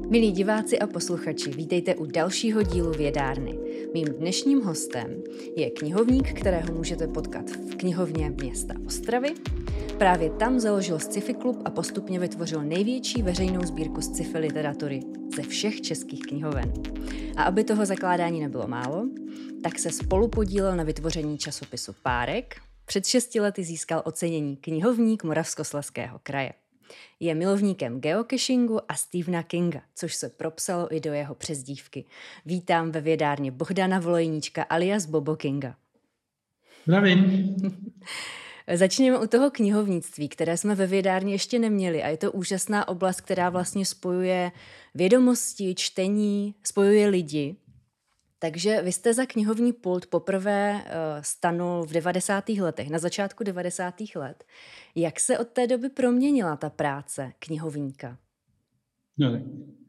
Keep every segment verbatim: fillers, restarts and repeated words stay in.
Milí diváci a posluchači, vítejte u dalšího dílu Vědárny. Mým dnešním hostem je knihovník, kterého můžete potkat v knihovně města Ostravy. Právě tam založil sci-fi klub a postupně vytvořil největší veřejnou sbírku sci-fi literatury ze všech českých knihoven. A aby toho zakládání nebylo málo, tak se spolu podílel na vytvoření časopisu Párek. Před šesti lety získal ocenění Knihovník Moravskoslezského kraje. Je milovníkem geocachingu a Stephena Kinga, což se propsalo i do jeho přezdívky. Vítám ve Vědárně Bohdana Volojníčka alias Bobo Kinga. Zdravím. Začněme u toho knihovnictví, které jsme ve Vědárně ještě neměli a je to úžasná oblast, která vlastně spojuje vědomosti, čtení, spojuje lidi. Takže vy jste za knihovní pult poprvé uh, stanul v devadesátých letech, na začátku devadesátých let. Jak se od té doby proměnila ta práce knihovníka? No,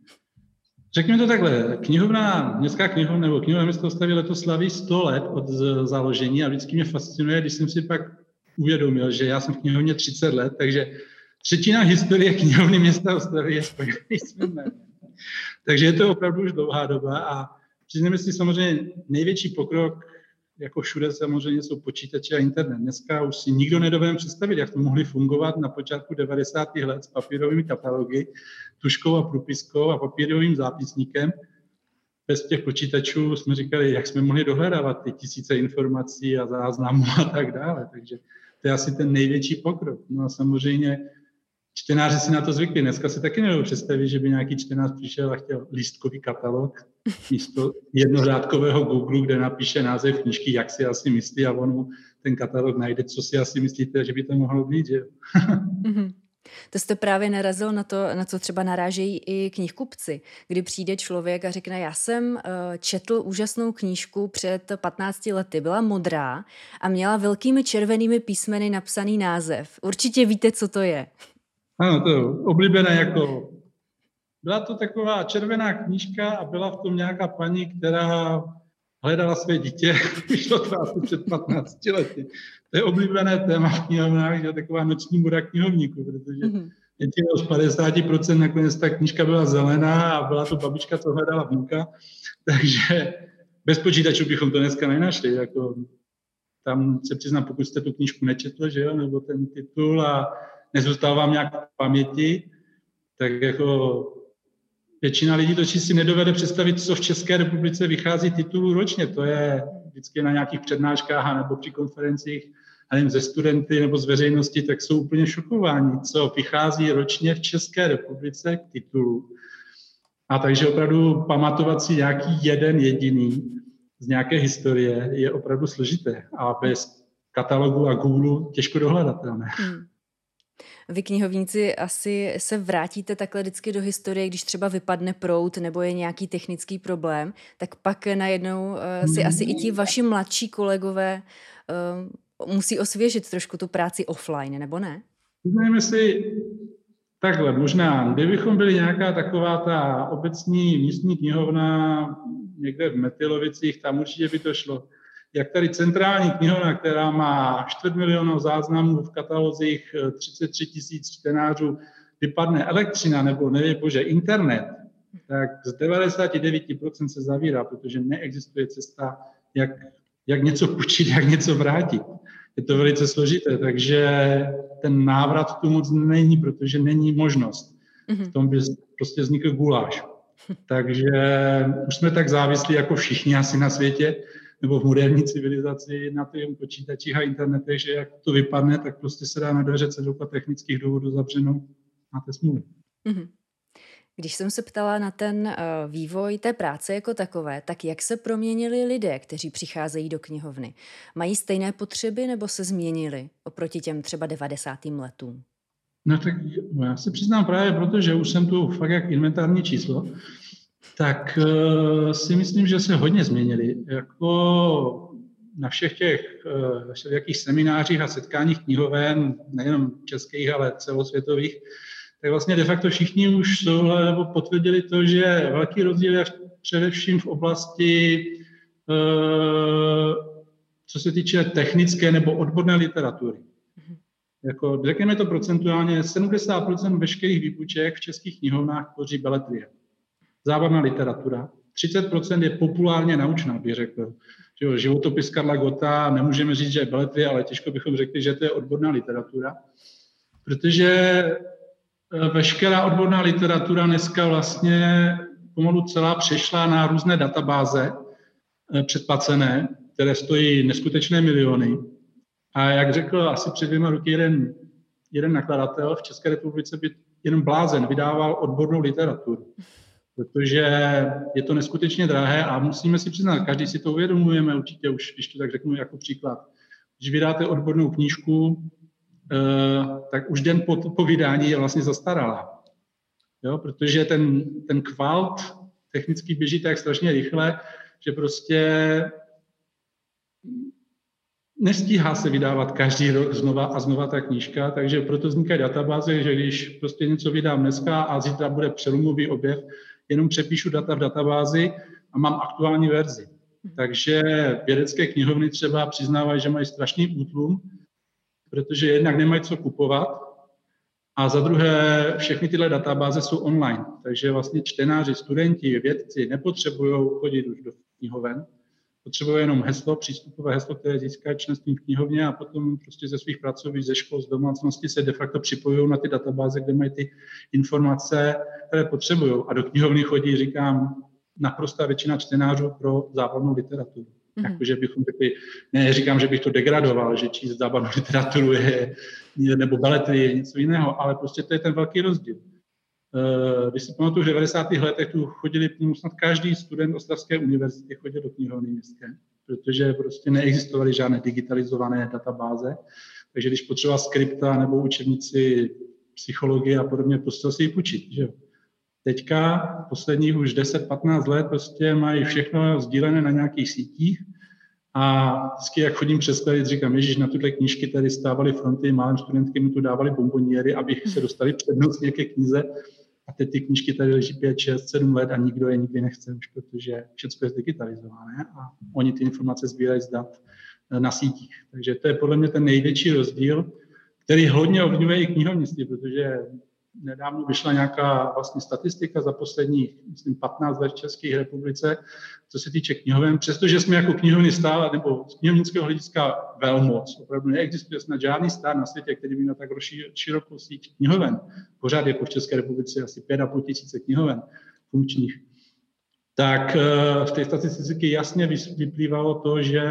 řekněme to takhle. Knihovna, městská knihovna nebo knihovna města Ostravy letos slaví sto let od založení a vždycky mě fascinuje, když jsem si pak uvědomil, že já jsem v knihovně třicet let, takže třetina historie knihovny města Ostravy je spojená s mým jménem. Takže je to opravdu už dlouhá doba a přiznejme si samozřejmě největší pokrok, jako všude samozřejmě jsou počítače a internet. Dneska už si nikdo nedovedeme představit, jak to mohli fungovat na počátku devadesátých let s papírovými katalogy, tuškou a průpiskou a papírovým zápisníkem. Bez těch počítačů jsme říkali, jak jsme mohli dohledávat ty tisíce informací a záznamů a tak dále. Takže to je asi ten největší pokrok. No a samozřejmě čtenáři si na to zvykli. Dneska si taky nedovedu představit, že by nějaký čtenář přišel a chtěl lístkový katalog místo jednořádkového Google, kde napíše název knížky, jak si asi myslí a on mu ten katalog najde, co si asi myslíte, že by to mohlo být. Že? Mm-hmm. To jste právě narazil na to, na co třeba narážejí i knihkupci, kdy přijde člověk a řekne, já jsem uh, četl úžasnou knížku před patnácti lety, byla modrá a měla velkými červenými písmeny napsaný název. Určitě víte, co to je. Ano, to je oblíbené jako... Byla to taková červená knížka a byla v tom nějaká paní, která hledala své dítě. Vyšlo to asi před patnácti lety. To je oblíbené téma v knihovnách, že taková noční mura knihovníků, protože většinou z padesát procent nakonec ta knížka byla zelená a byla to babička, co hledala vnuka. Takže bez počítačů bychom to dneska nenašli. Jako, tam se přiznám, pokud jste tu knížku nečetl, že jo, nebo ten titul a nezůstal vám nějak v paměti, tak jako většina lidí točí si nedovede představit, co v České republice vychází titulů ročně. To je vždycky na nějakých přednáškách nebo při konferencích, a nevím, ze studenty nebo z veřejnosti, tak jsou úplně šokováni, co vychází ročně v České republice k titulu. A takže opravdu pamatovat si nějaký jeden jediný z nějaké historie je opravdu složité a bez katalogu a Google těžko dohledatelné. Hmm. Vy knihovníci asi se vrátíte takhle vždycky do historie, když třeba vypadne proud nebo je nějaký technický problém, tak pak najednou uh, si asi i ti vaši mladší kolegové uh, musí osvěžit trošku tu práci offline, nebo ne? Znamenáme si takhle, možná, kdybychom byli nějaká taková ta obecní místní knihovna někde v Metylovicích, tam určitě by to šlo. Jak tady centrální knihovna, která má čtvrt milionu záznamů v katalozích, třicet tři tisíc čtenářů, vypadne elektřina nebo nevím bože internet, tak z devadesát devět procent se zavírá, protože neexistuje cesta, jak, jak něco půjčit, jak něco vrátit. Je to velice složité, takže ten návrat tu moc není, protože není možnost. V tom by prostě vznikl guláš. Takže už jsme tak závislí jako všichni asi na světě, nebo v moderní civilizaci na těch počítačích a internetech, že jak to vypadne, tak prostě se dá na dveře cedulka technických důvodů zavřenou. Máte smůlu. Mm-hmm. Když jsem se ptala na ten uh, vývoj té práce jako takové, tak jak se proměnili lidé, kteří přicházejí do knihovny? Mají stejné potřeby nebo se změnili oproti těm třeba devadesátým letům? No tak já se přiznám právě proto, že už jsem tu fakt jak inventární číslo, tak uh, si myslím, že se hodně změnili. Jako na všech těch uh, všelijakých seminářích a setkáních knihoven, nejenom českých, ale celosvětových, tak vlastně de facto všichni už jsou, nebo potvrdili to, že velký rozdíl je především v oblasti, uh, co se týče technické nebo odborné literatury. Jako, řekněme to procentuálně, sedmdesát procent veškerých výpůjček v českých knihovnách tvoří beletrie. zábavná literatura, třicet procent je populárně naučná, bych řekl. Že životopis Karla Gotta, nemůžeme říct, že je beletrie, ale těžko bychom řekli, že to je odborná literatura. Protože veškerá odborná literatura dneska vlastně pomalu celá přešla na různé databáze předplacené, které stojí neskutečné miliony. A jak řekl asi před dvěma roky jeden, jeden nakladatel, v České republice by jenom blázen vydával odbornou literaturu. Protože je to neskutečně drahé a musíme si přiznat, každý si to uvědomujeme určitě už, když to tak řeknu jako příklad. Když vydáte odbornou knížku, tak už den po, po vydání je vlastně zastaralá. Jo, protože ten, ten kvalt technicky běží tak strašně rychle, že prostě nestíhá se vydávat každý rok znova a znova ta knížka, takže proto vznikají databáze, že když prostě něco vydám dneska a zítra bude přelomový objev, jenom přepíšu data v databázi a mám aktuální verzi. Takže vědecké knihovny třeba přiznávají, že mají strašný útlum, protože jednak nemají co kupovat a za druhé všechny tyhle databáze jsou online. Takže vlastně čtenáři, studenti, vědci nepotřebují chodit už do knihoven, potřebují jenom heslo, přístupové heslo, které získají členstvím v knihovně a potom prostě ze svých pracovišť, ze škol, z domácnosti se de facto připojují na ty databáze, kde mají ty informace, které potřebují. A do knihovny chodí, říkám, naprostá většina čtenářů pro zábavnou literaturu. Mm-hmm. Jakože bychom řekli, ne, říkám, že bych to degradoval, že číst zábavnou literaturu je, nebo beletrii je něco jiného, ale prostě to je ten velký rozdíl. Když si pamatuju, že v devadesátých letech tu chodili snad každý student Ostravské univerzity chodil do knihovny městské, protože prostě neexistovaly žádné digitalizované databáze, takže když potřeboval skripta nebo učebnici psychologie a podobně, prostě si ji půjčit, že jo. Teďka posledních už deset patnáct let prostě mají všechno sdílené na nějakých sítích a vždycky, jak chodím představit, říkám, ježiš, na tyhle knížky tady stávaly fronty, málem studentky mi tu dávali bonboniéry, aby se dostali přednostně ke knize. A teď ty knížky tady leží pět, šest, sedm let a nikdo je nikdy nechce už, protože všechno je zdigitalizované a oni ty informace sbírají z dat na sítích. Takže to je podle mě ten největší rozdíl, který hodně ovlivňuje i knihovnictví, protože nedávno vyšla nějaká vlastně statistika za posledních, myslím, patnáct let v České republice, co se týče knihoven. Přestože jsme jako knihovny stále, nebo z knihovnického hlediska velmoc, opravdu neexistuje snad žádný stát na světě, který by měl tak širokou síť knihoven. Pořád jako v České republice asi pět a půl tisíce knihoven funkčních. Tak v té statistice jasně vyplývalo to, že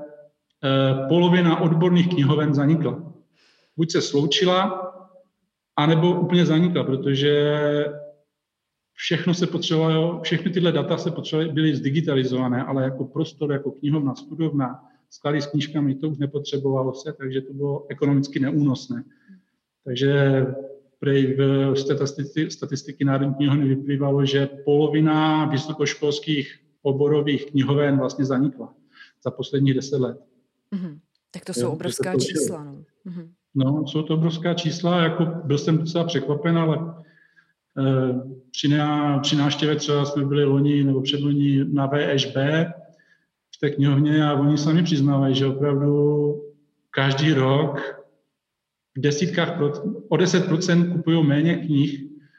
polovina odborných knihoven zanikla. Buď se sloučila, anebo úplně zanikla, protože všechno se potřebovalo, všechny tyhle data se potřebovaly, byly zdigitalizované, ale jako prostor, jako knihovna, studovna, sklady s knížkami, to už nepotřebovalo se, takže to bylo ekonomicky neúnosné. Takže prej v statistiky, statistiky Národní knihovny vyplývalo, že polovina vysokoškolských oborových knihoven vlastně zanikla za posledních deset let. Mm-hmm. Tak to jsou jo, obrovská čísla. No. Mm-hmm. No, jsou to obrovská čísla, jako byl jsem docela překvapen, ale e, při, ná, při návštěvě třeba jsme byli loni nebo předloni na V Š B v té knihovně a oni sami přiznávají, že opravdu každý rok v desítkách, o deset procent kupují méně knih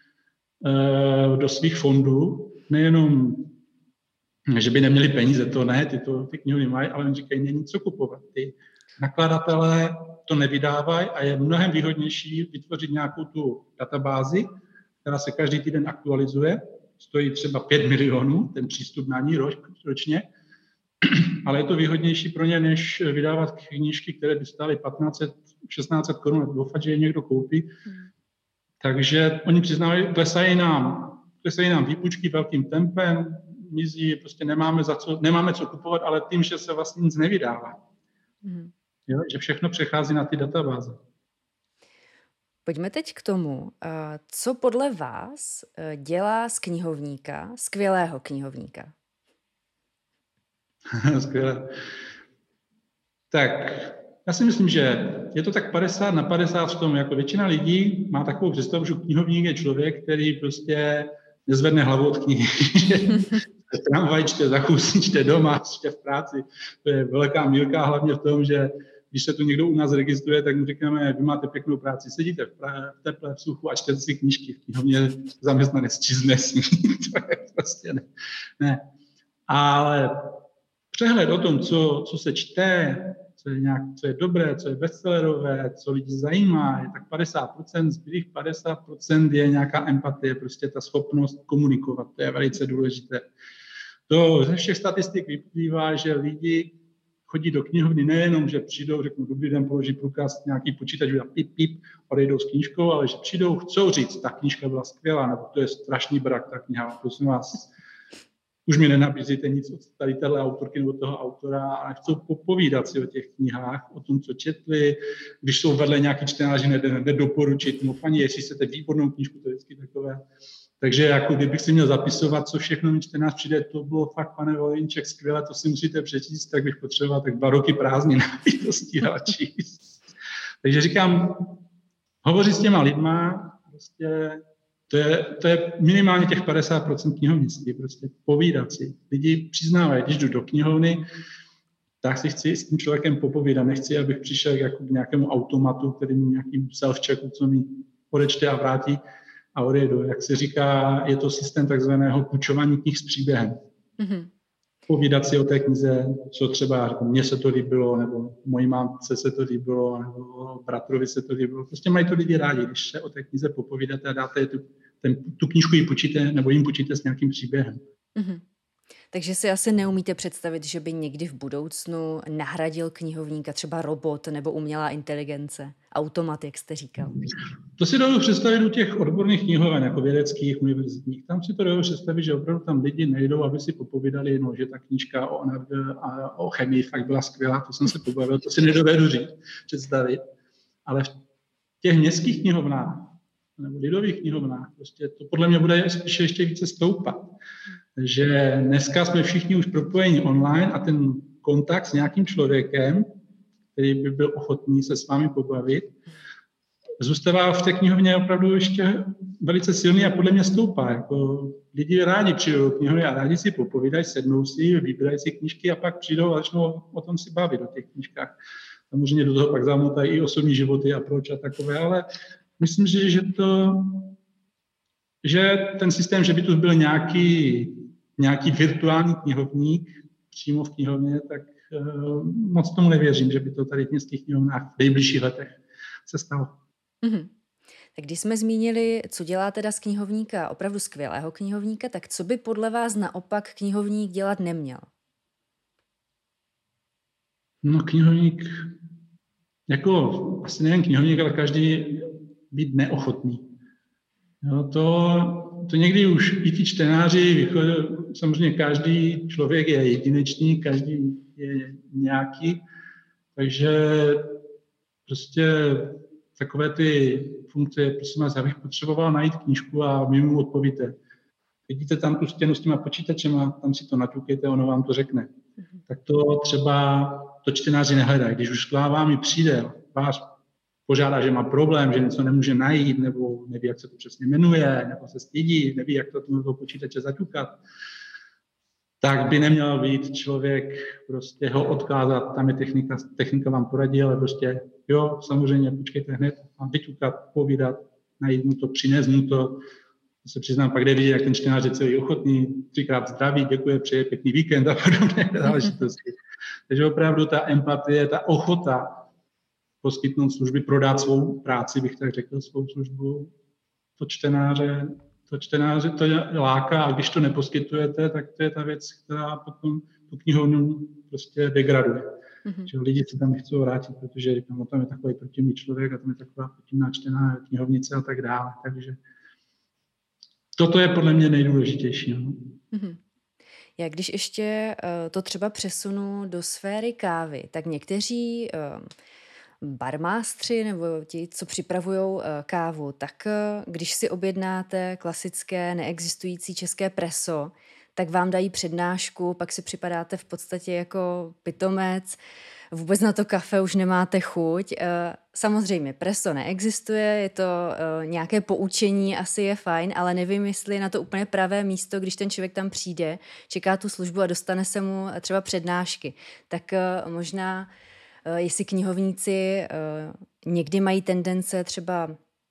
e, do svých fondů, nejenom, že by neměli peníze, to ne, ty, to, ty knihovny mají, ale oni říkají, není co kupovat. Ty nakladatelé to nevydávají a je mnohem výhodnější vytvořit nějakou tu databázi, která se každý týden aktualizuje, stojí třeba pět milionů, ten přístup na ní roč, ročně, ale je to výhodnější pro ně, než vydávat knížky, které by stály patnáct set, šestnáct set korun, doufat, že je někdo koupí. Hmm. Takže oni přiznávají, klesají nám, klesají nám výpůjčky velkým tempem, mizí, prostě nemáme, za co, nemáme co kupovat, ale tím, že se vlastně nic nevydává. Hmm. Jo, že všechno přechází na ty databáze. Pojďme teď k tomu, co podle vás dělá z knihovníka skvělého knihovníka. Skvělé. Tak, já si myslím, že je to tak padesát na padesát v tom, jako většina lidí má takovou představu, že knihovník je člověk, který prostě nezvedne hlavu od knihy. V tramvaji čte, za chůzí čte doma, čte v práci. To je velká mýlka, hlavně v tom, že když se tu někdo u nás registruje, tak mu říkáme, vy máte pěknou práci, sedíte v, pra- v teple, v suchu a čtete si knížky. V knihovně zaměstnanec číst nesmí. To je prostě ne. ne. Ale přehled o tom, co, co se čte, co je, nějak, co je dobré, co je bestsellerové, co lidi zajímá, je tak padesát procent, zbylých padesát procent je nějaká empatie, prostě ta schopnost komunikovat, to je velice důležité. To ze všech statistik vyplývá, že lidi chodí do knihovny nejenom, že přijdou, řeknou dobrý den, položí průkaz, nějaký počítač, udělá pip, pip, odejdou s knížkou, ale že přijdou, chcou říct, ta knížka byla skvělá, nebo to je strašný brak, ta kniha, prosím vás, už mi nenabízíte nic od tady téhle autorky nebo toho autora, ale chcou popovídat si o těch knihách, o tom, co četli, když jsou vedle nějaký čtenáři, nedoporučit, no paní, jestli chcete výbornou knížku, to je vždycky takové. Takže jako kdybych si měl zapisovat, co všechno mi čtenář přijde, to bylo fakt, pane Volínček, skvěle, to si musíte přečíst, tak bych potřeboval tak dva roky prázdnin, abych to stíhal číst. Takže říkám, hovořit s těma lidma, prostě to je, to je minimálně těch padesát procent knihovnictví, prostě povídat si. Lidi přiznávají, když jdu do knihovny, tak si chci s tím člověkem popovídat. Nechci, abych přišel jako k nějakému automatu, který mi nějakým self-checku, co mi odečte a vrátí a odjedu. Jak se říká, je to systém takzvaného půjčování knih s příběhem. Mm-hmm. Povídat si o té knize, co třeba mně se to líbilo, nebo mojí mámce se to líbilo, nebo bratrovi se to líbilo. Prostě mají to lidi rádi, když se o té knize popovídáte a dáte tu, ten, tu knížku jí počíte, nebo jim počíte s nějakým příběhem. Mm-hmm. Takže si asi neumíte představit, že by někdy v budoucnu nahradil knihovníka třeba robot nebo umělá inteligence, automat, jak jste říkal. To si dovedu představit u těch odborných knihoven, jako vědeckých, univerzitních. Tam si to dovedu představit, že opravdu tam lidi nejdou, aby si popovídali, no, že ta knížka o, a o chemii fakt byla skvělá, to jsem se pobavil, to si nedovedu říct, představit. Ale v těch městských knihovnách nebo lidových knihovnách, prostě to podle mě bude spíše ještě více stoupat. Že dneska jsme všichni už propojeni online a ten kontakt s nějakým člověkem, který by byl ochotný se s vámi pobavit, zůstává v té knihovně opravdu ještě velice silný a podle mě stoupá. Jako lidi rádi přijdou do knihovny a rádi si popovídají, sednou si, vybírají si knížky a pak přijdou a začnou o tom si bavit o těch knížkách. Samozřejmě do toho pak zamotají i osobní životy a proč a takové, ale myslím si, že to, že ten systém, že by tu byl nějaký nějaký virtuální knihovník přímo v knihovně, tak uh, moc tomu nevěřím, že by to tady v městských knihovnách v nejbližších letech se stalo. Mm-hmm. Tak když jsme zmínili, co dělá teda z knihovníka opravdu skvělého knihovníka, tak co by podle vás naopak knihovník dělat neměl? No knihovník, jako asi nejen knihovník, ale každý být neochotný. Jo, to, to někdy už i ti čtenáři, samozřejmě každý člověk je jedinečný, každý je nějaký, takže prostě takové ty funkce, prosím vás, já bych potřeboval najít knížku a vy mu odpovíte. Vidíte tam tu stěnu s těma počítačema, tam si to naťukejte, ono vám to řekne. Tak to třeba to čtenáři nehledají. Když už k vám přijde, vás požádá, že má problém, že něco nemůže najít, nebo neví, jak se to přesně jmenuje, nebo se stydí, neví, jak to do počítače zaťukat, tak by neměl být člověk prostě ho odkázat, tam je technika, technika vám poradí, ale prostě jo, samozřejmě, počkejte hned, mám vyťukat, povídat, najít mu to, přinést mu to. To se přiznám, pak jde vidět, jak ten čtenář je celý ochotný, třikrát zdraví, děkuje, přeje pěkný víkend a podobné záležitosti. Takže opravdu ta empatie, ta ochota poskytnout služby, prodat svou práci, bych tak řekl, svou službu, to čtenáře, to čtenáře to láká a když to neposkytujete, tak to je ta věc, která potom tu knihovnu prostě degraduje. Mm-hmm. Že lidi se tam nechcou vrátit, protože říkám, tam je takový protivný člověk a tam je taková protivná čtená knihovnice a tak dále. Takže toto je podle mě nejdůležitější. No. Mm-hmm. Já když ještě uh, to třeba přesunu do sféry kávy, tak někteří uh, barmástři nebo ti, co připravují kávu, tak když si objednáte klasické neexistující české preso, tak vám dají přednášku, pak si připadáte v podstatě jako pitomec, vůbec na to kafe už nemáte chuť. Samozřejmě preso neexistuje, je to nějaké poučení, asi je fajn, ale nevím, jestli na to úplně pravé místo, když ten člověk tam přijde, čeká tu službu a dostane se mu třeba přednášky. Tak možná jestli knihovníci někdy mají tendence třeba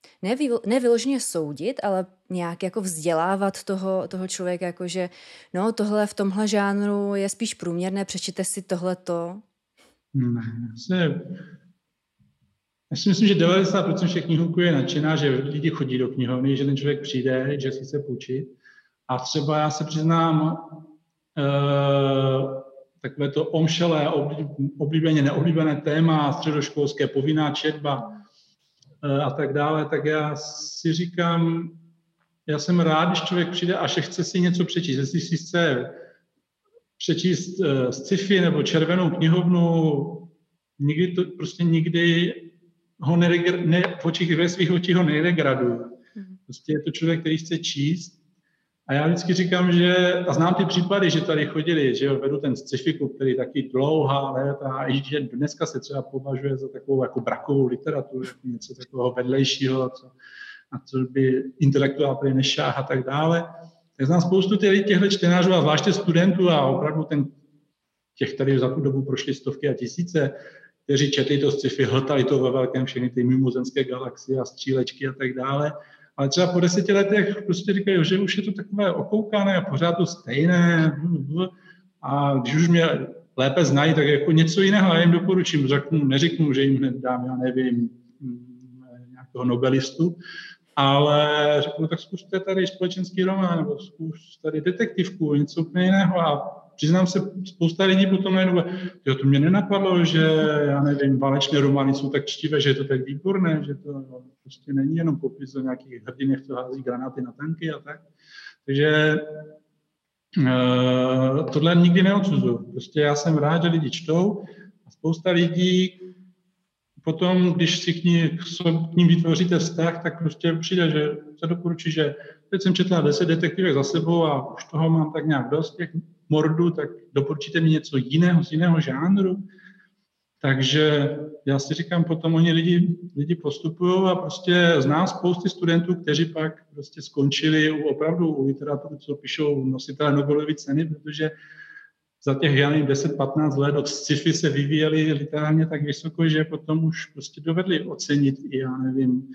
Ne, ne vyloženě soudit, ale nějak jako vzdělávat toho, toho člověka, jakože no tohle v tomhle žánru je spíš průměrné, přečtěte si tohleto. Ne, se, já si myslím, že devadesát procent všech knihůků je nadšená, že lidi chodí do knihovny, že ten člověk přijde, že si chce půjčit. A třeba já se přiznám, uh, takové to omšelé, oblíbeně neoblíbené téma, středoškolské, povinná četba uh, a tak dále, tak já si říkám, já jsem rád, když člověk přijde a že chce si něco přečíst. Jestli si chce přečíst uh, sci-fi nebo červenou knihovnu, nikdy to prostě nikdy ho neregr, ne, v očích, ve svých očích ho neregraduju. Prostě je to člověk, který chce číst. A já vždycky říkám, že, a znám ty případy, že tady chodili, že jo, vedu ten sci-fi, který je taky dlouhá léta, a i že dneska se třeba považuje za takovou jako brakovou literaturu, jako něco takového vedlejšího, co, a co by intelektuál tady nešáh a tak dále. Tak znám spoustu těchto čtenářů a zvláště studentů a opravdu ten, těch tady za tu dobu prošly stovky a tisíce, kteří četli to sci-fi, hltali to ve velkém, všechny ty mimozemské galaxie a střílečky a tak dále. Ale třeba po deseti letech prostě říkají, že už je to takové okoukané a pořád to stejné. A když už mě lépe znají, tak jako něco jiného já jim doporučím. Řeknu, neřeknu, že jim hned dám, já nevím, nějakého nobelistu, ale řeknu, tak zkuste tady společenský román, nebo zkus tady detektivku, něco úplně jiného. A přiznám se, spousta lidí potom najednou, jo, to mě nenapadlo, že, já nevím, válečné romány jsou tak čtivé, že je to tak výborné, že to prostě není jenom popis o nějakých hrdinech, co hází granáty na tanky a tak. Takže uh, tohle nikdy neodsuzuju. Prostě já jsem rád, že lidi čtou a spousta lidí potom, když si k, ní, k ním vytvoříte vztah, tak prostě přijde, že se doporučí, že teď jsem četla deset detektivek za sebou a už toho mám tak nějak dost těch mordů, tak doporučíte mi něco jiného, z jiného žánru. Takže já si říkám, potom oni lidi, lidi postupují a prostě znám spousty studentů, kteří pak prostě skončili u, opravdu u literatury, co píšou nositelé Nobelovy ceny, protože za těch, já nevím, deset patnáct let od sci-fi se vyvíjeli literárně tak vysoko, že potom už prostě dovedli ocenit i, já nevím,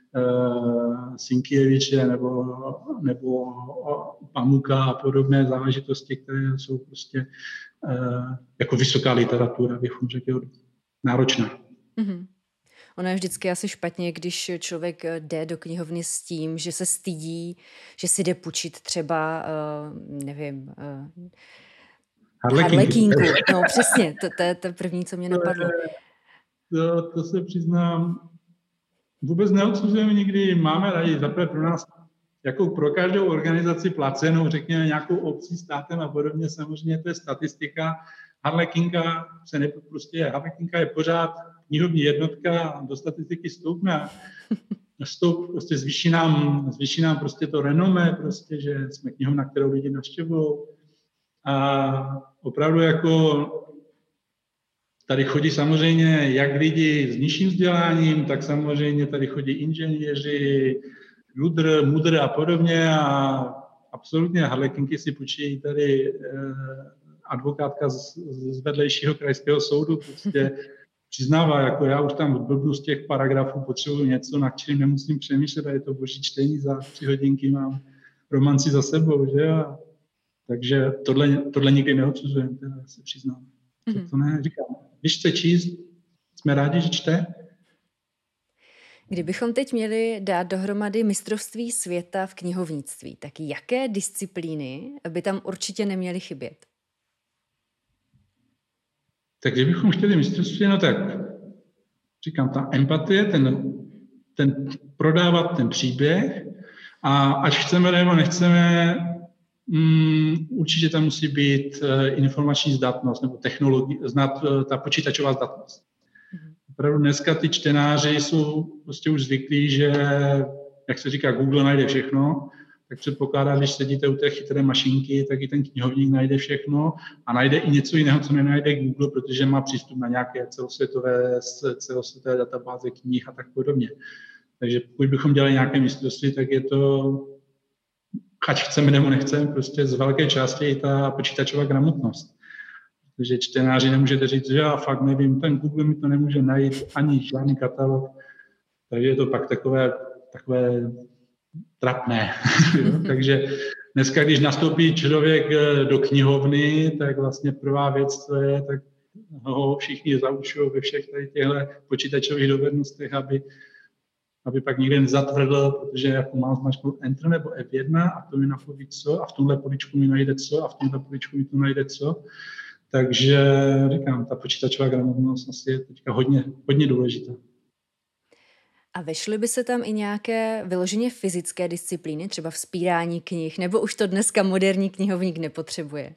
uh, Sinkieviče nebo, nebo Pamuka a podobné záležitosti, které jsou prostě uh, jako vysoká literatura, bychom řekl, náročná. Mm-hmm. Ono je vždycky asi špatně, když člověk jde do knihovny s tím, že se stydí, že si jde půjčit třeba, uh, nevím... Uh, Harlekínku. No přesně, to, to je to první, co mě napadlo. To, to se přiznám, vůbec neodsuzujeme nikdy, máme rádi, zaprvé pro nás, jako pro každou organizaci placenou, řekněme nějakou obcí, státem a podobně, samozřejmě to je statistika. Harlekínka se ne, prostě, Harlekínka je pořád knihovní jednotka, do statistiky stoupne. Stoup, prostě zvýší nám, zvýší nám prostě to renomé, prostě, že jsme knihovna, kterou lidi navštěvují. A opravdu jako tady chodí samozřejmě jak lidi s nižším vzděláním, tak samozřejmě tady chodí inženýři, judr, mudr a podobně a absolutně harlekinky si půjčí tady eh, advokátka z, z vedlejšího krajského soudu, prostě přiznává, jako já už tam blbnu z těch paragrafů, potřebuji něco, na čím nemusím přemýšlet a je to boží čtení, za tři hodinky mám romanci za sebou, že a takže tohle, tohle nikdy neodsuzujeme, teda se přiznám. Mm-hmm. To, to ne, říkám. Když chce číst, jsme rádi, že čte. Kdybychom teď měli dát dohromady mistrovství světa v knihovnictví, tak jaké disciplíny by tam určitě neměly chybět? Tak kdybychom chtěli mistrovství, no tak říkám, ta empatie, ten, ten prodávat ten příběh a ať chceme nebo nechceme, Mm, určitě tam musí být uh, informační zdatnost nebo technologie, znát uh, ta počítačová zdatnost. Mm-hmm. Opravdu dneska ty čtenáři jsou prostě už zvyklí, že, jak se říká, Google najde všechno, tak předpokládá, když sedíte u té chytré mašinky, tak i ten knihovník najde všechno a najde i něco jiného, co nenajde Google, protože má přístup na nějaké celosvětové, celosvětové databáze knih a tak podobně. Takže pokud bychom dělali nějaké mistrovství, tak je to ať chceme nebo nechceme, prostě z velké části i ta počítačová gramotnost. Takže čtenáři nemůžete říct, že já fakt nevím, ten Google mi to nemůže najít ani žádný katalog. Takže je to pak takové takové trapné. Takže dneska, když nastoupí člověk do knihovny, tak vlastně prvá věc, co je, tak ho všichni zaučují ve všech tady těchto počítačových dovednostech, aby, aby pak nikdy nezatvrdl, protože jako mám zmačknout Enter nebo F jedna a to mi napoví co a v tomhle poličku mi najde co a v tomhle poličku mi to najde co. Takže říkám, ta počítačová gramotnost asi je teďka hodně, hodně důležitá. A vešly by se tam i nějaké vyloženě fyzické disciplíny, třeba vzpírání knih, nebo už to dneska moderní knihovník nepotřebuje?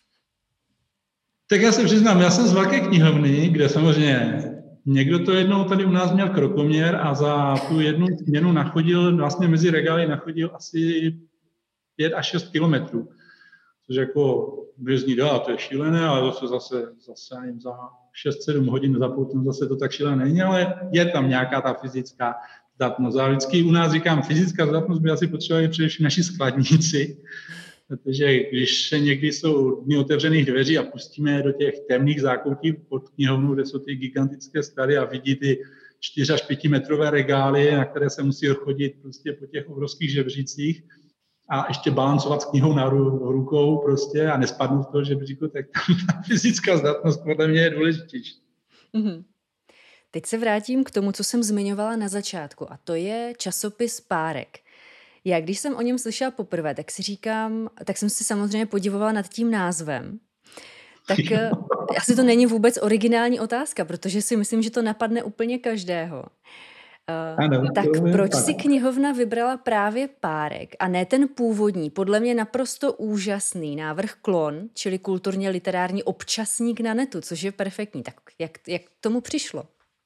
Tak já se přiznám, já jsem z velké knihovny, kde samozřejmě někdo to jednou tady u nás měl krokoměr a za tu jednu směnu nachodil, vlastně mezi regály nachodil asi pět až šest kilometrů. Což jako běžný dá, to je šílené, ale zase, zase, zase nevím, za šest sedm hodin za poutem zase to tak šílené není, ale je tam nějaká ta fyzická zdatnost. A vždycky u nás říkám, fyzická zdatnost by asi potřebovali především naši skladníci, protože když někdy jsou dny otevřených dveří a pustíme je do těch temných zákoutí pod knihovnou, kde jsou ty gigantické sklady a vidí ty čtyři až pětimetrové regály, na které se musí chodit prostě po těch obrovských žebřících, a ještě balancovat s knihou na rukou prostě a nespadnout z toho žebříku, tak tam ta fyzická zdatnost podle mě je důležitější. Mm-hmm. Teď se vrátím k tomu, co jsem zmiňovala na začátku, a to je časopis Párek. Já když jsem o něm slyšela poprvé, tak si říkám, tak jsem si samozřejmě podivovala nad tím názvem. Tak asi to není vůbec originální otázka, protože si myslím, že to napadne úplně každého. Uh, ano, tak proč si knihovna vybrala právě Párek a ne ten původní, podle mě naprosto úžasný návrh Klon, čili kulturně literární občasník na netu, což je perfektní. Tak jak, jak k tomu přišlo?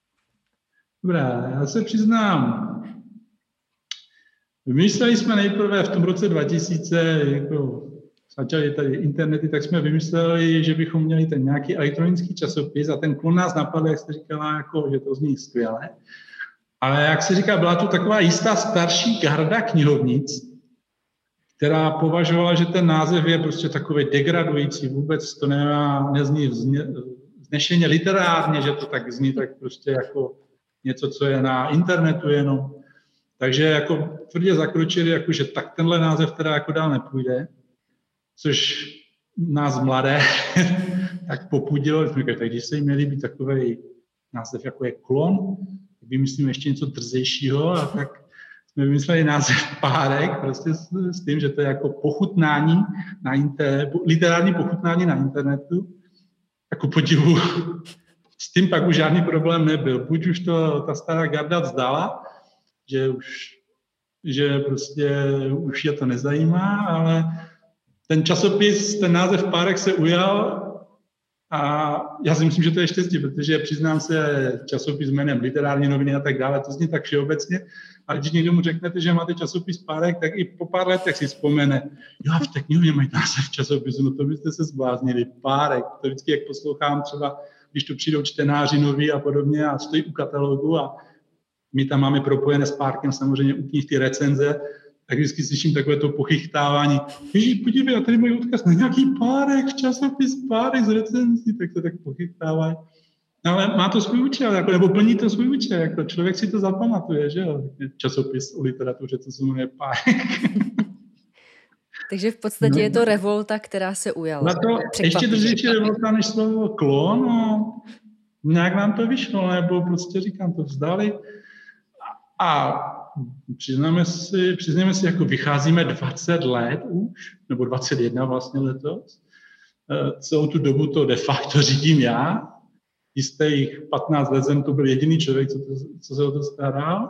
Dobrá, já se přiznám. Vymysleli jsme nejprve v tom roce dva tisíce, jako začaly tady internety, tak jsme vymysleli, že bychom měli ten nějaký elektronický časopis a ten Klon nás napadl, jak jste říkala, jako, že to zní skvěle. Ale jak se říká, byla tu taková jistá starší garda knihovnic, která považovala, že ten název je prostě takový degradující, vůbec to nemá, nezní vznešeně literárně, že to tak zní tak prostě jako něco, co je na internetu jenom. Takže jako tvrdě zakročili, jako, že tak tenhle název teda jako dál nepůjde, což nás mladé tak popudilo, tak když se jim měli být takový název, jako je Klon, vymyslíme ještě něco drzejšího a tak jsme vymysleli název Párek, prostě s, s tím, že to je jako pochutnání na internetu, literární pochutnání na internetu. Jako podivu, s tím pak už žádný problém nebyl. Buď už to ta stará garda vzdala, že už, že prostě už je to nezajímá, ale ten časopis, ten název Párek se ujal. A já si myslím, že to je štěstí, protože přiznám se, časopis jménem literární noviny a tak dále, to zní tak všeobecně, ale když někdo mu řeknete, že máte časopis Párek, tak i po pár letech si vzpomene, jo, v té knihovně mají název časopisu, no to byste se zbláznili, Párek. To vždycky, jak poslouchám třeba, když tu přijdou čtenáři noví a podobně a stojí u katalogu a my tam máme propojené s Párkem samozřejmě u knih ty recenze, tak vždycky slyším takové to pochychtávání. Ježíš, podívej, a tady můj odkaz na nějaký Párek, v časopis Párek z recenzí, tak to tak pochychtávají. Ale má to svůj účel, jako, nebo plní to svůj účel, jako člověk si to zapamatuje, že jo, časopis o literatuře, co se jmenuje Párek. Takže v podstatě no. Je to revolta, která se ujala. Na to ještě držíte revolta než slovo Klon, no, nějak nám to vyšlo, nebo prostě říkám, to vzdali. A Přiznáme si, přiznáme si, jako vycházíme dvacet let už, nebo dvacet jedna vlastně letos. Celou tu dobu to de facto řídím já. Jistých patnáct let jsem to byl jediný člověk, co, to, co se o to staral.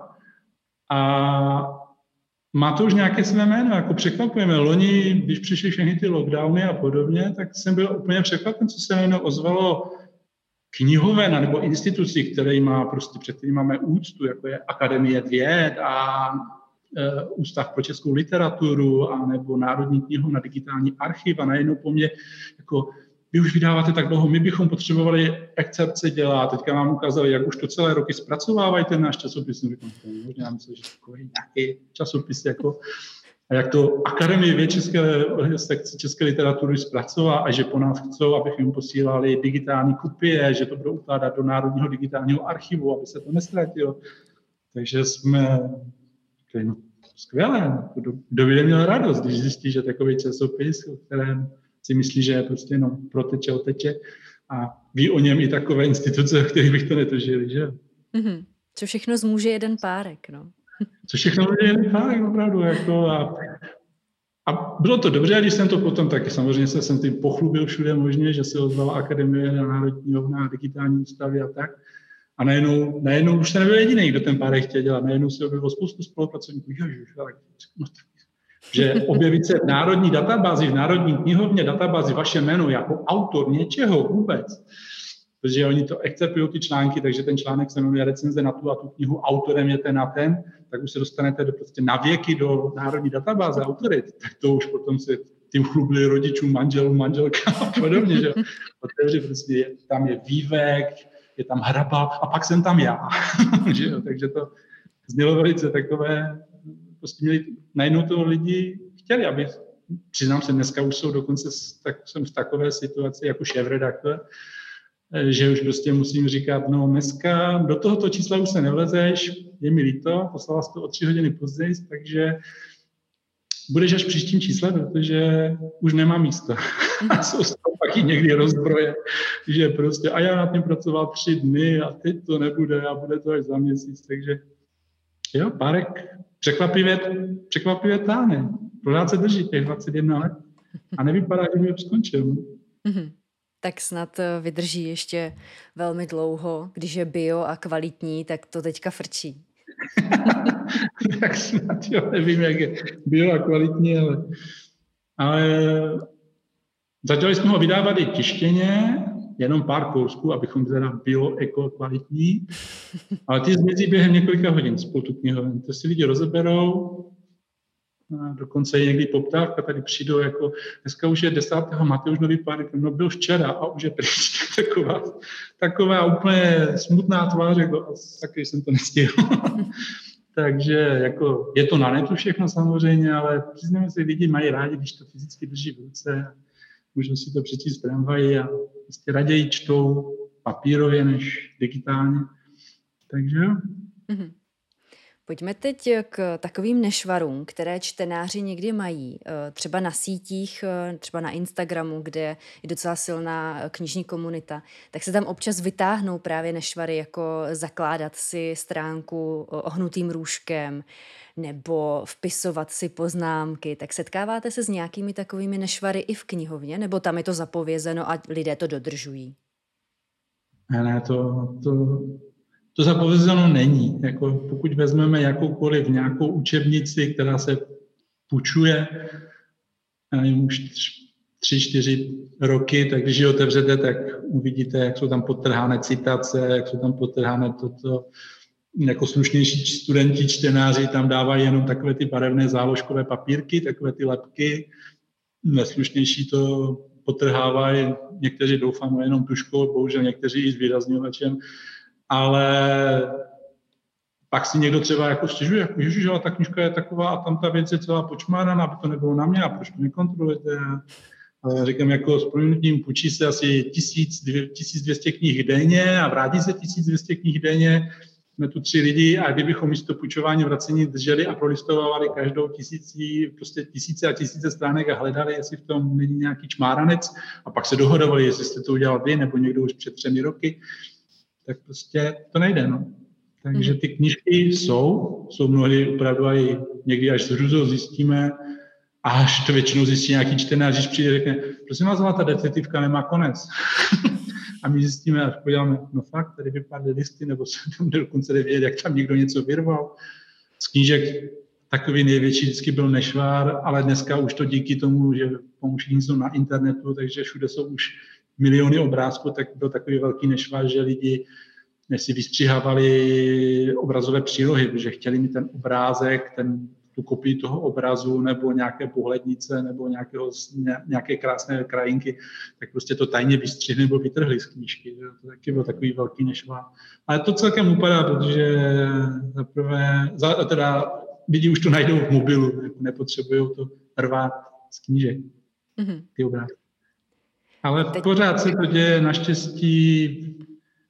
A má to už nějaké své jméno, jako překvapujeme. Loni, když přišly všechny ty lockdowny a podobně, tak jsem byl úplně překvapen, co se jenom ozvalo knihoven nebo institucí, které má prostě, před kterými máme úctu, jako je Akademie věd a e, Ústav pro českou literaturu a nebo Národní knihovna, digitální archiv a najednou po mně, jako vy už vydáváte tak dlouho, my bychom potřebovali excerpce dělat, teďka vám ukázali, jak už to celé roky zpracovávají ten náš časopis, říkám, možná myslím, že takový nějaký časopis, jako a jak to Akademie věd České, sekce české literatury zpracová a že po nás chcou, abychom jim posílali digitální kopie, že to budou ukládat do Národního digitálního archivu, aby se to nestratilo. Takže jsme, To je skvělé. Kdo by neměl radost, když zjistí, že takový časopis, o kterém si myslí, že je prostě jenom proteče, oteče a ví o něm i takové instituce, o kterých bych to netužili, že? Mm-hmm. Co všechno zmůže jeden párek, no. Co všechno zmůže jeden párek, opravdu, jako a, a bylo to dobře, když jsem to potom taky, samozřejmě se jsem tím pochlubil všude možně, že se ozvala Akademie na Národní novina, digitální ústavy a tak. A najednou, najednou už se nebyl jediný, kdo ten párek chtěl dělat. Najednou se objevilo spoustu spolupracovníků, že objevit se v národní databázi, v národní knihovně databázi vaše jméno jako autor něčeho vůbec, protože oni to akceptují ty články, takže ten článek se jmenuje recenze na tu a tu knihu, autorem je ten a ten, tak už se dostanete do, prostě na věky do národní databáze autorit, tak to už potom se tím chlubili rodičům, manželům, manželka a podobně, že otevři prostě, je, tam je Vývek, je tam Hrabal a pak jsem tam já, že jo, takže to znělo velice takové, prostě měli, najednou to lidi chtěli, aby, přiznám se, dneska už jsou dokonce, tak jsem v takové situaci jako šéfredaktor, že už prostě musím říkat, no dneska do tohoto čísla už se nevlezeš, je mi líto, poslala jsi to o tři hodiny později, takže budeš až v příštím čísle, protože už nemá místa. A jsou z toho taky někdy rozdroje, že prostě a já na tím pracoval tři dny a teď to nebude a bude to až za měsíc, takže jo, párek překvapivě, překvapivě táhne. Pořád se drží těch dvacet jedna let a nevypadá, že by skončil. Mm-hmm. Tak snad vydrží ještě velmi dlouho. Když je bio a kvalitní, tak to teďka frčí. Tak snad, jo, nevím, jak je bio a kvalitní, ale, ale začali jsme ho vydávat i tištěně, jenom pár kousků, abychom teda bio, eko, kvalitní, ale ty zmizí během několika hodin spolu tu knihoven. To si lidi rozeberou, a dokonce je někdy poptávka, tady přijdou jako, dneska už je desátého Mateusz nový párek, no byl včera a už je pryč. Taková, taková úplně smutná tvář, jako taky jsem to nestihl. Takže jako, je to na netu všechno samozřejmě, ale přiznáme si, lidi mají rádi, když to fyzicky drží v ruce, můžou si to přečíst v tramvaji a prostě raději čtou papírově než digitálně. Takže jo. Mm-hmm. Pojďme teď k takovým nešvarům, které čtenáři někdy mají, třeba na sítích, třeba na Instagramu, kde je docela silná knižní komunita, tak se tam občas vytáhnou právě nešvary, jako zakládat si stránku ohnutým růžkem nebo vpisovat si poznámky. Tak setkáváte se s nějakými takovými nešvary i v knihovně, nebo tam je to zapovězeno a lidé to dodržují? Ne, ne, to... to... To zapovězeno není. Jako pokud vezmeme jakoukoliv nějakou učebnici, která se půjčuje, nevím, už tři, čtyři roky, tak když ji otevřete, tak uvidíte, jak jsou tam podtrhané citace, jak jsou tam podtrhané toto. Jako slušnější studenti, čtenáři tam dávají jenom takové ty barevné záložkové papírky, takové ty lepky. Neslušnější to podtrhávají, někteří doufám jenom tuškou, bohužel někteří i s výrazňovačem. Ale pak si někdo třeba jako stěžuje, jako ježiš, ale ta knížka je taková a tam ta věc je celá počmáraná, aby to nebylo na mě a proč to nekontrolujete. A říkám, jako s prominutím půjčí se asi tisíc dvě stě knih denně a vrátí se tisíc dvě stě knih denně. Jsme tu tři lidi a kdybychom místo půjčování vracení drželi a prolistovali každou tisící, prostě tisíce a tisíce stránek a hledali, jestli v tom není nějaký čmáranec a pak se dohodovali, jestli jste to udělal vy nebo někdo už před třemi roky, tak prostě to nejde, no. Takže ty knížky jsou, jsou mnohdy opravdu i někdy až s hrůzou zjistíme, až to většinou zjistí nějaký čtenář, když přijde, řekne, prosím vás, ta detektivka nemá konec. A my zjistíme, až podíváme, no fakt, tady vypadly listy, nebo se tam dokonce jde vědět, jak tam někdo něco vyrval. Z knížek takový největší vždycky byl nešvár, ale dneska už to díky tomu, že všichni jsou na internetu, takže všude jsou už miliony obrázků, tak byl takový velký nešvar, že lidi si vystřihávali obrazové přílohy, protože chtěli mít ten obrázek, ten, tu kopii toho obrazu nebo nějaké pohlednice nebo nějakého, nějaké krásné krajinky, tak prostě to tajně vystřihli nebo vytrhli z knížky. Že? To taky byl takový velký nešvar. Ale to celkem upadá, protože zaprvé, za, teda lidi už to najdou v mobilu, nepotřebují to rvát z knížek, ty obrázky. Ale Teď... pořád se to děje naštěstí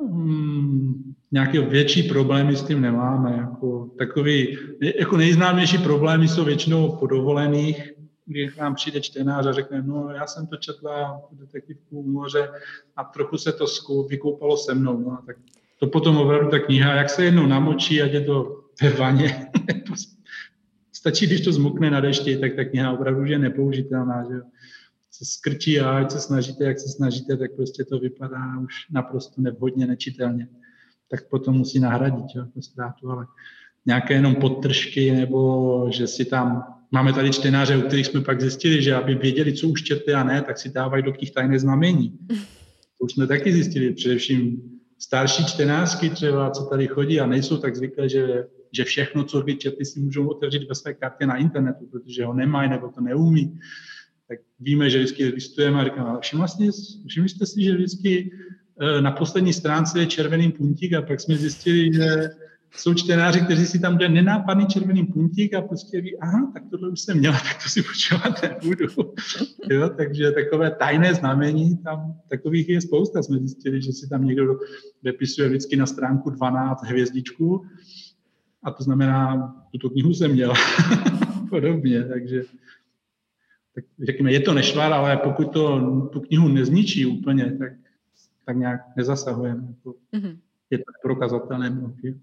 Hmm, nějaké větší problémy s tím nemáme. Jako, takový, jako nejznámější problémy jsou většinou po dovolených, kdy k nám přijde čtenář a řekne, no já jsem to četla detektivku u moře a trochu se to zkou, vykoupalo se mnou. No, tak to potom opravdu ta kniha, jak se jednou namočí, ať je to ve vaně, stačí, když to zmokne na dešti, tak ta kniha opravdu je nepoužitelná. Že se skrčí a ať se snažíte, jak se snažíte, tak prostě to vypadá už naprosto nevhodně, nečitelně. Tak potom musí nahradit jo, to ztrátu, ale nějaké jenom podtržky, nebo že si tam, máme tady čtenáře, u kterých jsme pak zjistili, že aby věděli, co už četli a ne, tak si dávají do knih tajné znamení. To už jsme taky zjistili, především starší čtenářky třeba, co tady chodí a nejsou tak zvyklé, že, že všechno, co by četli, si můžou otevřít ve své kartě na internetu, protože ho nemají nebo to neumí. Tak víme, že vždycky listujeme a říkáme, všimli jste, všimli jste si, že vždycky na poslední stránce je červený puntík a pak jsme zjistili, že jsou čtenáři, kteří si tam dají nenápadný červený puntík a prostě ví, aha, tak tohle už jsem měla, tak to si počívat nebudu. Jo, takže takové tajné znamení, tam takových je spousta. Jsme zjistili, že si tam někdo vypisuje vždycky na stránku dvanáct hvězdičku a to znamená, tuto knihu jsem měla. Podobně, takže tak řekněme, je to nešvar, ale pokud to tu knihu nezničí úplně, tak, tak nějak nezasahujeme. Mm-hmm. Je to prokazatelné.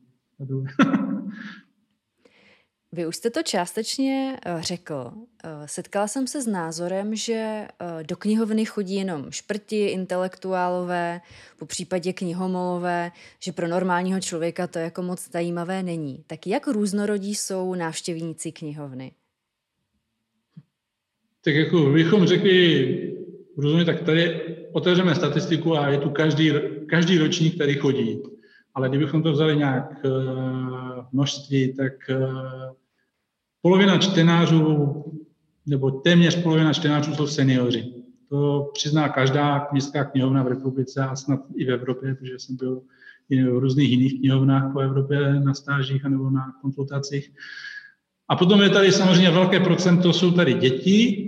Vy už jste to částečně řekl. Setkala jsem se s názorem, že do knihovny chodí jenom šprti, intelektuálové, po případě knihomolové, že pro normálního člověka to jako moc zajímavé není. Tak jak různorodí jsou návštěvníci knihovny? Tak jako bychom řekli, rozumím, tak tady otevřeme statistiku a je tu každý, každý ročník, který chodí. Ale kdybychom to vzali nějak uh, množství, tak uh, polovina čtenářů, nebo téměř polovina čtenářů jsou seniori. To přizná každá městská knihovna v republice a snad i v Evropě, protože jsem byl i v různých jiných knihovnách po Evropě na stážích nebo na konzultacích. A potom je tady samozřejmě velké procento, jsou tady děti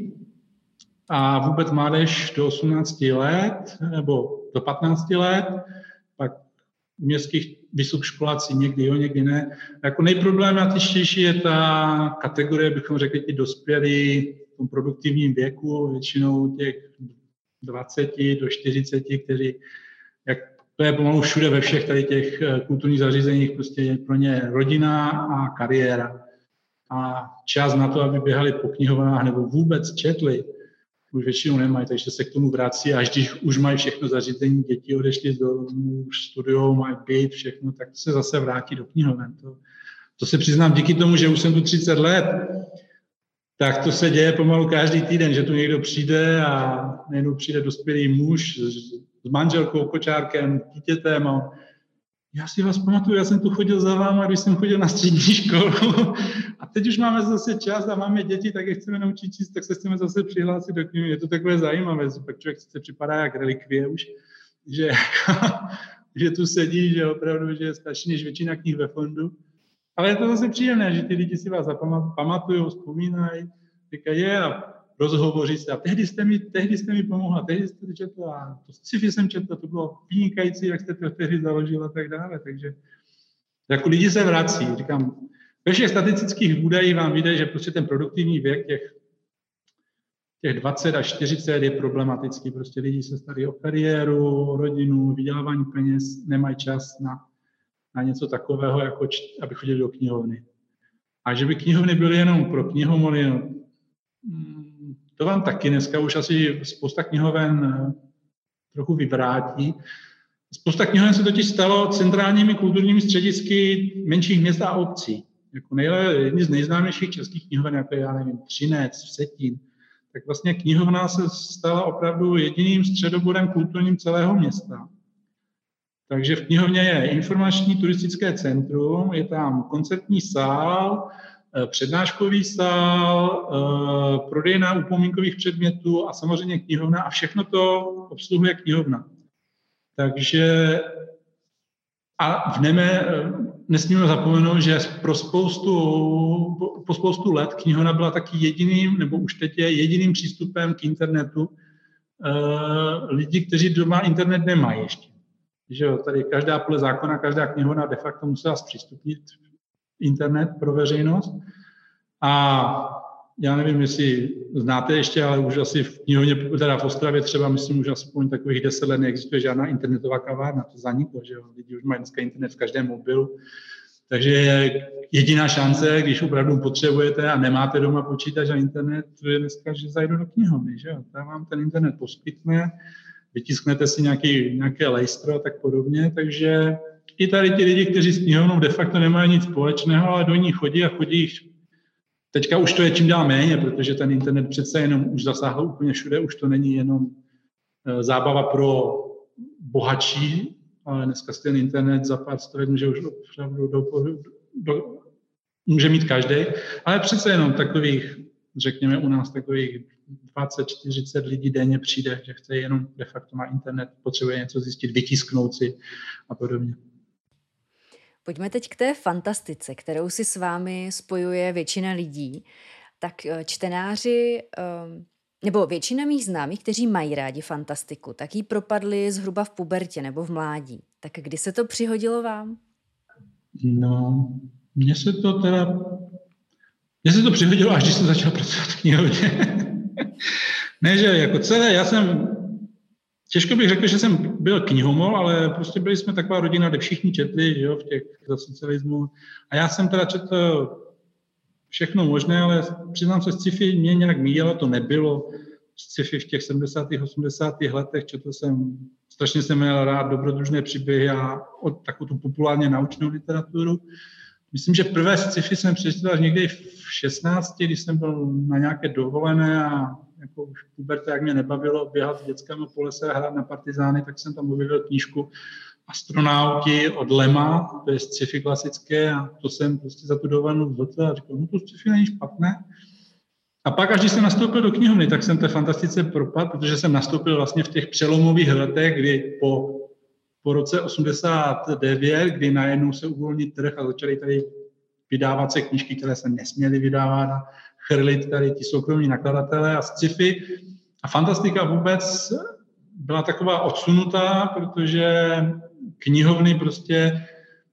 a vůbec mládež do osmnácti let nebo do patnácti let, pak v městských vysokoškoláci někdy jo, někdy ne. Jako nejproblematičtější je ta kategorie, bychom řekli, ti dospělí v tom produktivním věku, většinou těch dvaceti do čtyřiceti, kteří, jak to je pomalu všude ve všech tady těch kulturních zařízeních, prostě je pro ně rodina a kariéra. A čas na to, aby běhali po knihovnách nebo vůbec četli, už většinou nemají, takže se k tomu vrací, až když už mají všechno zařízení, děti odešly z domu, už studujou, mají byt, všechno, tak se zase vrátí do knihoven. To, to se přiznám díky tomu, že už jsem tu třicet let, tak to se děje pomalu každý týden, že tu někdo přijde a nejenom přijde dospělý muž s, s manželkou, kočárkem, dítětem a já si vás pamatuju, já jsem tu chodil za váma, když jsem chodil na střední školu a teď už máme zase čas a máme děti, tak je chceme naučit číst, tak se chceme zase přihlásit do knihy. Je to takové zajímavé, pak člověk se připadá jak relikvie už, že, že tu sedí, že opravdu že je starší než většina knih ve fondu. Ale je to zase příjemné, že ty lidi si vás pamatují, vzpomínají, říkají, je a rozhovoří se. A tehdy jste mi, tehdy jste mi pomohla, tehdy jste to četla, a to sci-fi jsem četla, to bylo vynikající, jak jste to tehdy založila a tak dále. Takže jako lidi se vrací. Říkám, ve všech statistických údajích vám vyjde, že prostě ten produktivní věk těch, těch dvacet až čtyřicet je problematický. Prostě lidi se starají o kariéru, o rodinu, vydělávání peněz, nemají čas na, na něco takového, jako č, aby chodili do knihovny. A že by knihovny byly jenom pro knihomoly, no, to vám taky dneska už asi spousta knihoven trochu vyvrátí. Spousta knihoven se totiž stalo centrálními kulturními středisky menších měst a obcí. Jako nejle, jedni z nejznámějších českých knihoven, jako já nevím, Třinec, Vsetín, tak vlastně knihovna se stala opravdu jediným středobodem kulturním celého města. Takže v knihovně je informační turistické centrum, je tam koncertní sál, přednáškový sál, prodejna upomínkových předmětů a samozřejmě knihovna a všechno to obsluhuje knihovna. Takže a v Neme nesmíme zapomenout, že pro spoustu, po spoustu let knihovna byla taky jediným, nebo už teď je jediným přístupem k internetu lidí, kteří doma internet nemají ještě. že jo, tady každá podle zákona, každá knihovna de facto musela zpřístupnit internet pro veřejnost. A já nevím, jestli znáte ještě, ale už asi v knihovně, teda v Ostravě třeba, myslím, už aspoň takových deset let neexistuje žádná internetová kavárna, to zaniklo, že jo, lidi už mají dneska internet v každém mobilu. Takže jediná šance, když opravdu potřebujete a nemáte doma počítač a internet, to je dneska, že zajdu do knihovny, že jo, tam vám ten internet poskytne, vytisknete si nějaký, nějaké lejstro a tak podobně, takže i tady ti lidi, kteří s knihovnou de facto nemají nic společného, ale do ní chodí a chodí. Teďka už to je čím dál méně, protože ten internet přece jenom už zasáhl úplně všude, už to není jenom zábava pro bohatší, ale dneska ten internet za pár stovek může už opravdu do, do, do, může mít každý, ale přece jenom takových, řekněme u nás takových dvacet čtyřicet lidí denně přijde, že chce jenom de facto má internet, potřebuje něco zjistit, vytisknout si a podobně. Pojďme teď k té fantastice, kterou si s vámi spojuje většina lidí. Tak čtenáři, nebo většina mých známých, kteří mají rádi fantastiku, tak jí propadli zhruba v pubertě nebo v mládí. Tak kdy se to přihodilo vám? No, mně se to teda... Mně se to přihodilo, až když jsem začal pracovat v knihovně. Ne, že jako celé, já jsem... Těžko bych řekl, že jsem byl knihomol, ale prostě byli jsme taková rodina, kde všichni četli, že jo, v těch za socialismu. A já jsem teda četl všechno možné, ale přiznám se, sci-fi mě nějak míjelo, to nebylo. Sci-fi v těch sedmdesátých osmdesátých letech četl jsem, strašně jsem měl rád dobrodružné příběhy a takovou tu populárně naučnou literaturu. Myslím, že prvé sci-fi jsem přečetl až někdy v šestnácti, když jsem byl na nějaké dovolené a jako už v pubertě, jak mě nebavilo běhat s dětskami po lese a hrát na partizány, tak jsem tam objevil knížku Astronauti od Lema, to je sci-fi klasické a to jsem prostě za tu dovolenou zhodl a říkal, no to sci-fi není špatné. A pak, až když jsem nastoupil do knihovny, tak jsem té fantastice propadl, protože jsem nastoupil vlastně v těch přelomových letech, kdy po, po roce osmdesát devět, kdy najednou se uvolnil trh a začaly tady vydávat se knížky, které se nesměly vydávat a chrlit tady ti soukromí nakladatelé a sci-fi. A fantastika vůbec byla taková odsunutá, protože knihovny prostě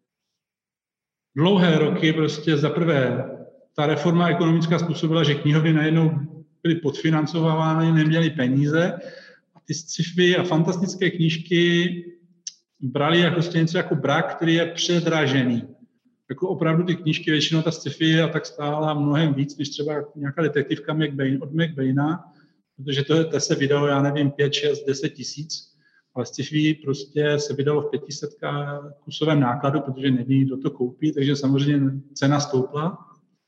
dlouhé roky prostě za prvé ta reforma ekonomická způsobila, že knihovny najednou byly podfinancovávány, neměly peníze a ty sci-fi a fantastické knížky brali jako prostě něco jako brak, který je předražený. Jako opravdu ty knížky, většinou ta sci-fi a tak stála mnohem víc, než třeba nějaká detektivka McBain, od McBaina, protože to, to se vydalo, já nevím, pět, šest, deset tisíc, ale sci-fi prostě se vydalo v pětisetka kusovém nákladu, protože neví, kdo to koupí, takže samozřejmě cena stoupla.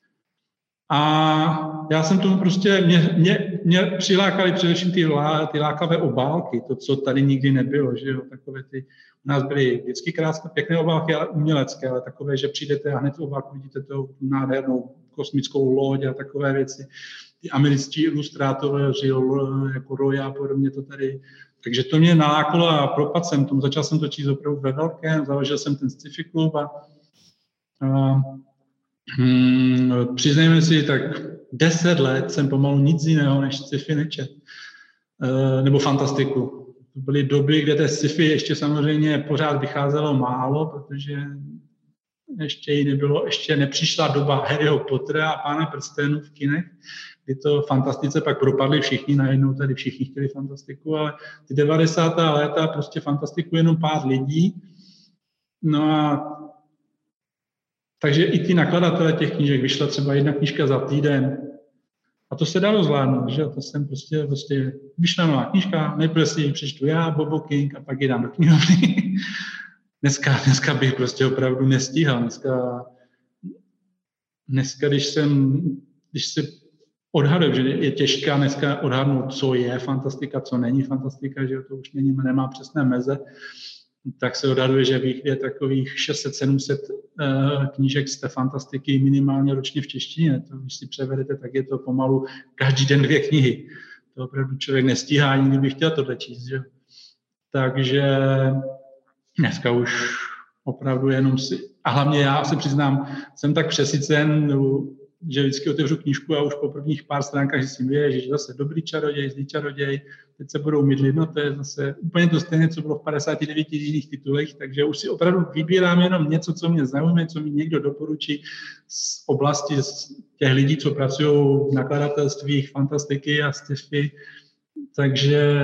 A já jsem tomu prostě, mě, mě, mě přilákali především ty, lá, ty lákavé obálky, to, co tady nikdy nebylo, že jo, takové ty, u nás byly vždycky krásné, pěkné obálky, ale umělecké, ale takové, že přijdete a hned v obálku vidíte tu nádhernou kosmickou loď a takové věci. Ty američtí ilustrátoři, jako Roy a podobně to tady. Takže to mě nalákalo a propadl jsem tomu, začal jsem to číst opravdu ve velkém, založil jsem ten sci-fi klub a, a Hmm, přiznejme si, tak deset let jsem pomalu nic jiného než sci-fi nečet. E, nebo fantastiku. To byly doby, kde té sci-fi ještě samozřejmě pořád vycházelo málo, protože ještě jí nebylo, ještě nepřišla doba Harryho Pottera a Pána prstenů v kinech, kdy to fantastice pak propadly všichni, najednou tady všichni chtěli fantastiku, ale ty devadesátá léta prostě fantastiku jenom pár lidí. No a takže i ty nakladatelé těch knížek, vyšla třeba jedna knížka za týden. A to se dalo zvládnout, že? To jsem prostě, prostě vyšla nová knížka, nejprve si ji přečtu já, Bobo King, a pak ji dám do knihovny. Dneska, dneska bych prostě opravdu nestíhal. Dneska, dneska když jsem, když se odhaduju, že je těžké dneska odhadnout, co je fantastika, co není fantastika, že to už není, nemá přesné meze, tak se odhaduje, že vyjde takových šest set sedm set uh, knížek z té fantastiky minimálně ročně v češtině. To, když si převedete, tak je to pomalu každý den dvě knihy. To opravdu člověk nestíhá, ani kdyby chtěl tohle číst. Že? Takže dneska už opravdu jenom si... A hlavně já se přiznám, jsem tak přesycen že vždycky otevřu knížku a už po prvních pár stránkách zjistím, že zase dobrý čaroděj, zlý čaroděj, teď se budou mydlit, no to je zase úplně to stejné, co bylo v padesáti devíti jiných titulech, takže už si opravdu vybírám jenom něco, co mě zaujme, co mi někdo doporučí z oblasti z těch lidí, co pracují v nakladatelstvích, fantastiky a sci-fi, takže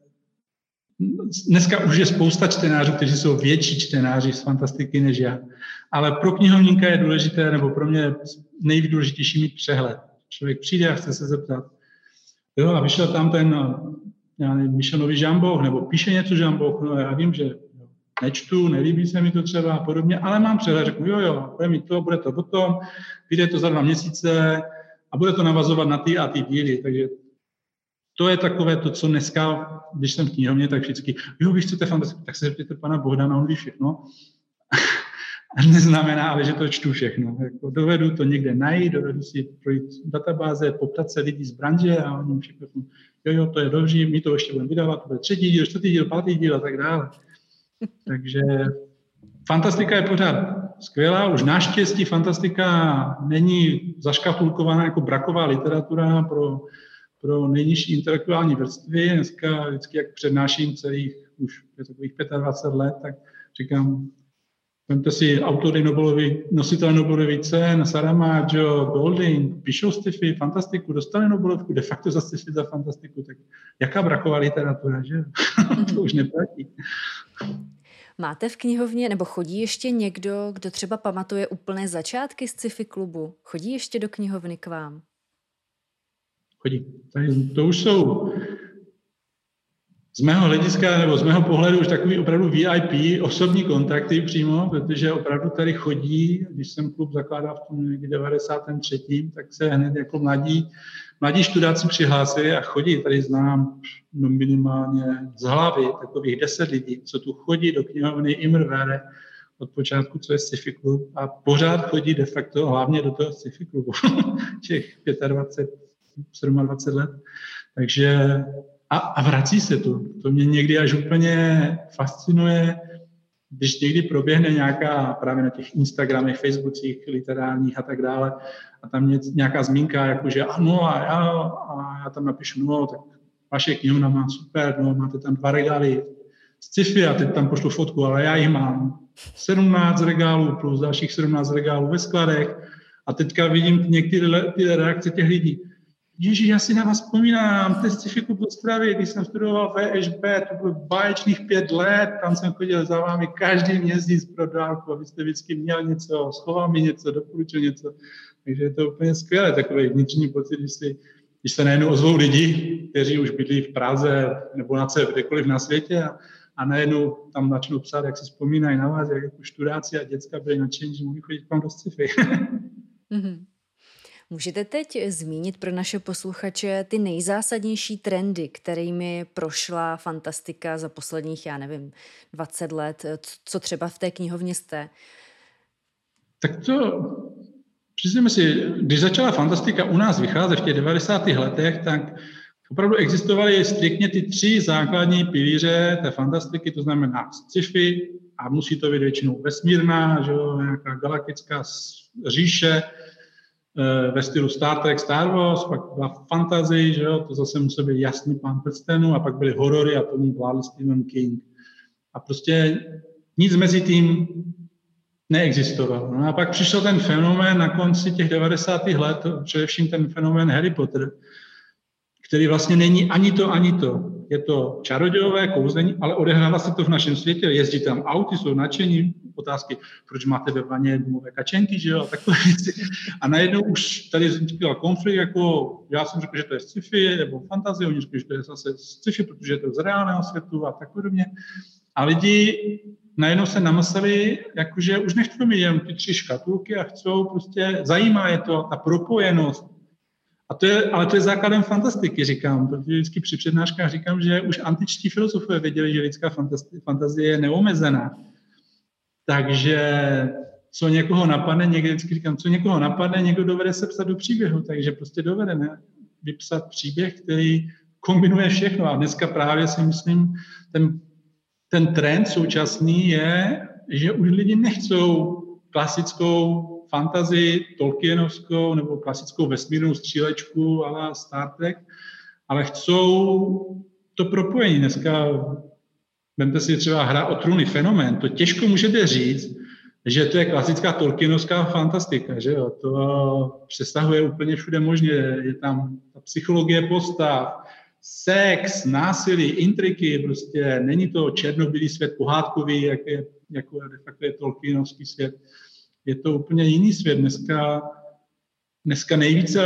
dneska už je spousta čtenářů, kteří jsou větší čtenáři z fantastiky než já. Ale pro knihovníka je důležité, nebo pro mě nejdůležitější mít přehled. Člověk přijde a chce se zeptat, jo, a vyšel tam ten, já nevím, vyšel nový Žamboch, nebo píše něco Žamboch, no já vím, že nečtu, nelíbí se mi to třeba a podobně, ale mám přehled, řeknu, jo, jo, bude mi to, bude to potom, vyjde to za dva měsíce a bude to navazovat na ty a ty díly, takže to je takové to, co dneska, když jsem v knihovně, tak vždycky, jo, víš, co to je fantastické, tak se zeptejte pana Bohdana, on ví všechno. Neznamená, ale že to čtu všechno. Jako dovedu to někde najít, dovedu si projít databáze, poptat se lidí z branže a oni všechno, jo, jo, to je dobře, my to ještě budeme vydávat, to bude třetí díl, čtvrtý díl, pátý díl a tak dále. Takže fantastika je pořád skvělá, už naštěstí fantastika není zaškatulkovaná jako braková literatura pro pro nejnižší intelektuální vrstvy. Dneska vždycky, jak přednáším celých už takových dvacet pět let, tak říkám, vemte si autory Nobelovy, nositele Nobelovy cen, Saramago, Golding, píšou sci-fi, fantastiku, dostali Nobelovku, de facto za sci-fi, za fantastiku, tak jaká braková literatura, že? To už neplatí. Máte v knihovně, nebo chodí ještě někdo, kdo třeba pamatuje úplné začátky sci-fi klubu? Chodí ještě do knihovny k vám? Chodí. Tady to už jsou z mého hlediska nebo z mého pohledu už takový opravdu V I P, osobní kontakty přímo, protože opravdu tady chodí, když jsem klub zakládal v tom někdy devadesátém třetím, tak se hned jako mladí, mladí študáci přihlásili a chodí. Tady znám no minimálně z hlavy takových deset lidí, co tu chodí do knihovny Immerware od počátku, co je sci-fi klub a pořád chodí de facto hlavně do toho sci-fi klubu, těch dvacet pět, dvacet sedm let. Takže a, a vrací se to. To mě někdy až úplně fascinuje, když někdy proběhne nějaká, právě na těch Instagramech, Facebookích, literárních a tak dále, a tam je nějaká zmínka, jakože ano, a já, a já tam napíšu, no, tak vaše knihovna má super, no, máte tam dva regály sci-fi a teď tam pošlu fotku, ale já jich mám sedmnáct regálů plus dalších sedmnáct regálů ve skladech a teďka vidím některé ty reakce těch lidí. Ježíš, já si na vás vzpomínám, to je sci-fi klub Ostravy, když jsem studoval V Š B, to bylo báječných pět let, tam jsem chodil za vámi každý měsíc pro dálku, abyste vždycky měl něco, schoval mi něco, doporučil něco. Takže je to úplně skvělé, takový vnitřní pocit, když, si, když se najednou ozvou lidi, kteří už bydlí v Praze nebo na C, kdekoliv na světě a, a najednou tam začnou psát, jak si vzpomínají na vás, jak jako študáci a děcka byli nadšení, že mohli chodit k vám do sci-fi. Mm-hmm. Můžete teď zmínit pro naše posluchače ty nejzásadnější trendy, kterými prošla fantastika za posledních, já nevím, dvacet let, co třeba v té knihovně jste? Tak to, přizníme si, když začala fantastika u nás vycházet v těch devadesátých letech, tak opravdu existovaly striktně ty tři základní pilíře té fantastiky, to znamená sci-fi, a musí to být většinou vesmírná, že jo, nějaká galaktická říše, ve stylu Star Trek, Star Wars, pak byla fantasy, že jo, to zase musel být jasný Pán prstenů a pak byly horory a tomu vládl Stephen King. A prostě nic mezi tím neexistovalo. No a pak přišel ten fenomén na konci těch devadesátých let, především ten fenomén Harry Potter, který vlastně není ani to, ani to. Je to čarodějové kouzlení, ale odehrává se to v našem světě, jezdí tam auty, jsou nadšení, otázky, proč máte ve vaně dmové kačenky, že jo, a takové věci. A najednou už tady vznikl konflikt, jako já jsem řekl, že to je sci-fi nebo fantazie, oni řekli, že to je zase sci-fi, protože je to z reálného světu a tak podobně. A lidi najednou se namysleli, jakože už nechcou mít jenom ty tři škatulky a chcou prostě, zajímá je to, ta propojenost. A to je, ale to je základem fantastiky, říkám, protože vždycky při přednáškách říkám, že už antičtí filozofové věděli, že lidská fantazie je neomezená. Takže co někoho napadne, někdy vždycky říkám, co někoho napadne, někdo dovede se psat do příběhu, takže prostě dovede ne? vypsat příběh, který kombinuje všechno. A dneska právě si myslím, ten, ten trend současný je, že už lidi nechcou klasickou fantazii tolkienovskou nebo klasickou vesmírnou střílečku a la Star Trek, ale chcou to propojení. Dneska, vemte si třeba Hra o trůny fenomén, to těžko můžete říct, že to je klasická tolkienovská fantastika, že jo? To přesahuje úplně všude možně. Je tam ta psychologie postav, sex, násilí, intriky, prostě není to černobílý svět pohádkový, jak je, jako de facto je tolkienovský svět. Je to úplně jiný svět. Dneska, dneska nejvíce,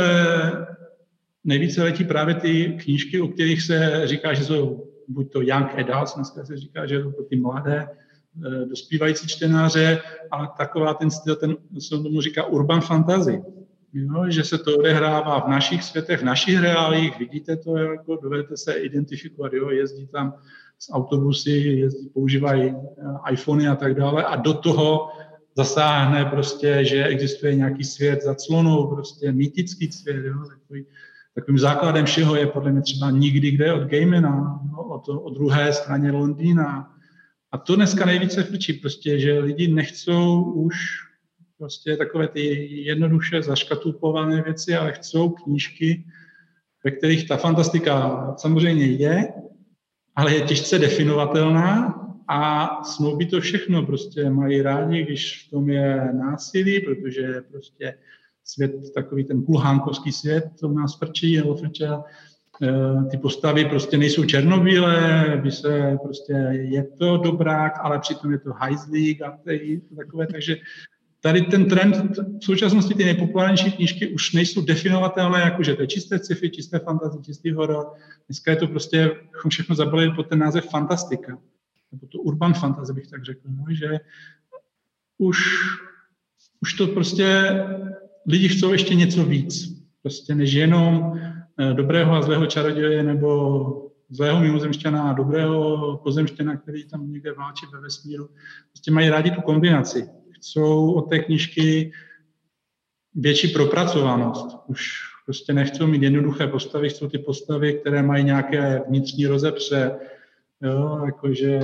nejvíce letí právě ty knížky, o kterých se říká, že jsou buď to young adults, dneska se říká, že jsou to ty mladé, dospívající čtenáře, ale taková ten styl, ten se tomu říká urban fantasy. Jo, že se to odehrává v našich světech, v našich reálích, vidíte to, jako dovedete se identifikovat, jo, jezdí tam z autobusy, jezdí, používají iPhony a tak dále a do toho zasáhne prostě, že existuje nějaký svět za clonou, prostě mýtický svět, jo, takový, takovým základem všeho je podle mě třeba Nikdy kde od Gaimana, no, od, o druhé straně Londýna. A to dneska nejvíce frčí, prostě, že lidi nechcou už prostě takové ty jednoduše zaškatulkované věci, ale chcou knížky, ve kterých ta fantastika samozřejmě je, ale je těžce definovatelná a snoubí to všechno. Prostě mají rádi, když v tom je násilí, protože je prostě svět, takový ten kulhánkovský svět, to u nás frčí, nebo frčel. Ty postavy prostě nejsou černobílé, by se prostě je to dobrák, ale přitom je to hajzlík a takové, takže tady ten trend, v současnosti ty nejpopulárnější knížky už nejsou definovatelné, jakože to je čisté sci-fi, čisté fantasy, čistý horor. Dneska je to prostě, všechno zabalili pod ten název fantastika. Nebo to urban fantasy bych tak řekl, no, že už, už to prostě lidi chcou ještě něco víc. Prostě než jenom dobrého a zlého čaroděje nebo zlého mimozemšťana a dobrého pozemšťana, který tam někde válčí ve vesmíru. Prostě mají rádi tu kombinaci. Chcou od té knížky větší propracovanost. Už prostě nechcou mít jednoduché postavy, chcou ty postavy, které mají nějaké vnitřní rozepře, jo, jakože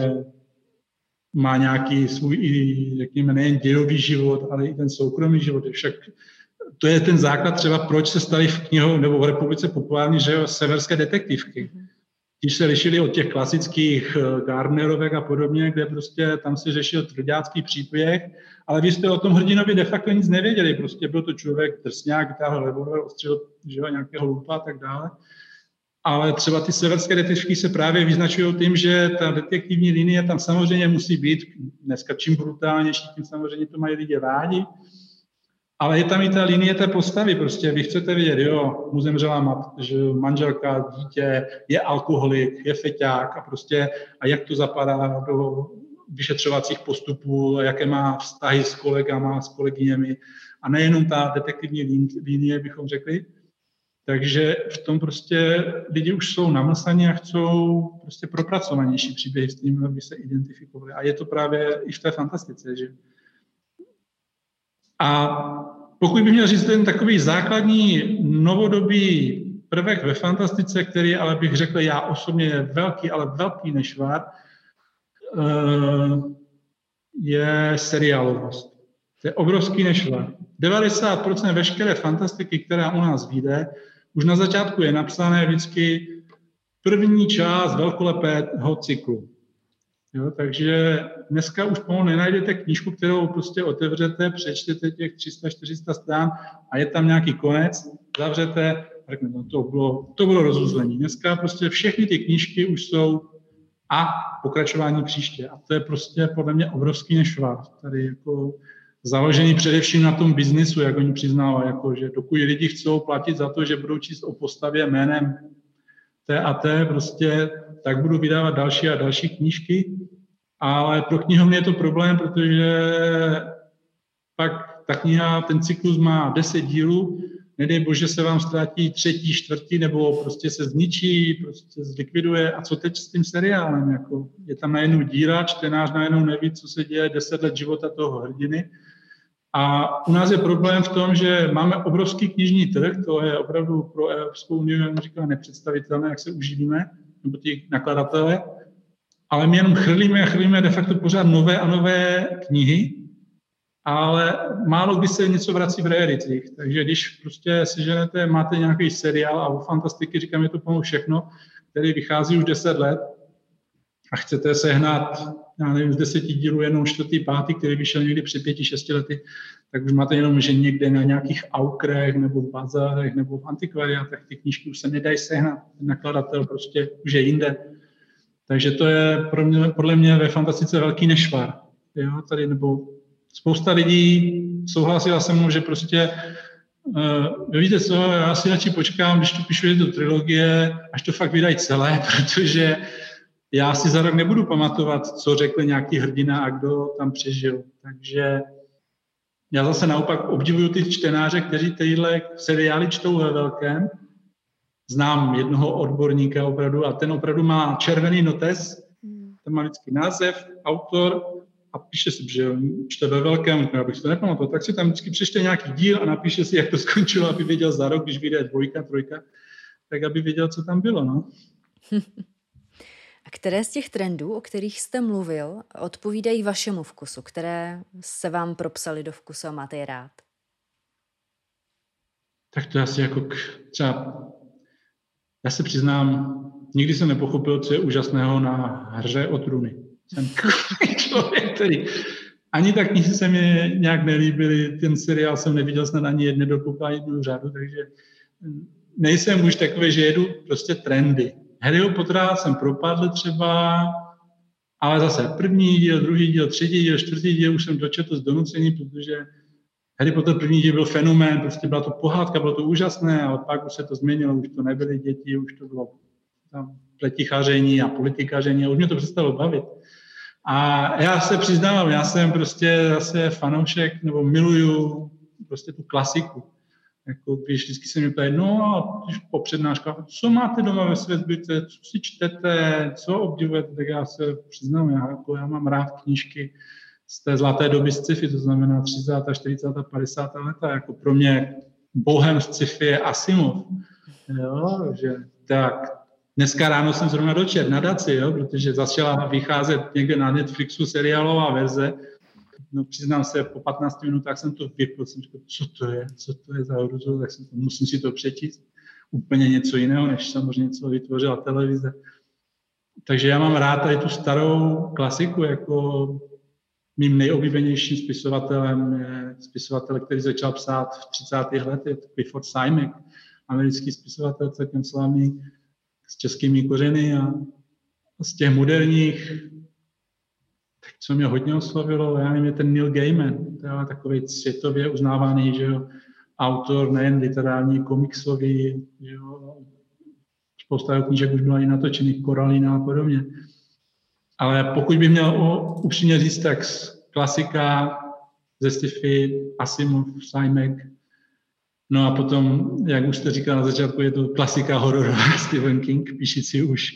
má nějaký svůj, řekněme, nejen dějový život, ale i ten soukromý život. Však to je ten základ třeba, proč se staly v knihu nebo v republice populární, že jo, severské detektivky. Když se lišili od těch klasických Gardnerovek a podobně, kde prostě tam se řešil tvrďácký příběh, ale vy jste o tom hrdinovi de facto nic nevěděli. Prostě byl to člověk drsňák, vytáhl revolver, ostřelil nějakého lupa a tak dále. Ale třeba ty severské detektivky se právě vyznačují tím, že ta detektivní linie tam samozřejmě musí být. Dneska čím brutálnější, tím samozřejmě to mají lidi rádi. Ale je tam i ta linie té postavy, prostě vy chcete vědět, jo, mu zemřela mat, že manželka, dítě, je alkoholik, je feťák a prostě, a jak to zapadá do vyšetřovacích postupů, jaké má vztahy s kolegama, s kolegyněmi a nejenom ta detektivní linie, bychom řekli. Takže v tom prostě lidi už jsou namlsaní a chcou prostě propracovanější příběhy s tím, aby se identifikovali. A je to právě i v té fantastice, že a pokud bych měl říct ten takový základní novodobý prvek ve fantastice, který ale bych řekl já osobně je velký, ale velký nešvar, je seriálovost. To je obrovský nešvar. devadesát procent veškeré fantastiky, která u nás vyjde, už na začátku je napsané vždycky první část velkolepého cyklu. Jo, takže dneska už pomalu nenajdete knížku, kterou prostě otevřete, přečtete těch tři sta čtyři sta stran a je tam nějaký konec, zavřete, řeknete, no to bylo, to bylo rozuzlení. Dneska prostě všechny ty knížky už jsou a pokračování příště. A to je prostě podle mě obrovský nešvar. Tady jako založený především na tom biznisu, jak oni přiznávají, jako, že dokud lidi chcou platit za to, že budou číst o postavě jménem té a té, prostě tak budu vydávat další a další knížky, ale pro knihovny je to problém, protože pak ta kniha, ten cyklus má deset dílů, nedej bože se vám ztratí třetí, čtvrtý, nebo prostě se zničí, prostě zlikviduje. A co teď s tím seriálem? Jako, je tam najednou díra, čtenář najednou neví, co se děje, deset let života toho hrdiny. A u nás je problém v tom, že máme obrovský knižní trh, to je opravdu pro Evropskou unii, jak říká, nepředstavitelné, jak se uživíme, nebo ty nakladatelé, ale my jenom chrlíme a chrlíme de facto pořád nové a nové knihy ale málo kdy se něco vrací v realitích. Takže když prostě si ženete, máte nějaký seriál a o fantastiky, říkám, je to pomalu všechno, který vychází už deset let a chcete sehnat, já nevím, z deseti dílů jenom čtvrtý, pátý, který vyšel někdy před pěti, šesti lety, tak už máte jenom, že někde na nějakých aukrech nebo v bazárech nebo v antikvariátech ty knížky už se nedají sehnat. Nakladatel prostě už je jinde. Takže to je pro mě, podle mě ve fantastice velký nešvar. Jo, tady, nebo spousta lidí souhlasila se mnou, že prostě uh, víte co, já si radši počkám, když tu píšu do trilogie, až to fakt vydají celé, protože já si za rok nebudu pamatovat, co řekl nějaký hrdina a kdo tam přežil. Takže já zase naopak obdivuju ty čtenáře, kteří tyhle seriály čtou ve velkém. Znám jednoho odborníka opravdu a ten opravdu má červený notes, ten má vždycky název, autor a píše si, že čte ve velkém, já bych si to nepamatoval, tak si tam vždycky přečte nějaký díl a napíše si, jak to skončilo, aby věděl za rok, když vyjde dvojka, trojka, tak aby věděl, co tam bylo. No. A které z těch trendů, o kterých jste mluvil, odpovídají vašemu vkusu, které se vám propsaly do vkusu a máte je rád? Tak to je asi jako k, třeba, já se přiznám, nikdy jsem nepochopil, co je úžasného na hře o trůny. Jsem člověk, který ani tak knihy se mi nějak nelíbily, ten seriál jsem neviděl snad ani jedné dokopa jednu řadu, takže nejsem už takový, že jedu prostě trendy. Harryho Pottera jsem propadl třeba, ale zase první díl, druhý díl, třetí díl, čtvrtý díl už jsem dočetl z donucení, protože Harry Potter první díl byl fenomén, prostě byla to pohádka, bylo to úžasné, ale pak už se to změnilo, už to nebyly děti, už to bylo tam pletichaření a politikaření a už mě to přestalo bavit. A já se přiznávám, já jsem prostě zase fanoušek, nebo miluju prostě tu klasiku. Jako když vždycky se mi ptají, no a když po přednáškách, co máte doma ve své sbírce, co si čtete, co obdivujete, tak já se přiznám, já, jako já mám rád knížky z té zlaté doby z sci-fi, to znamená třicátá, čtyřicátá, padesátá leta, jako pro mě bohem z sci-fi je Asimov. Jo, že tak dneska ráno jsem zrovna dočet na Daci, jo, protože začala vycházet někde na Netflixu seriálová verze. No, přiznám se, po patnácti minutách jsem to vypl, jsem říkal, co to je, co to je za hruzu, tak jsem to, musím si to přečíst. Úplně něco jiného, než samozřejmě co vytvořila televize. Takže já mám rád tady tu starou klasiku, jako mým nejoblíbenějším spisovatelem je spisovatel, který začal psát v třicátých letech, Clifford Simek, americký spisovatel, celkem slavný, s českými kořeny a z těch moderních, tak co mě hodně oslovilo, já nevím, je ten Neil Gaiman, to je takový světově uznávaný, že jo, autor nejen literární, komiksový, že jo, spousta jeho knížek už byla i natočených, Koralina a podobně. Ale pokud bych měl o, upřímně říct, tak klasika ze sci-fi, Asimov, Simek, no a potom, jak už jste říkal na začátku, je to klasika hororová Stephen King, píšící už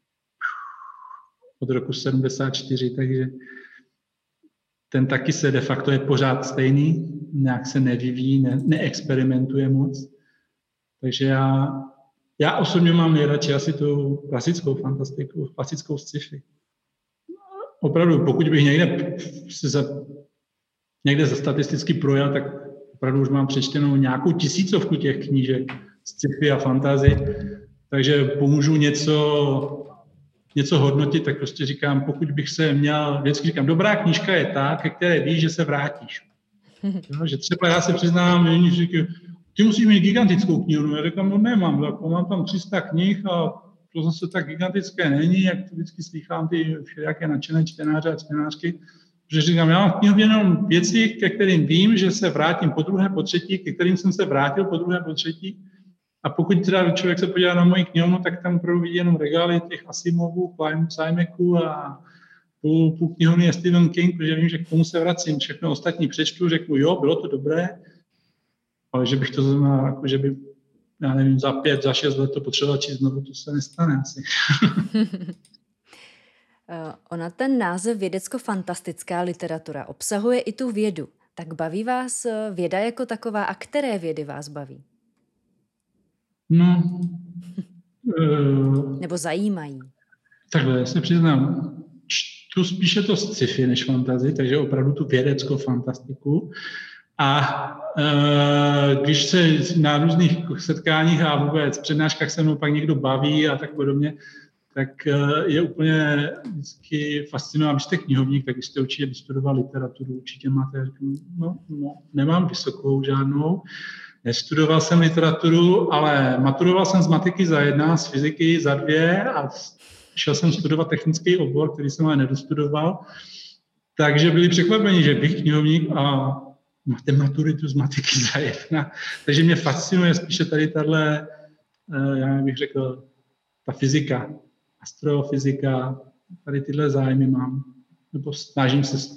od roku sedmdesát čtyři, takže ten taky se de facto je pořád stejný, nějak se nevyvíjí, ne, neexperimentuje moc. Takže já, já osobně mám nejradši asi tu klasickou fantastiku, klasickou sci-fi. Opravdu, pokud bych někde se za, někde za statisticky projel, tak opravdu už mám přečtenou nějakou tisícovku těch knížek sci-fi a fantasy, takže pomůžu něco něco hodnotit, tak prostě říkám, pokud bych se měl, vždycky říkám, dobrá knížka je ta, ke které víš, že se vrátíš. Jo, že třeba já se přiznám, že říkají, ty musíš mít gigantickou knihu, já říkám, no nemám, jako mám tam tři sta knih a to zase tak gigantické není, jak to vždycky slychám ty všelijaké nadšené čtenáře a čtenářky, protože říkám, já mám v knihu jenom věci, ke kterým vím, že se vrátím po druhé, po třetí, ke kterým jsem se vrátil po druhé, po třetí. A pokud teda člověk se podívá na moji knihovnu, tak tam opravdu vidí jenom regály těch Asimovů, Simeků a půl, půl knihovny je Stephen King, protože vím, že k tomu se vracím. Všechno ostatní přečtu, řeknu, jo, bylo to dobré, ale že bych to znamená, jako že by, já nevím, za pět, za šest let to potřeboval číst znovu, to se nestane asi. Ona ten název vědecko-fantastická literatura obsahuje i tu vědu. Tak baví vás věda jako taková a které vědy vás baví? No, uh, nebo zajímají? Takhle, já se přiznám, čtu spíše to sci-fi než fantasy, takže opravdu tu vědeckou fantastiku. A e, když se na různých setkáních a vůbec přednáškách se mnou pak někdo baví a tak podobně, tak e, je úplně vždycky fascinující. Když jste knihovník, tak když jste určitě vystudoval literaturu, určitě máte, no, no, nemám vysokou žádnou, nestudoval jsem literaturu, ale maturoval jsem z matiky za jedna, z fyziky za dvě a šel jsem studovat technický obor, který jsem ale nedostudoval. Takže byli překvapeni, že bych knihovník a máte maturitu z matiky za jedna. Takže mě fascinuje spíše tady tahle, já bych řekl, ta fyzika, astrofyzika, tady tyhle zájmy mám. Nebo snažím se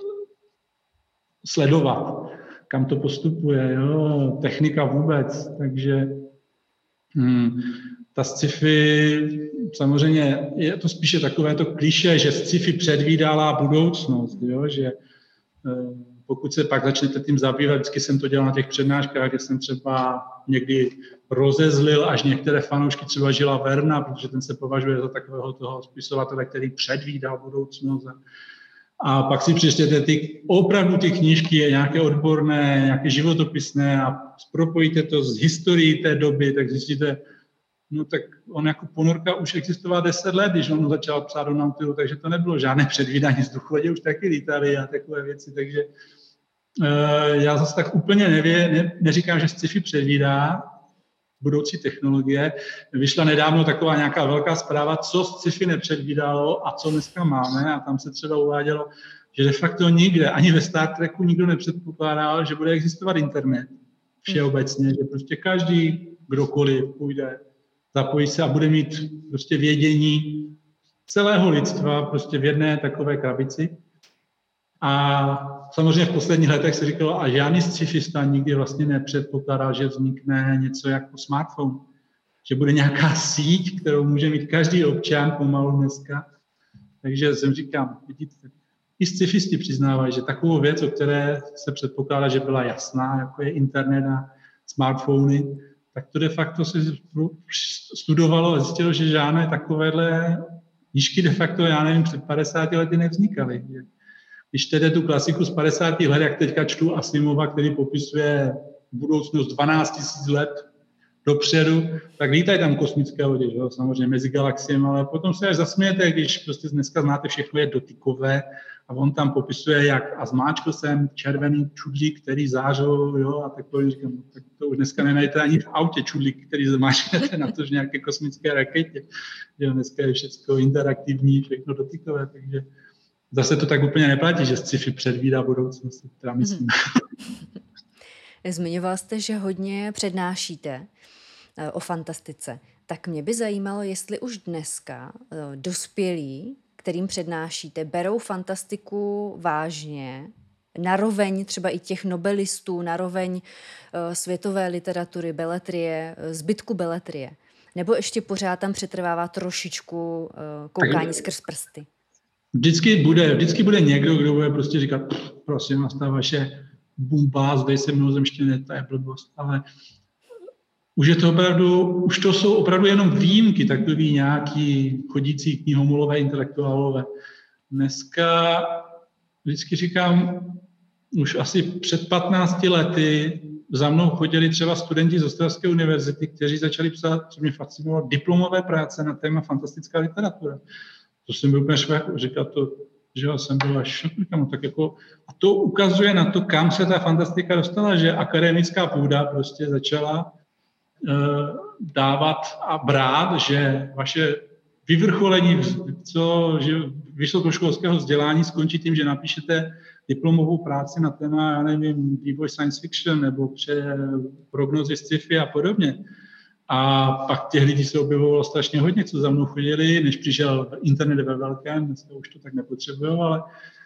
sledovat, kam to postupuje, jo? Technika vůbec. Takže hmm, ta sci-fi, samozřejmě je to spíše takové to klišé, že sci-fi předvídala budoucnost, jo? Že pokud se pak začnete tím zabývat, vždycky jsem to dělal na těch přednáškách, kde jsem třeba někdy rozezlil až některé fanoušky, třeba Žila Verna, protože ten se považuje za takového toho spisovatele, který předvídal budoucnost. A pak si přečtěte ty, opravdu ty knížky, nějaké odborné, nějaké životopisné a propojíte to s historií té doby, tak zjistíte, no tak on jako ponorka už existoval deset let, když on začal psát do Nautilu, takže to nebylo žádné předvídání, z Duchvodě už taky lítali a takové věci, takže uh, já zase tak úplně nevě, ne, neříkám, že sci-fi předvídá budoucí technologie. Vyšla nedávno taková nějaká velká zpráva, co sci-fi nepředvídalo a co dneska máme a tam se třeba uvádělo, že de facto nikde, ani ve Star Treku nikdo nepředpokládal, že bude existovat internet všeobecně, že prostě každý, kdokoliv půjde, zapojí se a bude mít prostě vědění celého lidstva prostě v jedné takové krabici. A samozřejmě v posledních letech se říkalo, a žádný sci-fista nikdy vlastně nepředpokládal, že vznikne něco jako smartphone. Že bude nějaká síť, kterou může mít každý občan pomalu dneska. Takže jsem říkám, vidíte, i sci-fisti přiznávají, že takovou věc, o které se předpokládá, že byla jasná, jako je internet a smartfony, tak to de facto se studovalo a zjistilo, že žádné takovéhle knížky de facto, já nevím, před padesáti lety nevznikaly. Když čtete tu klasiku z padesátých let, jak teďka čtu Asimova, který popisuje budoucnost dvanáct tisíc let dopředu, tak lítají tam kosmické lodi, že? Samozřejmě mezi galaxiemi, ale potom se až zasmějete, když prostě dneska znáte všechno je dotykové a on tam popisuje, jak a zmáčkl jsem červený čudlík, který zářil, jo, a takový říkám, no, tak to už dneska nenajdete ani v autě čudlík, který zmáčknete na to, že nějaké kosmické raketě, že dneska je všechno interaktivní, všechno dotykové, takže zase to tak úplně neplatí, že sci-fi předvídá budoucnost, která myslím. Zmiňoval jste, že hodně přednášíte o fantastice. Tak mě by zajímalo, jestli už dneska dospělí, kterým přednášíte, berou fantastiku vážně, naroveň třeba i těch nobelistů, naroveň světové literatury, beletrie, zbytku beletrie. Nebo ještě pořád tam přetrvává trošičku koukání skrz prsty? Vždycky bude, vždycky bude někdo, kdo bude prostě říkat, prosím vás, ta vaše bumba, zdej se mimozemštěné, to je blbost, ale už je to opravdu, už to jsou opravdu jenom výjimky, takový nějaký chodící knihomolové, intelektuálové. Dneska vždycky říkám, už asi před patnácti lety za mnou chodili třeba studenti z Ostravské univerzity, kteří začali psát, co mě fascinovalo, diplomové práce na téma fantastická literatura. To jsem byl úplně švách, říkal to, že jsem byl až šok, no, tak jako, a to ukazuje na to, kam se ta fantastika dostala, že akademická půda prostě začala uh, dávat a brát, že vaše vyvrcholení co, že vysokoškolského vzdělání skončí tím, že napíšete diplomovou práci na téma, já nevím, vývoj science fiction nebo pře prognozy sci-fi a podobně. A pak těch lidí se objevovalo strašně hodně, co za mnou chodili, než přišel internet ve velkém, dneska už to tak nepotřebují, ale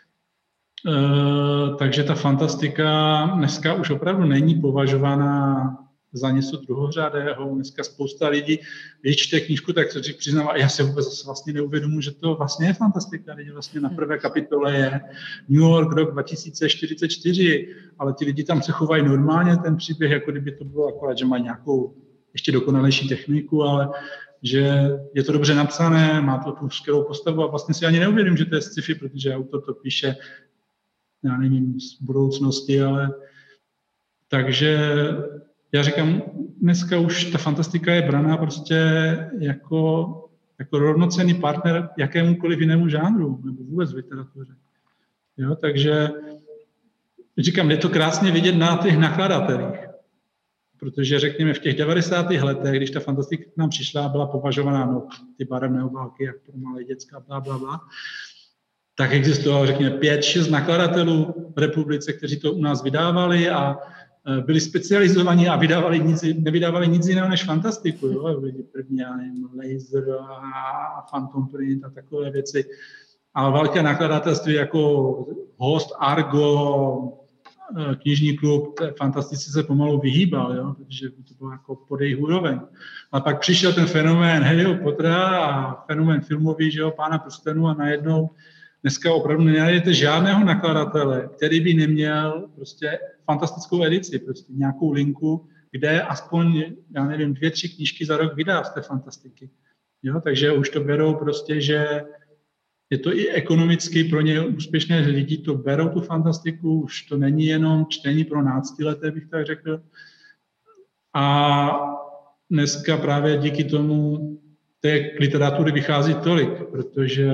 e, takže ta fantastika dneska už opravdu není považována za něco druhořadého. Dneska spousta lidí, když čte knížku, tak se přiznává, já se vůbec vlastně neuvědomuji, že to vlastně je fantastika. Lidi vlastně na prvé kapitole je New York rok dva tisíce čtyřicet čtyři, ale ti lidi tam se chovají normálně, ten příběh, jako kdyby to bylo akorát, že mají nějakou ještě dokonalejší techniku, ale že je to dobře napsané, má to tu skvělou postavu a vlastně si ani neuvědomím, že to je sci-fi, protože autor to píše, já nevím, z budoucnosti, ale takže já říkám, dneska už ta fantastika je braná prostě jako, jako rovnocenný partner jakémukoliv jinému žánru, nebo vůbec v literatuře. Jo, takže říkám, je to krásně vidět na těch nakladatelích, protože řekněme v těch devadesátých letech, když ta fantastika k nám přišla, byla považovaná, no, ty barevné obálky, jak pro malé děcka, bla, bla, bla, tak existovalo, řekněme, pět, šest nakladatelů v republice, kteří to u nás vydávali a byli specializovaní a vydávali nic, nevydávali nic jiného než fantastiku. Jo? Byli první, já nevím, Laser a Phantom Print a takové věci. A velké nakladatelství jako Host, Argo, Knižní klub, fantastici se pomalu vyhýbal, jo? Protože to bylo jako pod jejich úroveň. A pak přišel ten fenomén Harryho Pottera a fenomén filmový, že jo, Pána prstenů a najednou dneska opravdu nenajdete žádného nakladatele, který by neměl prostě fantastickou edici, prostě nějakou linku, kde aspoň, já nevím, dvě, tři knížky za rok vydá z té fantastiky. Jo? Takže už to berou prostě, že je to i ekonomicky pro ně úspěšné, lidi to berou tu fantastiku, už to není jenom čtení pro náctileté, bych tak řekl. A dneska právě díky tomu té literatury vychází tolik, protože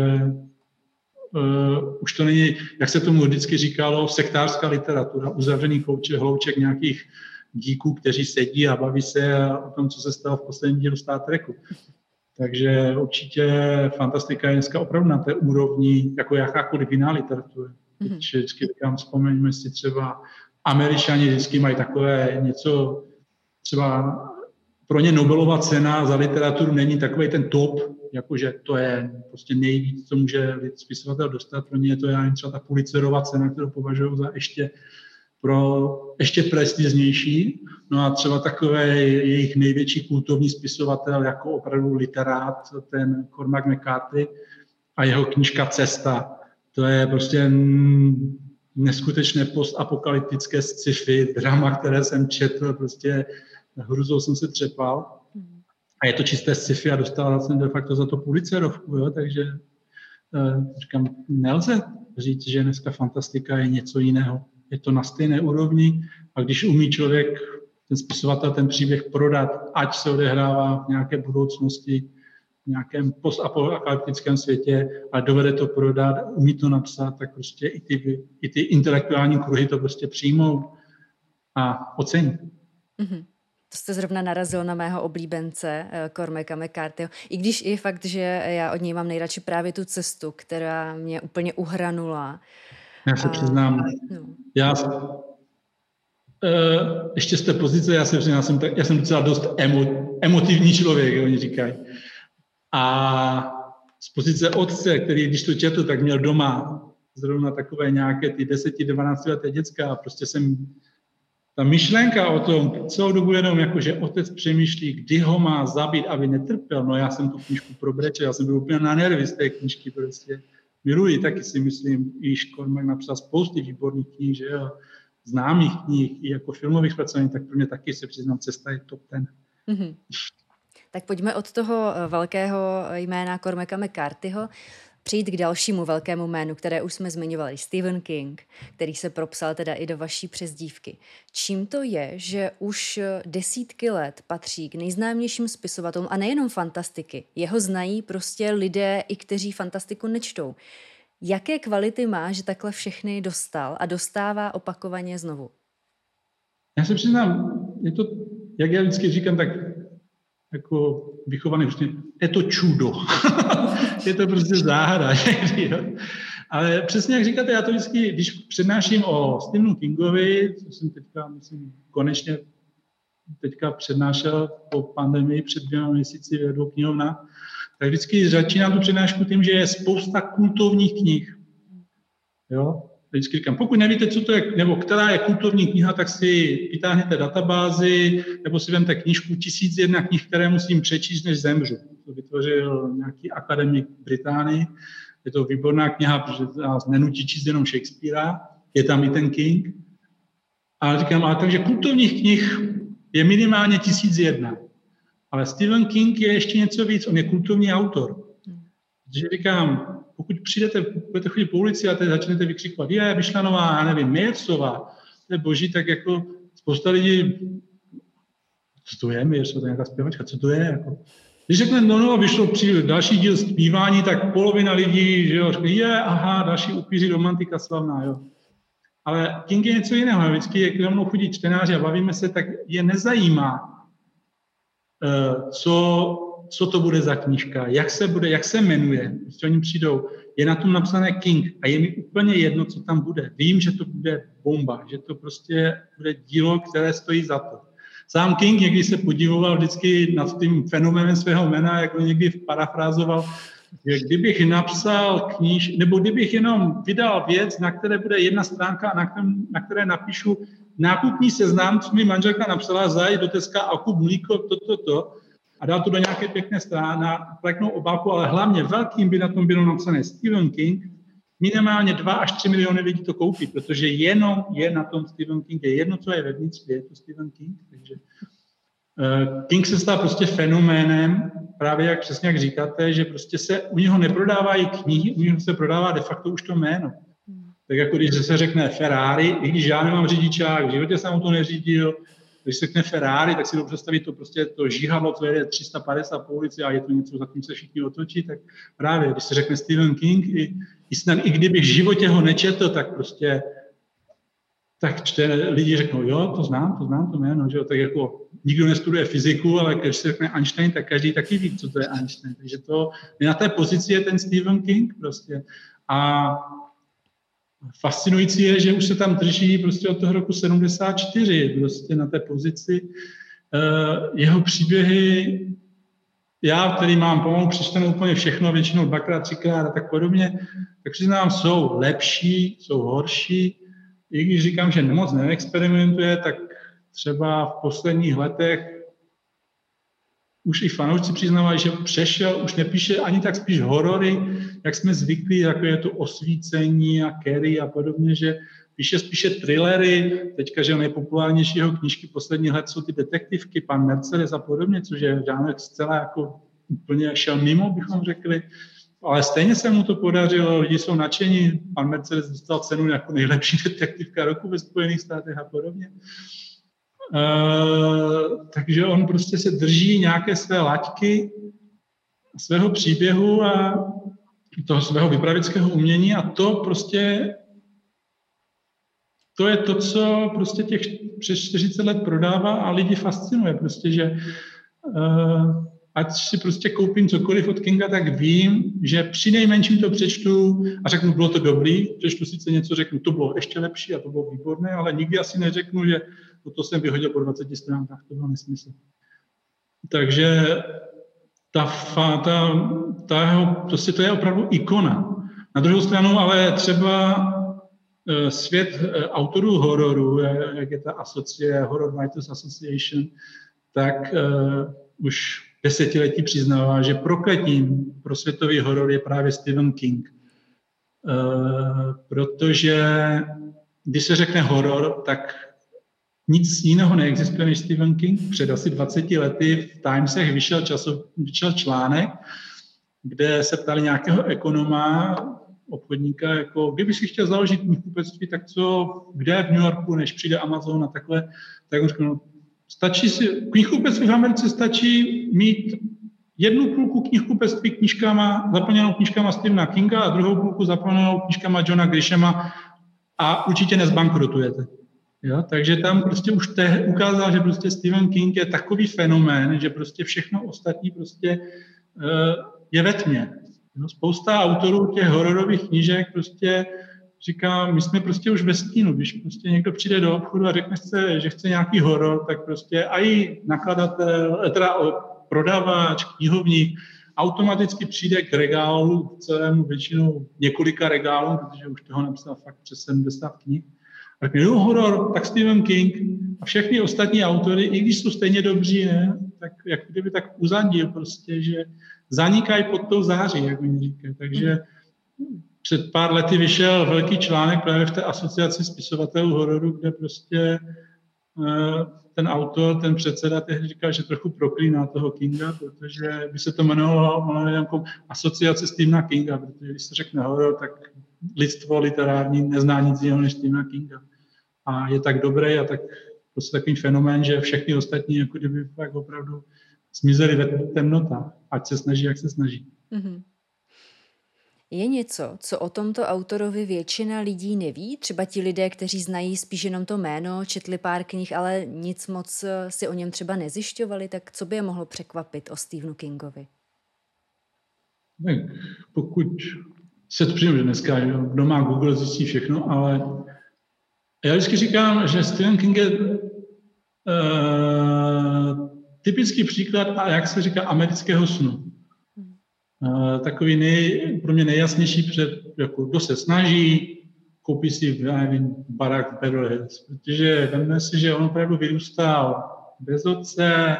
Uh, už to není, jak se tomu vždycky říkalo, sektářská literatura, uzavřený klouček, hlouček nějakých díků, kteří sedí a baví se o tom, co se stalo v posledním dílu Star Treku. Takže určitě fantastika je dneska opravdu na té úrovni, jako jakákoliv jiná literatura. Mm-hmm. Vždycky říkám, vzpomeňme si třeba, Američani vždycky mají takové něco, třeba pro ně Nobelova cena za literaturu není takový ten top, jakože to je prostě nejvíc, co může spisovatel dostat. Pro ně je to já třeba ta Pulitzerova cena, kterou považuji za ještě pro ještě prestižnější. No a třeba takový jejich největší kultovní spisovatel, jako opravdu literát, ten Cormac McCarthy a jeho knížka Cesta. To je prostě neskutečné postapokalyptické sci-fi, drama, které jsem četl, prostě hruzou jsem se třepal. A je to čisté sci-fi a dostala jsem de facto za to Pulitzerovku, jo? Takže uh, říkám, nelze říct, že dneska fantastika je něco jiného. Je to na stejné úrovni a když umí člověk, ten spisovatel, ten příběh prodat, ať se odehrává v nějaké budoucnosti, v nějakém postapokalyptickém světě a dovede to prodat, umí to napsat, tak prostě i ty, i ty intelektuální kruhy to prostě přijmou a ocení. Mm-hmm. To jste zrovna narazil na mého oblíbence Cormaca McCarthyho. I když je fakt, že já od něj mám nejradši právě tu Cestu, která mě úplně uhranula. Já se a... přiznám, no. já uh, ještě z té pozice, já se přiznám, já jsem, já jsem docela dost emo, emotivní člověk, oni říkají. A z pozice otce, který když to četl, tak měl doma zrovna takové nějaké ty deseti, dvanáctileté děcka a prostě jsem ta myšlenka o tom celou dobu jenom jako, že otec přemýšlí, kdy ho má zabít, aby netrpěl. No já jsem tu knížku probrečel, já jsem byl úplně na nervy z té knížky prostě. Miluji, taky si myslím, i Cormac napsal spousty výborných knih, že jo, známých knih, i jako filmových zpracování, tak pro mě taky se přiznám, Cesta je top ten. Mm-hmm. Tak pojďme od toho velkého jména Cormaca McCarthyho přijít k dalšímu velkému jménu, které už jsme zmiňovali, Stephen King, který se propsal teda i do vaší přezdívky. Čím to je, že už desítky let patří k nejznámějším spisovatelům a nejenom fantastiky. Jeho znají prostě lidé, i kteří fantastiku nečtou. Jaké kvality má, že takhle všechny dostal a dostává opakovaně znovu? Já se přiznám, je to, jak já vždycky říkám, tak jako vychovaný prostě, je to čudo. Je to prostě záhada. Ale přesně jak říkáte, já to vždycky, když přednáším o Stephenu Kingovi, co jsem teďka, myslím, konečně teďka přednášel po pandemii před dvěma měsíci ve dvou knihovnách, tak vždycky začínám tu přednášku tím, že je spousta kultovních knih. Jo? Vždycky říkám, pokud nevíte, co to je, nebo která je kultovní kniha, tak si vytáhněte databázi, nebo si vemte knížku tisíc jedna knih, které musím přečíst, než zemřu. To vytvořil nějaký akademik v Británii. Je to výborná kniha, protože nás nenutí číst jenom Shakespearea, je tam i ten King. A říkám, ale takže kultovních knih je minimálně tisíc jedna. Ale Stephen King je ještě něco víc, on je kultovní autor. Takže říkám, pokud přijdete, budete chodit po ulici a teď začnete vykřikovat, je, Vyšlanová, já nevím, Mejrcová, to je boží, tak jako spousta lidí, co to je, Mejrcová, to je nějaká zpěvačka, co to je, jako. Když řekne, no, no, vyšlo při další díl zpívání, tak polovina lidí, že jo, řekne, je, aha, další upíří romantika slavná, jo. Ale King je něco jiného. Vždycky, jak za mnou chodí čtenáři a bavíme se, tak je nezajímá, co, co to bude za knížka, jak se bude, jak se jmenuje. Prostě oni přijdou, je na tom napsané King a je mi úplně jedno, co tam bude. Vím, že to bude bomba, že to prostě bude dílo, které stojí za to. Sám King někdy se podivoval vždycky nad tím fenoménem svého jména, jak ho někdy parafrázoval, že kdybych napsal kníž, nebo kdybych jenom vydal věc, na které bude jedna stránka a na, kterém, na které napíšu nákupní seznam, co mi manželka napsala, zajít do Teska a kup mlíko, toto, to, to, a dal to do nějaké pěkné strany, na pleknou obálku, ale hlavně velkým by na tom bylo napsané Stephen King, minimálně dva až tři miliony lidí to koupí, protože jenom je na tom Stephen King, je jedno, co je vevnitř, je to Stephen King, takže uh, King se stal prostě fenoménem, právě jak přesně jak říkáte, že prostě se u něho neprodávají knihy, u něho se prodává de facto už to jméno. Tak jako když se řekne Ferrari, i když já nemám řidičák, v životě jsem to neřídil, když se řekne Ferrari, tak si to představí to prostě to žíhadlo, co jede tři sta padesát po ulici a je to něco, za tím se všichni otočí, tak právě, když se řekne Stephen King, i, i, snad, i kdybych v životě ho nečetl, tak prostě tak čte, lidi řeknou, jo, to znám, to znám, to jméno, že jo, tak jako nikdo nestuduje fyziku, ale když se řekne Einstein, tak každý taky ví, co to je Einstein, takže to, na té pozici je ten Stephen King prostě a fascinující je, že už se tam drží prostě od toho roku sedmdesát čtyři prostě na té pozici. Jeho příběhy, já, který mám pomalu přečtenou úplně všechno, většinou dvakrát, třikrát a tak podobně, tak přiznám, jsou lepší, jsou horší. I když říkám, že moc neexperimentuje, tak třeba v posledních letech už i fanoušci přiznávají, že přešel, už nepíše ani tak spíš horory, jak jsme zvyklí, jako je to Osvícení a Carrie a podobně, že píše spíše thrillery. Teďka, že nejpopulárnější jeho knížky posledních let jsou ty detektivky, Pan Mercedes a podobně, což je žánr zcela jako úplně šel mimo, bychom řekli. Ale stejně se mu to podařilo, lidi jsou nadšení. Pan Mercedes dostal cenu jako nejlepší detektivka roku ve Spojených státech a podobně. Uh, takže on prostě se drží nějaké své laťky, svého příběhu a toho svého vypravěckého umění a to prostě to je to, co prostě těch přes čtyřicet let prodává a lidi fascinuje prostě, že uh, ať si prostě koupím cokoliv od Kinga, tak vím, že při nejmenším to přečtu a řeknu, bylo to dobrý, přečtu sice něco, řeknu, to bylo ještě lepší a to bylo výborné, ale nikdy asi neřeknu, že to jsem vyhodil po dvaceti stránkách, to bylo nesmysl. Takže ta, ta, ta, prostě to je opravdu ikona. Na druhou stranu ale třeba svět autorů hororu, jak je ta asocie, Horror Writers Association, tak uh, už desetiletí přiznává, že prokletím pro světový horor je právě Stephen King. Uh, protože když se řekne horor, tak nic jiného neexistuje než Stephen King. Před asi dvaceti lety v Timesech vyšel, časov, vyšel článek, kde se ptali nějakého ekonoma, obchodníka, jako kdyby si chtěl založit knihkupectví, tak co, kde v New Yorku, než přijde Amazon a takhle, tak on řekl, no, stačí si, knihkupectví v Americe stačí mít jednu půlku knihkupectví knížkama, zaplněnou knížkama Stephena Kinga a druhou půlku zaplněnou knížkama Johna Grishama a určitě nezbankrotujete. Jo? Takže tam prostě už te ukázal, že prostě Stephen King je takový fenomén, že prostě všechno ostatní prostě uh, je ve tmě. No, spousta autorů těch hororových knížek prostě říká, my jsme prostě už ve stínu, když prostě někdo přijde do obchodu a řekne se, že chce nějaký horor, tak prostě i nakladatel, teda prodavač, knihovník automaticky přijde k regálu, celému většinou několika regálů, protože už toho napsal fakt přes sedmdesát knih. A řekne, no horor, tak Stephen King a všechny ostatní autory, i když jsou stejně dobří, ne, tak jak kdyby tak uzandil prostě, že zanikají pod tou září, jak oni říkají. Takže před pár lety vyšel velký článek právě v té asociaci spisovatelů hororu, kde prostě uh, ten autor, ten předseda tehdy říkal, že trochu proklíná toho Kinga, protože by se to jmenovalo jako asociace Stephena Kinga, protože když se řekne horor, tak lidstvo literární nezná nic jiného než Stephena Kinga. A je tak dobrý a tak prostě takový fenomén, že všechny ostatní jako kdyby tak opravdu zmizeli ve temnotách, ať se snaží, jak se snaží. Mm-hmm. Je něco, co o tomto autorovi většina lidí neví? Třeba ti lidé, kteří znají spíš jenom to jméno, četli pár knih, ale nic moc si o něm třeba nezjišťovali, tak co by je mohlo překvapit o Stephenu Kingovi? Tak pokud se to přijde dneska, že kdo má Google, zjistí všechno, ale já vždycky říkám, že Stephen King je uh, typický příklad, a jak se říká, amerického snu. Uh, takový nej, pro mě nejjasnější před, jako kdo se snaží, koupí si, já nevím, barák v Beverly Hills, protože veme si, že on opravdu vyrůstal bez otce,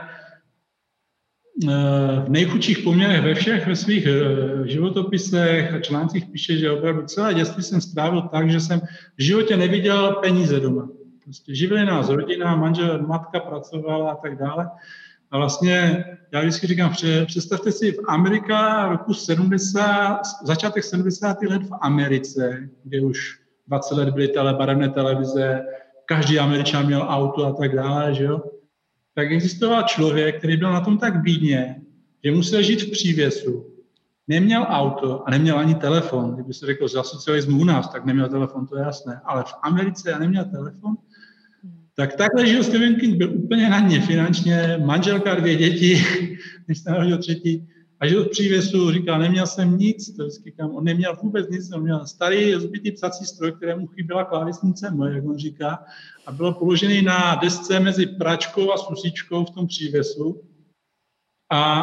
uh, v nejchudších poměrech ve všech ve svých uh, životopisech a článcích píše, že opravdu celé dětství jsem strávil tak, že jsem v životě neviděl peníze doma. Prostě živili nás rodina, manžel, matka pracovala a tak dále. A vlastně, já vždycky říkám, představte si v Amerika roku sedmdesát, začátek sedmdesátých let v Americe, kde už dvacet let byly tele, barevné televize, každý Američan měl auto a tak dále, že jo? Tak existoval člověk, který byl na tom tak bídně, že musel žít v přívěsu, neměl auto a neměl ani telefon. Kdyby se řekl za socialismu u nás, tak neměl telefon, to je jasné. Ale v Americe a neměl telefon, tak takhle žil Stephen King, byl úplně na dně finančně, manželka, dvě děti, než se narodil třetí, a žil v přívěsu, říkal, neměl jsem nic, to vždycky říkám, on neměl vůbec nic, on měl starý zbytý psací stroj, kterému chyběla klávesnice moje, jak on říká, a byl položený na desce mezi pračkou a susičkou v tom přívěsu. A,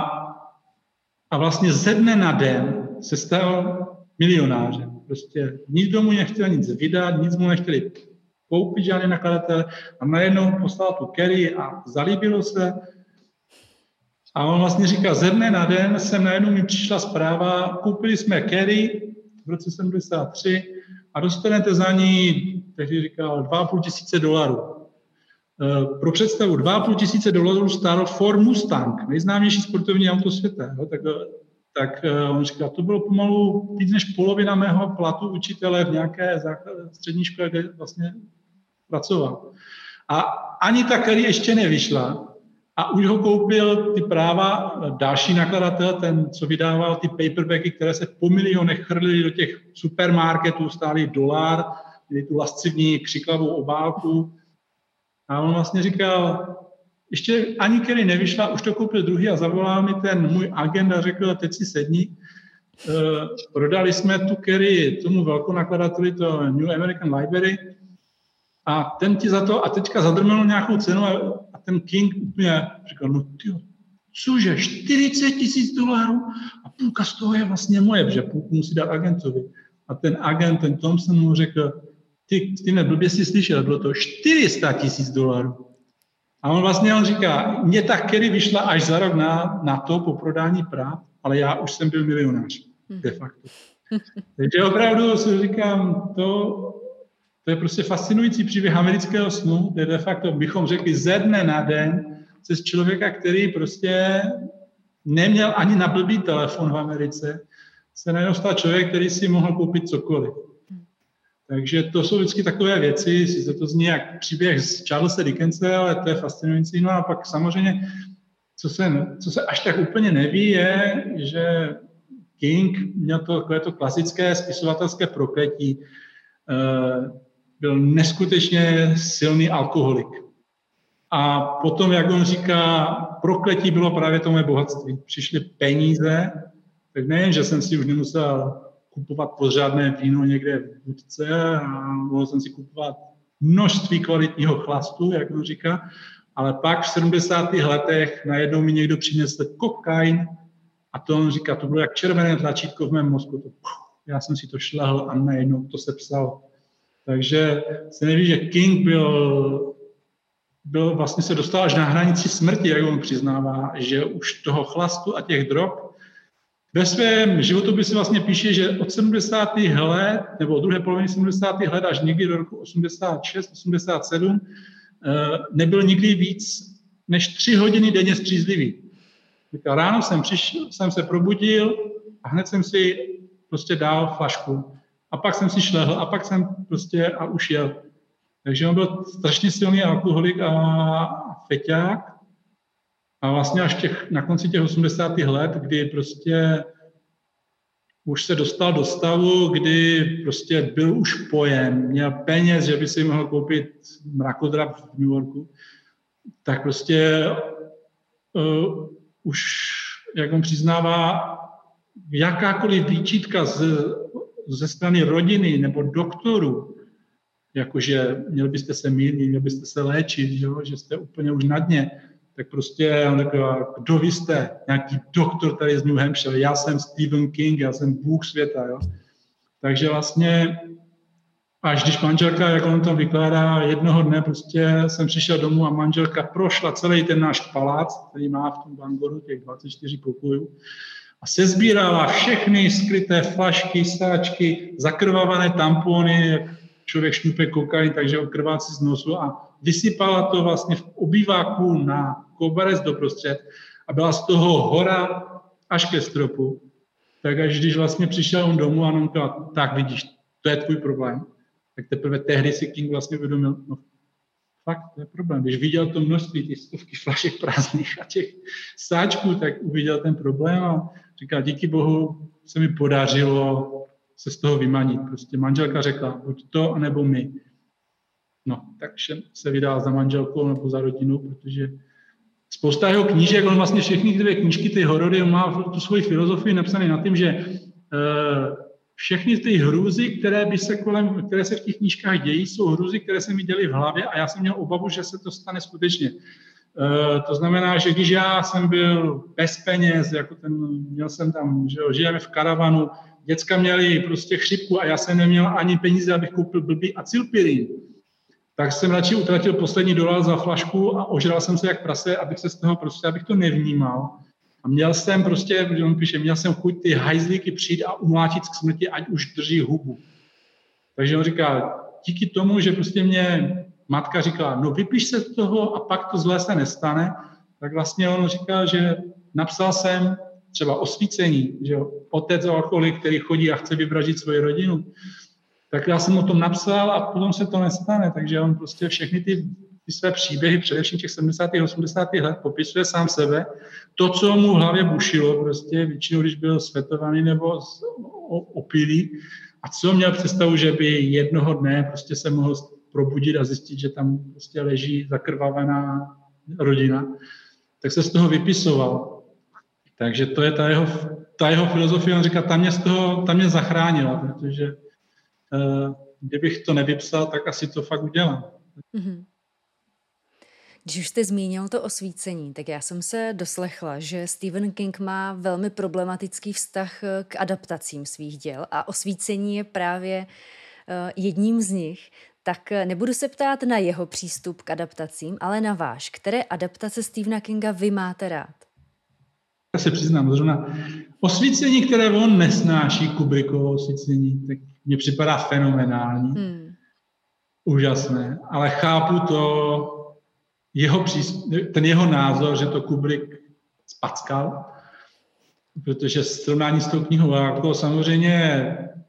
a vlastně ze dne na den se stal milionářem. Prostě nikdo mu nechtěl nic vydat, nic mu nechtěli koupit žádný nakladatel a najednou poslal tu Carrie a zalíbilo se. A on vlastně říká, ze dne na den jsem najednou mi přišla zpráva, koupili jsme Carrie v roce sedmdesát tři a dostanete za ní, tehdy říkal, dva a půl tisíce dolarů. Pro představu, dva a půl tisíce dolarů stál Ford Mustang, nejznámější sportovní auto světa. Jo? Tak, tak on říkal, to bylo pomalu víc než polovina mého platu učitele v nějaké střední škole, kde vlastně pracoval. A ani ta Carrie ještě nevyšla a už ho koupil ty práva další nakladatel, ten, co vydával ty paperbacky, které se po milionech chrlily do těch supermarketů, stály dolar, měli tu lascivní křiklavou obálku. A on vlastně říkal, ještě ani Carrie nevyšla, už to koupil druhý a zavolal mi ten můj agent a řekl, teď si sedni. Uh, prodali jsme tu Carrie tomu velkonakladateli, to New American Library, a ten ti za to, a teďka zadrmil nějakou cenu a, a ten King úplně říkal, no tyjo, cože, čtyřicet tisíc dolarů a půlka z toho je vlastně moje, protože půlku musí dát agentovi. A ten agent, ten Thompson mu řekl, ty, ty neblbě si slyšel, bylo to čtyři sta tisíc dolarů. A on vlastně on říká, mě ta Carrie vyšla až za rok na, na to po prodání práv, ale já už jsem byl milionář, de facto. Takže opravdu si říkám, to, to je prostě fascinující příběh amerického snu, kde de facto bychom řekli ze dne na den z člověka, který prostě neměl ani na blbý telefon v Americe, se najednou stal člověk, který si mohl koupit cokoliv. Takže to jsou vždycky takové věci, sice to zní jak příběh z Charlesa Dickense, ale to je fascinující. No a pak samozřejmě, co se, co se až tak úplně neví, je, že King měl to takové to klasické spisovatelské prokletí. Byl neskutečně silný alkoholik. A potom, jak on říká, prokletí bylo právě to moje bohatství. Přišly peníze, tak nejen, že jsem si už nemusel kupovat pořádné víno někde v budce a mohl jsem si kupovat množství kvalitního chlastu, jak on říká, ale pak v sedmdesátých letech najednou mi někdo přinesl kokain a to on říká, to bylo jak červené tlačítko v mém mozku. To, já jsem si to šlehl a najednou to se psalo. Takže se neví, že King byl, byl, vlastně se dostal až na hranici smrti, jak on přiznává, že už toho chlastu a těch drog. Ve svém životopise vlastně píše, že od sedmdesátých let, nebo od druhé poloviny sedmdesátých let až někdy do roku osmdesát šest osmdesát sedm nebyl nikdy víc než tři hodiny denně střízlivý. Říkal, ráno jsem přišel, jsem se probudil a hned jsem si prostě dal flašku. A pak jsem si šlehl a pak jsem prostě a už jel. Takže on byl strašně silný alkoholik a, a feťák. A vlastně až těch, na konci těch osmdesátých let, kdy prostě už se dostal do stavu, kdy prostě byl už pojem, měl peněz, že by si mohl koupit mrakodrap v New Yorku, tak prostě uh, už, jak on přiznává, jakákoliv výčitka z, ze strany rodiny nebo doktorů, jakože měl byste se mýlit, měl byste se léčit, jo, že jste úplně už na dně, tak prostě on řekl, kdo vy jste? Nějaký doktor tady z New Hampshire, já jsem Stephen King, já jsem Bůh světa, jo. Takže vlastně, až když manželka, jak on tam vykládá, jednoho dne prostě jsem přišel domů a manželka prošla celý ten náš palác, který má v tom Bangoru těch dvacet čtyři pokojů, a sezbírala všechny skryté flašky, sáčky, zakrvavané tampony, jak člověk šňupe kokain, takže ho krvácí z nosu a vysypala to vlastně v obýváku na koberec doprostřed a byla z toho hora až ke stropu. Tak až když vlastně přišel on domů a on říkal, tak vidíš, to je tvůj problém. Tak teprve tehdy si King vlastně uvědomil, no fakt, to je problém. Když viděl to množství, těch stovky flašek prázdných a těch sáčků, tak uviděl ten problém a říkal, díky bohu se mi podařilo se z toho vymanit. Prostě manželka řekla, buď to, anebo my. No, takže se vydal za manželkou nebo za rodinu, protože spousta jeho knížek, on vlastně všechny dvě knížky, ty horory, on má tu svoji filozofii napsané na tím, že e, všechny ty hrůzy, které, by se kolem, které se v těch knížkách dějí, jsou hrůzy, které se mi děly v hlavě a já jsem měl obavu, že se to stane skutečně. E, to znamená, že když já jsem byl bez peněz, jako ten, měl jsem tam, že jo, žijeme v karavanu, děcka měli prostě chřipku a já jsem neměl ani peníze, abych koupil blbý acylpirin. Tak jsem radši utratil poslední dolar za flašku a ožral jsem se jak prase, abych se z toho prostě, abych to nevnímal. A měl jsem prostě, protože on píše, měl jsem chuť ty hajzlíky přijít a umlátit k smrti, ať už drží hubu. Takže on říká, díky tomu, že prostě mě matka říkala, no vypiš se z toho a pak to zlé se nestane, tak vlastně on říkal, že napsal jsem třeba osvícení, že jo, otec alkoholik, který chodí a chce vyvraždit svoji rodinu, tak já jsem o tom napsal a potom se to nestane, takže on prostě všechny ty, ty své příběhy, především těch sedmdesátých osmdesátých let, popisuje sám sebe. To, co mu v hlavě bušilo, prostě většinou, když byl svetovaný nebo opilý, a co měl představu, že by jednoho dne prostě se mohl probudit a zjistit, že tam prostě leží zakrvavená rodina, tak se z toho vypisoval. Takže to je ta jeho, ta jeho filozofie, on říká, ta mě z toho, ta mě zachránila, protože uh, kdybych to nevypsal, tak asi to fakt udělám. Mm-hmm. Když už jste zmínil to osvícení, tak já jsem se doslechla, že Stephen King má velmi problematický vztah k adaptacím svých děl a osvícení je právě uh, jedním z nich. Tak nebudu se ptát na jeho přístup k adaptacím, ale na váš. Které adaptace Stephena Kinga vy máte rád? Já se přiznám, zrovna osvícení, které on nesnáší, Kubrickovo osvícení, tak mně připadá fenomenální, hmm. úžasné, ale chápu to, jeho přístup, ten jeho názor, že to Kubrick spackal, protože srovnání s tou knihou, jako samozřejmě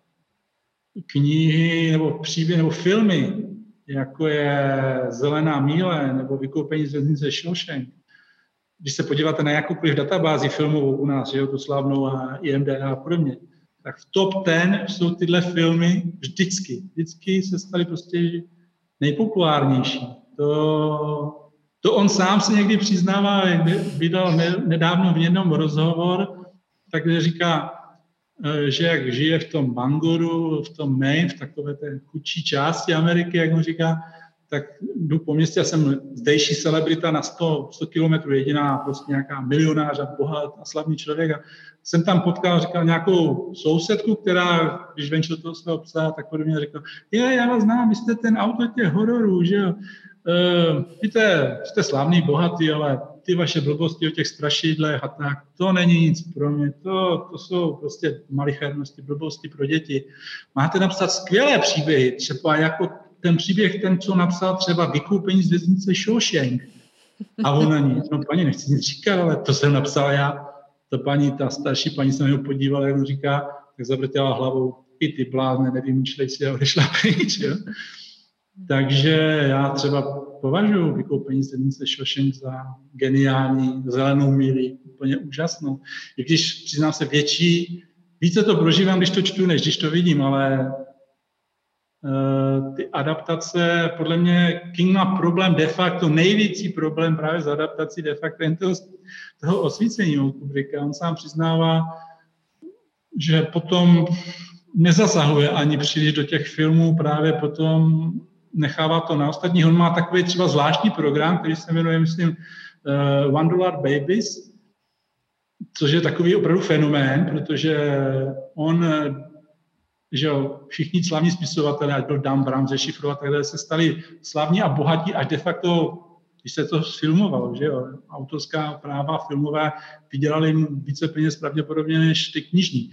knihy nebo příběhy nebo filmy, jako je Zelená míle nebo Vykoupení z věznice Shawshank, když se podíváte na jakoukoliv databázi filmovou u nás, že jo, tu slavnou a I M D B a podobně, tak v top deset jsou tyhle filmy vždycky. Vždycky se staly prostě nejpopulárnější. To, to on sám se někdy přiznává, vydal nedávno v jednom rozhovor, takže říká, že jak žije v tom Bangoru, v tom Maine, v takové té chudší části Ameriky, jak mu říká, tak jdu po městě, já jsem zdejší celebrita na sto, sto kilometrů jediná, prostě nějaká milionář a bohat a slavný člověk. A jsem tam potkal, říkal, nějakou sousedku, která, když venčil toho svého psa, tak podobně říkal, je, já vás znám, vy jste ten autor těch hororů, že jo. Uh, víte, jste slavný, bohatý, ale ty vaše blbosti o těch strašidlech a tak, to není nic pro mě, to, to jsou prostě malichernosti, blbosti pro děti. Máte napsat skvělé příběhy, třeba jako ten příběh, ten, co napsal třeba Vykoupení z věznice Shawshank. A on na ní, no paní, nechci nic říkat, ale to jsem napsal já. Ta paní, ta starší paní se na něho podívala, jak on říká, tak zavrtěla hlavou, i ty blázne, nevymýšlej si, a odešla pryč, jo. Takže já třeba považuji Vykoupení z věznice Shawshank za geniální, zelenou míli, úplně úžasnou. I když, přiznám se, větší, více to prožívám, když to čtu, než když to vidím, ale uh, ty adaptace, podle mě King má problém de facto, největší problém právě s adaptací de facto jen toho, toho osvícení od Kubricka. On sám přiznává, že potom nezasahuje ani příliš do těch filmů, právě potom nechává to na ostatní. On má takový třeba zvláštní program, který se jmenuje, myslím, uh, One Dollar Babies, což je takový opravdu fenomén, protože on, že jo, všichni slavní spisovatelé, ať byl Dan Brown, Zešifrovat, tak se stali slavní a bohatí až de facto, když se to filmovalo, že jo, autorská práva filmové vydělali jim více peněz pravděpodobně než ty knižní.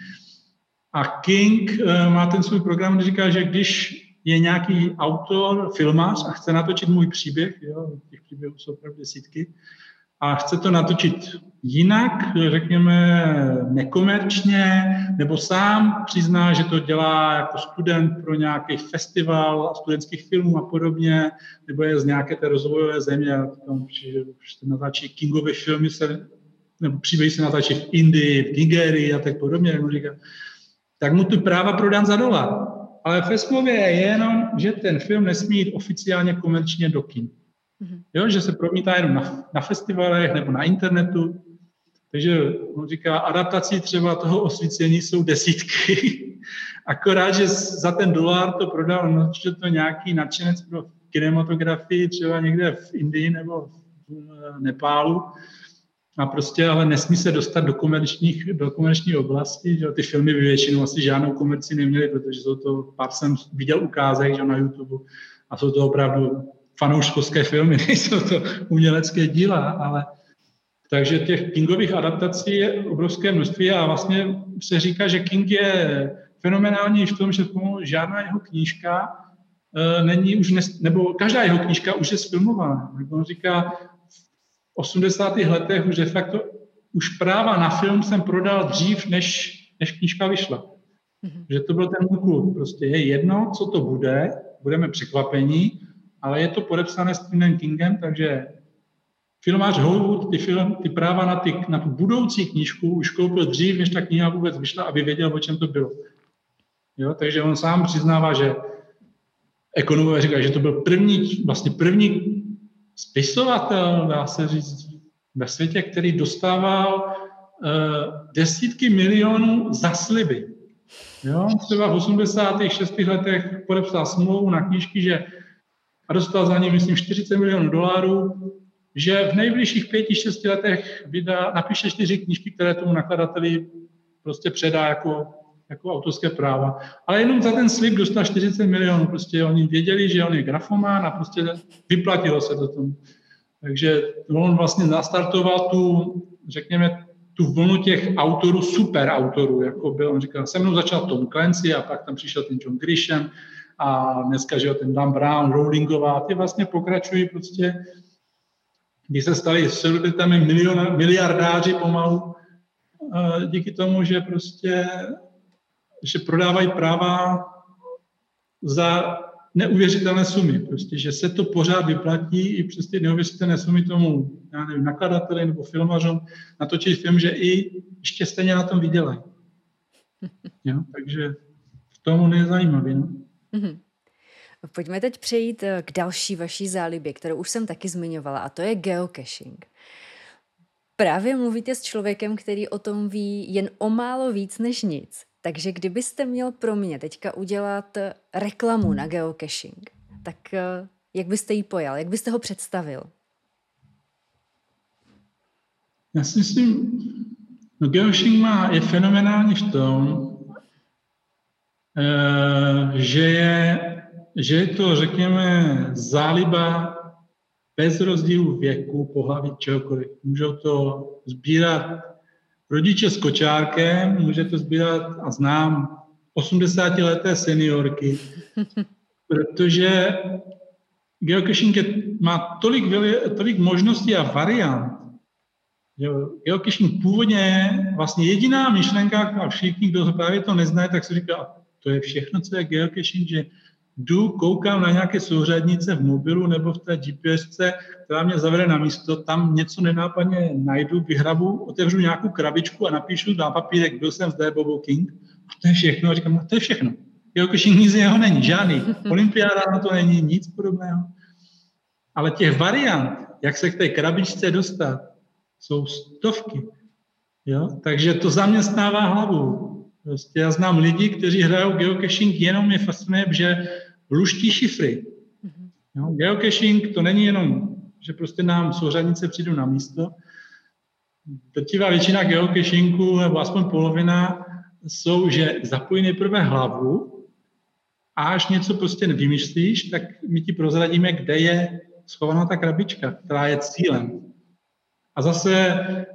A King uh, má ten svůj program, kde říká, že když je nějaký autor, filmář a chce natočit můj příběh, jo, těch příběhů jsou opravdu desítky, a chce to natočit jinak, řekněme nekomerčně, nebo sám přizná, že to dělá jako student pro nějaký festival studentských filmů a podobně, nebo je z nějaké té rozvojové země, tam, že se natáčí Kingovy filmy, se, nebo příběhy se natáčí v Indii, v Nigerii a tak podobně, jak mu říká, tak mu tu práva prodám za dolar. Ale ve smlouvě je jenom, že ten film nesmí jít oficiálně komerčně do kin. Jo, že se promítá jenom na, na festivalech nebo na internetu. Takže on říká, adaptací třeba toho osvícení jsou desítky. Akorát, že za ten dolar to prodal, no, že to nějaký nadšenec pro kinematografii třeba někde v Indii nebo v Nepálu. A prostě ale nesmí se dostat do komerčních, do komerční oblasti, že ty filmy by většinou asi žádnou komerci neměly, protože jsou to, pár jsem viděl ukázek, že na YouTube, a jsou to opravdu fanouškovské filmy, nejsou to umělecké díla, ale takže těch Kingových adaptací je obrovské množství a vlastně se říká, že King je fenomenální v tom, že žádná jeho knížka e, není už, ne, nebo každá jeho knížka už je sfilmovaná. On říká, v osmdesátých letech už de facto už práva na film jsem prodal dřív, než, než knížka vyšla. Mm-hmm. Že to byl ten můj klub. Prostě je jedno, co to bude, budeme překvapení, ale je to podepsané Stephenem Kingem, takže filmář Hollywood ty, film, ty práva na, ty, na tu budoucí knížku už koupil dřív, než ta kniha vůbec vyšla, aby věděl, o čem to bylo. Jo, takže on sám přiznává, že ekonomové říkají, že to byl první, vlastně první spisovatel, dá se říct, ve světě, který dostával uh, desítky milionů za sliby. Jo, třeba v osmdesátých šestých letech podepsal smlouvu na knížky, že a dostal za ní, myslím, čtyřicet milionů dolarů, že v nejbližších pěti, šesti letech vydá, napíše čtyři knížky, které tomu nakladateli prostě předá jako, jako autorské práva. Ale jenom za ten slib dostal čtyřicet milionů. Prostě oni věděli, že on je grafomán a prostě vyplatilo se to tomu. Takže on vlastně nastartoval tu, řekněme, tu vlnu těch autorů, super autorů, jako byl, on říkal, se mnou začal Tom Clancy a pak tam přišel ten John Grisham a dneska, že jo, ten Dan Brown, Rowlingová, ty vlastně pokračují prostě, když se stali celebritami miliardáři pomalu, díky tomu, že prostě, že prodávají práva za neuvěřitelné sumy, prostě, že se to pořád vyplatí i přes ty neuvěřitelné sumy tomu, já nevím, nakladateli nebo filmařům natočit film, že i ještě stejně na tom vydělají. Jo, takže v tomu nezajímavý, no. Mm-hmm. Pojďme teď přejít k další vaší zálibě, kterou už jsem taky zmiňovala, a to je geocaching. Právě mluvíte s člověkem, který o tom ví jen o málo víc než nic. Takže kdybyste měl pro mě teďka udělat reklamu na geocaching, tak jak byste ji pojal, jak byste ho představil? Já si myslím, no geocaching má, je fenomenální v tom, že je, že je to, řekněme, záliba bez rozdílu věku, pohlaví, čehokoliv. Můžou to sbírat rodiče s kočárkem, může to sbírat, a znám, osmdesátileté seniorky. protože geocaching je, má tolik, tolik možností a variant. Geocaching původně je vlastně jediná myšlenka, a všichni, kdo právě to neznají, tak si říká, to je všechno, co je geocaching, že jdu, koukám na nějaké souřadnice v mobilu nebo v té GPSce, která mě zavede na místo, tam něco nenápadně najdu, vyhrabu, otevřu nějakou krabičku a napíšu na papírek, byl jsem zde Bobo King, a to je všechno. A říkám, no, to je všechno. Geocaching nic z něho není, žádný. Olympiáda na to není, nic podobného. Ale těch variant, jak se k té krabičce dostat, jsou stovky. Jo? Takže to zaměstnává hlavu. Prostě já znám lidi, kteří hrajou geocaching, jenom mě fascinuje, že luští šifry. Jo? Geocaching to není jenom, že prostě nám souřadnice přijdou na místo. Drtivá většina geocachingu, nebo aspoň polovina, jsou, že zapojí nejprve hlavu a až něco prostě nevymyslíš, tak my ti prozradíme, kde je schovaná ta krabička, která je cílem. A zase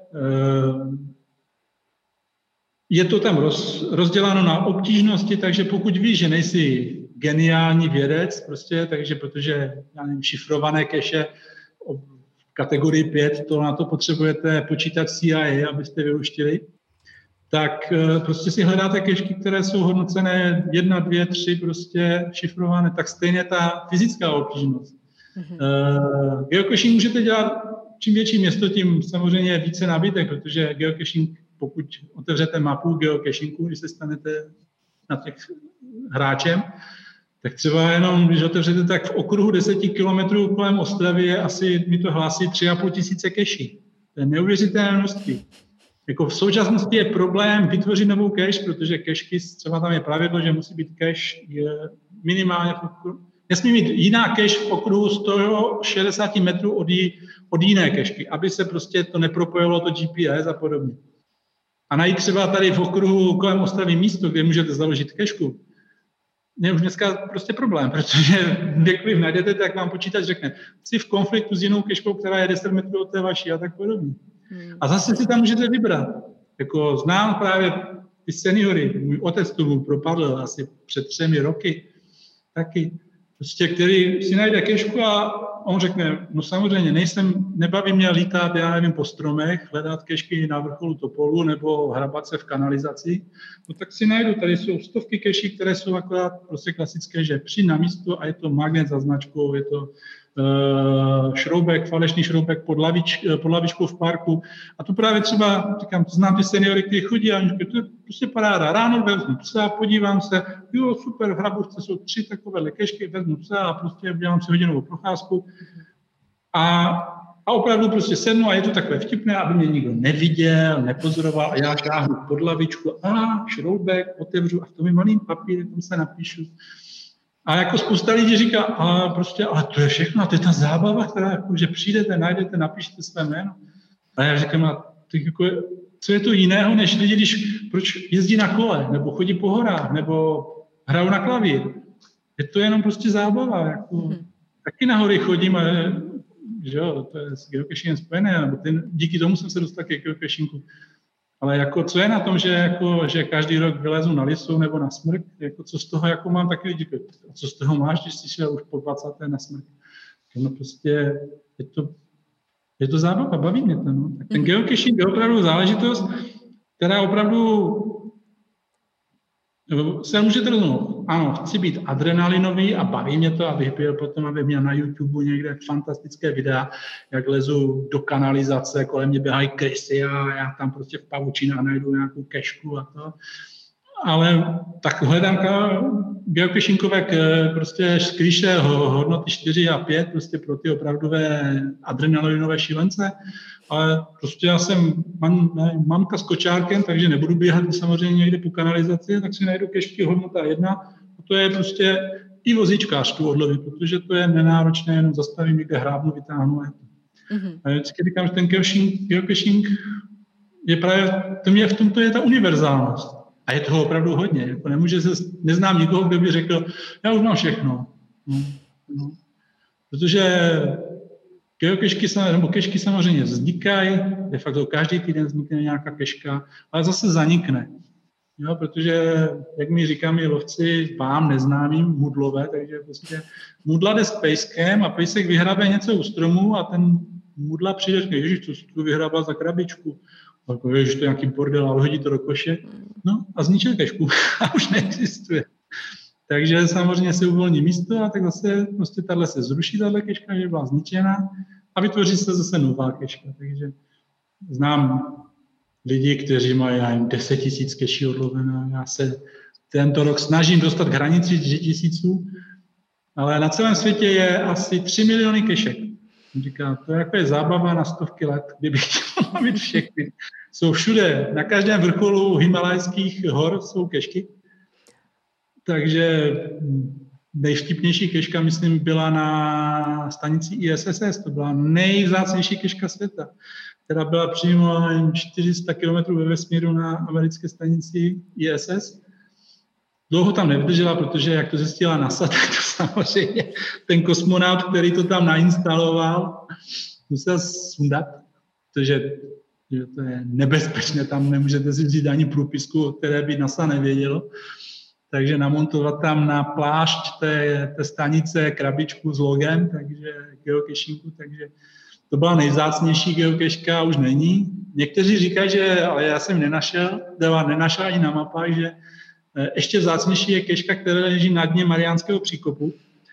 je to tam roz, rozděláno na obtížnosti, takže pokud víš, že nejsi geniální vědec, prostě, takže protože, já nevím, šifrované keše v kategorii pět, to na to potřebujete počítat C I A, abyste vyluštili, tak prostě si hledáte kešky, které jsou hodnocené jedna, dvě, tři, prostě šifrované, tak stejně ta fyzická obtížnost. Mm-hmm. Uh, geocaching můžete dělat, čím větší město, tím samozřejmě více nabídek, protože geocaching, pokud otevřete mapu geocachingu, když se stanete na těch hráčem, tak třeba jenom, když otevřete, tak v okruhu deseti kilometrů kolem Ostravy je asi, mi to hlásí, tři a půl tisíce keší. To je neuvěřitelné množství. Jako v současnosti je problém vytvořit novou cache, protože kešky, třeba tam je pravidlo, že musí být cache minimálně v okruhu. Nesmí mít jiná cache v okruhu sto šedesát metrů od, jí, od jiné kešky, aby se prostě to nepropojilo to G P S a podobně. A najít třeba tady v okruhu kolem Ostravy místo, kde můžete založit kešku, je už dneska prostě problém, protože kdekoliv najdete, tak vám počítač řekne, jsi v konfliktu s jinou keškou, která je deset metrů od té vaší a tak podobně. Hmm. A zase si tam můžete vybrat. Jako znám právě ty seniory, můj otec tomu propadl asi před třemi roky, taky, prostě, který si najde kešku a on řekne, no samozřejmě, nejsem, nebaví mě lítat, já nevím, po stromech, hledat kešky na vrcholu Topolu nebo hrabat se v kanalizaci, no tak si najdu, tady jsou stovky keší, které jsou akorát prostě klasické, že přijď na místo a je to magnet za značkou, je to uh, šroubek, falešný šroubek pod, lavič, pod lavičkou v parku. A to právě třeba, říkám, to znám ty seniory, kteří chodí a říkají, to je prostě paráda, ráno vezmu psa, podívám se, jo, super, v Hrabovce jsou tři takové kešky, vezmu psa a prostě udělám si hodinovou procházku. A, a opravdu prostě sednu a je to takové vtipné, aby mě nikdo neviděl, nepozoroval a já šáhnu pod lavičku a šroubek otevřu a v tom je malým papírem, tam se napíšu. A jako spousta lidí říká, ale prostě, ale to je všechno, to je ta zábava, která jako, že přijdete, najdete, napíšete své jméno. A já říkám, a ty, jako, co je to jiného, než lidi, když, proč jezdí na kole, nebo chodí po horách, nebo hrajou na klavír. Je to jenom prostě zábava. Jako, hmm. Taky na hory chodím a že jo, to je s geocachingem spojené, nebo ten, díky tomu jsem se dostal ke geocachingu. Ale jako, co je na tom, že, jako, že každý rok vylezu na Lisu nebo na Smrk, jako, co z toho jako mám taky lidi, a co z toho máš, když jsi šel už po dvacáté na Smrk. No prostě je to, je to zábava, baví mě to. No. Tak ten geocaching je opravdu záležitost, která opravdu se můžete rozhodnout. Ano, chci být adrenalinový a baví mě to, abych byl potom, abych měl na YouTube někde fantastické videa, jak lezu do kanalizace, kolem mě běhají krysy a já tam prostě v pavučinách najdu nějakou kešku a to. Ale tak hledám geocachingové prostě skrýše hodnoty čtyři a pět prostě pro ty opravdové adrenalinové šílence. Ale prostě já jsem mám, ne, mamka s kočárkem, takže nebudu běhat samozřejmě někde po kanalizaci, tak si najdu kešky hodnota jedna. A to je prostě i vozíčkář tu odlovit, protože to je nenáročné, jenom zastavím někde hrábnu, vytáhnu. Mm-hmm. A vždycky říkám, že ten geocaching je právě, to mě v tomto je ta univerzálnost. A je toho opravdu hodně. Jako nemůže se, neznám nikoho, kdo by řekl, já už mám všechno. No, no. Protože geokešky, nebo kešky samozřejmě vznikají, de facto každý týden vznikne nějaká keška, ale zase zanikne. Jo, protože, jak mi říkají lovci, vám neznámým mudlové, takže prostě mudla jde s pejskem a pejsek vyhrabe něco u stromu a ten mudla přijde, říká, ježiš, co tu vyhrabal za krabičku. A jako, ježiš, to je nějaký bordel a hodí to do koše. No a zničil kešku a už neexistuje. Takže samozřejmě se uvolní místo a tak zase prostě tahle se zruší, tahle keška, že byla zničena a vytvoří se zase nová keška. Takže znám lidi, kteří mají deset tisíc keší odlovené. Já se tento rok snažím dostat k hranici deset tisíců, ale na celém světě je asi tři miliony kešek. Říká, to je jako je zábava na stovky let, kdybych chtěl mít všechny. Jsou všude, na každém vrcholu himalajských hor jsou kešky. Takže nejvtipnější keška, myslím, byla na stanici I S S S. To byla nejvzácnější keška světa, která byla přímo čtyři sta kilometrů ve vesmíru na americké stanici I S S. Dlouho tam nevydržela, protože, jak to zjistila NASA, tak to samozřejmě ten kosmonaut, který to tam nainstaloval, musel sundat, protože že to je nebezpečné, tam nemůžete si vzít ani průpisku, o které by NASA nevědělo. Takže namontovat tam na plášť té, té stanice krabičku s logem, takže geocachinku, takže to byla nejvzácnější geocaška, už není. Někteří říkají, že, ale já jsem nenašel, teda nenašel ani na mapách, že ještě vzácnější je keška, která leží na dně Mariánského příkopu,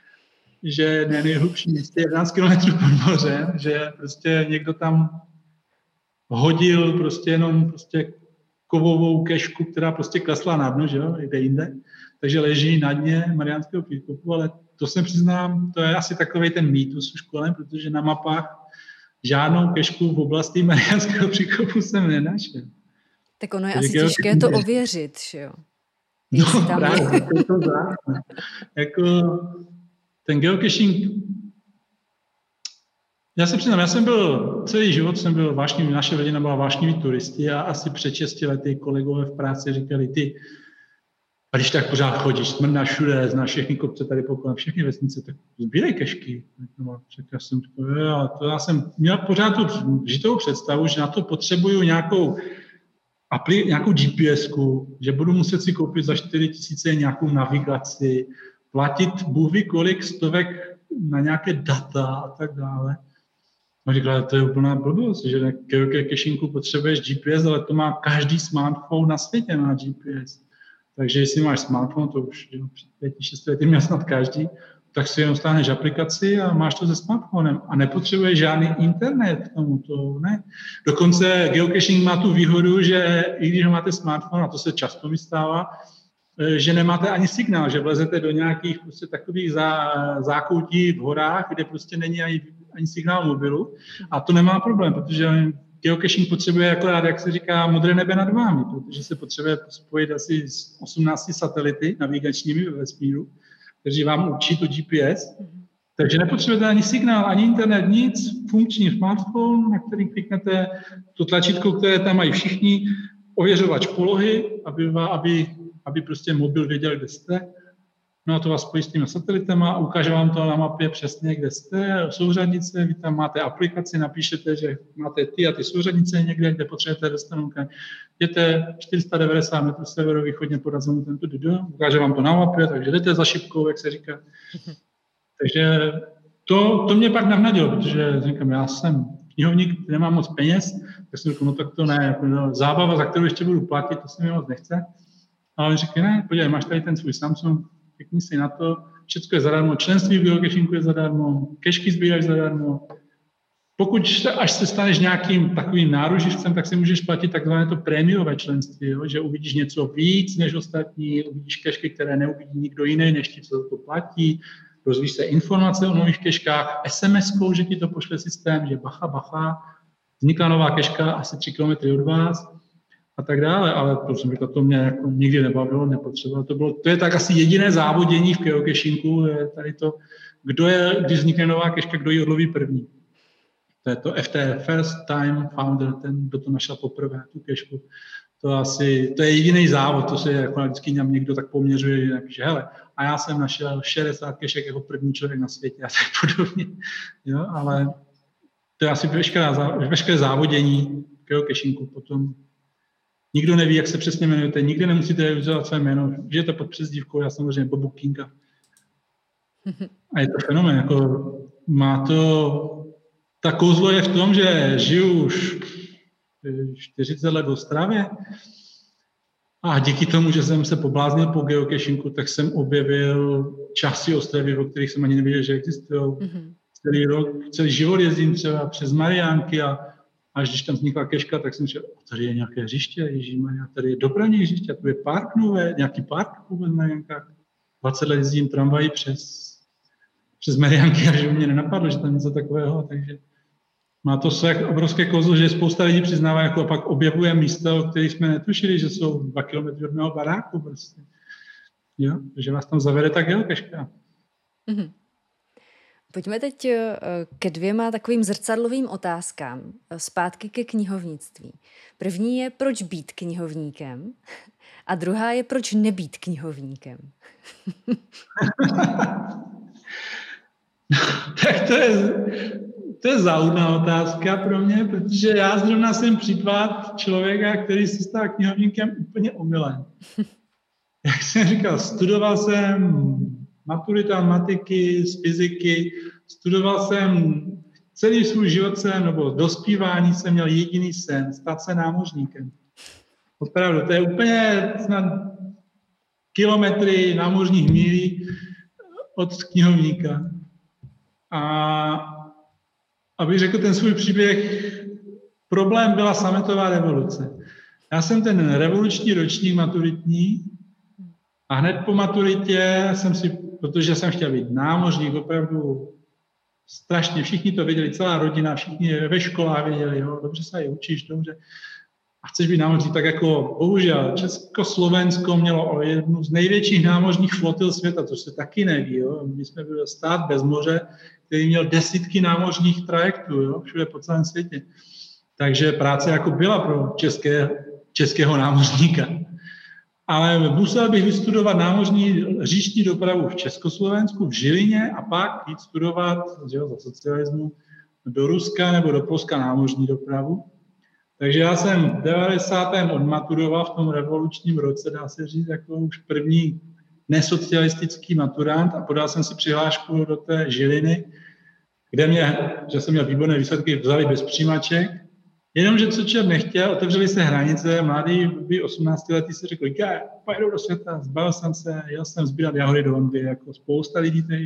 že ne nejhlubší místě, jedenáct kilometrů pod mořem, že prostě někdo tam hodil prostě jenom prostě kovovou kešku, která prostě klesla na dno, že jo, jde jinde, takže leží na dně Mariánského příkopu, ale to se přiznám, to je asi takovej ten mýtus už kolem, protože na mapách žádnou kešku v oblasti Mariánského příkopu jsem nenašel. Tak ono je asi těžké to ověřit, že jo? No právě, to je to zároveň. Jako ten geocaching, já se přiznám, já jsem byl, celý život jsem byl vášnivý, naše rodina byla vášniví turisti a asi před šesti lety kolegové v práci říkali, ty, a když tak pořád chodíš, smrdáš všude, znáš všechny kopce tady pokolem, všechny vesnice, tak sbírej kešky. Já jsem říkal, to já jsem měl pořád tu žitou představu, že na to potřebuju nějakou apli, nějakou G P S ku, že budu muset si koupit za čtyři tisíce nějakou navigaci, platit Bůh ví kolik stovek na nějaké data a tak dále. A říkal, to je úplná blbost, že na geocachingu potřebuješ G P S, ale to má každý smartphone na světě má G P S. Takže jestli máš smartphone, to už jo, před pěti, šesti lety měl snad každý, tak si jenom stáhneš aplikaci a máš to se smartphonem a nepotřebuješ žádný internet k tomu, to ne. Dokonce geocaching má tu výhodu, že i když máte smartphone, a to se často vystává, že nemáte ani signál, že vlezete do nějakých prostě takových zá, zákoutí v horách, kde prostě není ani, ani signál mobilu a to nemá problém, protože geocaching potřebuje akorát, jak se říká, modré nebe nad vámi, protože se potřebuje spojit asi s osmnácti satelity navigačními ve vesmíru, kteří vám učí to G P S, takže nepotřebujete ani signál, ani internet, nic, funkční smartphone, na který kliknete to tlačítko, které tam mají všichni, ověřovač polohy, aby, aby, aby prostě mobil věděl, kde jste. No a to vás spojí s těmi satelitama a ukáže vám to na mapě přesně, kde jste, souřadnice, vy tam máte aplikaci, napíšete, že máte ty a ty souřadnice někde, kde potřebujete dostanou. Jdete čtyři sta devadesát metrů severovýchodně pod Razemu tento dudu, ukáže vám to na mapě, takže jdete za šipkou, jak se říká. Takže to, to mě pak navnadilo, protože říkám, já jsem knihovník, nemám moc peněz, tak jsem řekl, no tak to ne, jako, no, zábava, za kterou ještě budu platit, to se mi moc nechce. A on říká, ne, podívej, máš tady ten svůj Samsung, pěkni si na to, všechno je zadarmo, členství v geocachingu je zadarmo, kešky sbíráš zadarmo. Pokud až se staneš nějakým takovým náruživcem, tak si můžeš platit takzvané to prémiové členství, jo? Že uvidíš něco víc než ostatní, uvidíš kešky, které neuvidí nikdo jiný, než ti, co to platí, dozvíš se informace o nových keškách, es em eskou, že ti to pošle systém, že bacha, bacha, vznikla nová keška asi tři kilometry od vás, a tak dále, ale to jsem říkal, to mě jako nikdy nebavilo, nepotřebovalo. To bylo, to je tak asi jediné závodění v geocachingu, je tady to, kdo je, když vznikne nová keška, kdo ji odloví první. To je to F T, First Time Founder, ten, kdo to našel poprvé, tu kešku. To asi, to je jediný závod, to se jako vždycky někdo tak poměřuje, že napíše, hele, a já jsem našel šedesát kešek jako první člověk na světě a tak podobně. Jo, ale to je asi veškerá, veškeré závodění geocachingu potom. Nikdo neví, jak se přesně jmenujete, nikdy nemusíte vyjadřovat své jméno, žijete pod přezdívkou, já samozřejmě Bobo Kinga. A je to fenomén, jako má to, ta kouzlo je v tom, že žiju už čtyřicet let v Ostravě a díky tomu, že jsem se pobláznil po geocachingu, tak jsem objevil části Ostravy, o kterých jsem ani nevěděl, že existují. Mm-hmm. Celý rok, celý život jezdím třeba přes Mariánky a až když tam vznikla keška, tak jsem říkal, tady je nějaké hřiště, ježíšmarja, tady je dopravní hřiště, tu je park nové, nějaký park vůbec na Mariánkách. dvacet let jezdím tramvají přes, přes Mariánky a že mě nenapadlo, že tam něco takového, takže má to své obrovské kouzlo, že spousta lidí přiznává, jako a pak objevuje místa, o kterých jsme netušili, že jsou dva kilometry od mého baráku prostě. Jo, že vás tam zavede ta geocache. Mm-hmm. Pojďme teď ke dvěma takovým zrcadlovým otázkám. Zpátky ke knihovnictví. První je, proč být knihovníkem? A druhá je, proč nebýt knihovníkem? Tak to je, to je zajímavá otázka pro mě, protože já zrovna jsem případ člověka, který se stal knihovníkem úplně omylem. Jak jsem říkal, studoval jsem maturita matiky, z fyziky, studoval jsem celý svůj život jsem, nebo dospívání jsem měl jediný sen, stát se námořníkem. Opravdu, to je úplně snad kilometry námořních mílí od knihovníka. A abych řekl ten svůj příběh, problém byla sametová revoluce. Já jsem ten revoluční ročník maturitní a hned po maturitě jsem si, protože jsem chtěl být námořník, opravdu strašně, všichni to věděli, celá rodina, všichni ve školách věděli, jo, dobře se je učíš, dobře. A chceš být námořník, tak jako bohužel Československo mělo jednu z největších námořních flotil světa, což se taky neví, jo. My jsme byli stát bez moře, který měl desítky námořních trajektů, jo, všude po celém světě. Takže práce jako byla pro české, českého námořníka. Ale musel bych vystudovat námořní říční dopravu v Československu, v Žilině a pak jít studovat že jo, za socialismu do Ruska nebo do Polska námořní dopravu. Takže já jsem v devadesátém odmaturoval v tom revolučním roce, dá se říct, jako už první nesocialistický maturant a podal jsem si přihlášku do té Žiliny, kde mě, že jsem měl výborné výsledky, vzali bez přijímaček. Jenomže co člověk nechtěl, otevřeli se hranice, mladý, by osmnáctiletý se řekl, já pojedu do světa, zbavil jsem se, jel jsem sbírat jahody do Anglie, jako spousta lidí tehdy.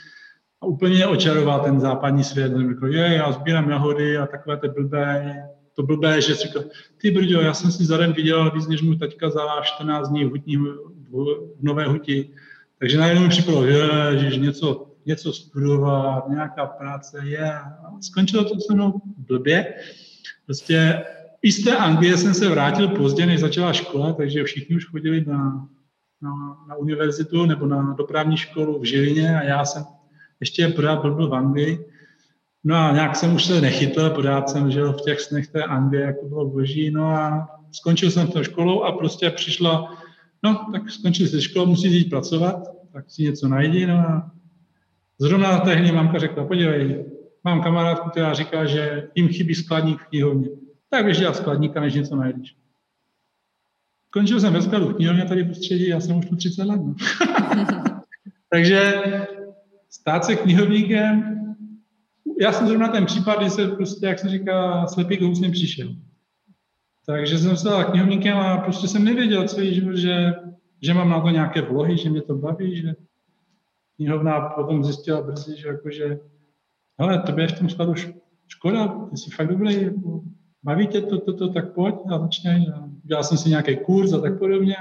A úplně očaroval ten západní svět. On řekl, je, já sbírám jahody a takové to blbé, to blbé, že řekl, ty brďo, já jsem si za den viděl víc než můj taťka za čtrnáct dní v, hutní, v Nové Huti. Takže najednou mi připadlo, že něco, něco studovat, nějaká práce je. A skončilo to se mnou blbě. Prostě i z té Anglie jsem se vrátil pozdě, než začala škola, takže všichni už chodili na, na, na univerzitu nebo na dopravní školu v Žilině a já jsem ještě pořád byl v Anglii. No a nějak jsem už se nechytl, pořád jsem žil v těch snech té Anglie, jak to bylo boží, no a skončil jsem tou školou a prostě přišla, no tak skončil se školou, musíš jít pracovat, tak si něco najdi, no a zrovna na tehdy mamka řekla, podívej, mám kamarádku, která říká, že jim chybí skladník v knihovně. Tak běž dělat skladníka, než něco najdeš. Končil jsem ve skladu v knihovně tady v Ústředí, já jsem už tu třicet let. No. Takže stát se knihovníkem, já jsem zrovna ten případ, kdy se prostě, jak se říká, slepý k housím přišel. Takže jsem se dal knihovníkem a prostě jsem nevěděl celý život, že, že mám na to nějaké vlohy, že mě to baví, že knihovna potom zjistila brzy, že jakože hele, tebe je v tom skladu škoda, ty jsi fakt dobrý, jako, baví tě to, to, to, tak pojď a začneš. Dělal jsem si nějaký kurz a tak podobně.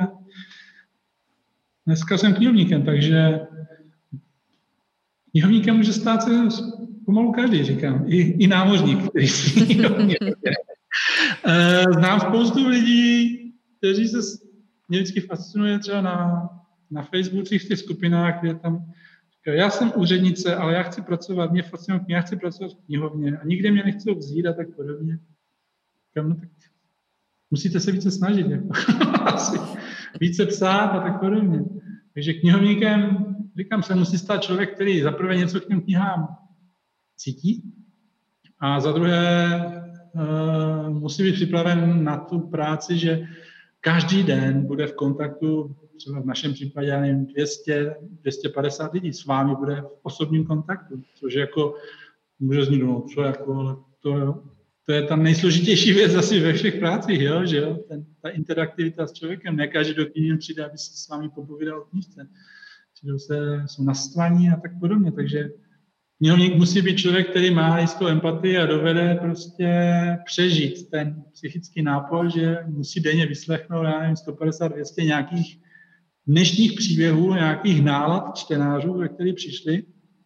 Dneska jsem knihovníkem, takže knihovníkem může stát se pomalu každý, říkám. I, i námořník, který si knihovník. Znám spoustu lidí, kteří se mě vždycky fascinuje třeba na, na Facebookích v těch skupinách, kde tam já jsem úřednice, ale já chci pracovat, mě fascinuje, já chci pracovat v knihovně a nikde mě nechcou vzít a tak podobně. No, tak musíte se více snažit, jako. Asi více psát a tak podobně. Takže knihovníkem, říkám, se musí stát člověk, který za prvé něco k těm knihám cítí a za druhé uh, musí být připraven na tu práci, že každý den bude v kontaktu, třeba v našem případě, já nevím, dvě stě, dvě stě padesát lidí s vámi bude v osobním kontaktu, což jako může znít, no, co jako, to, to je ta nejsložitější věc asi ve všech prácích, jo, že jo, ten, ta interaktivita s člověkem, ne každý do knihy přijde, aby se s vámi popovídal o knížce, že se, jsou nastvaní a tak podobně, takže knihovník musí být člověk, který má jistou empatii a dovede prostě přežít ten psychický nápor, že musí denně vyslechnout, já nevím, sto padesát dvě stě nějakých dnešních příběhů, nějakých nálad čtenářů, ve kterých přišli.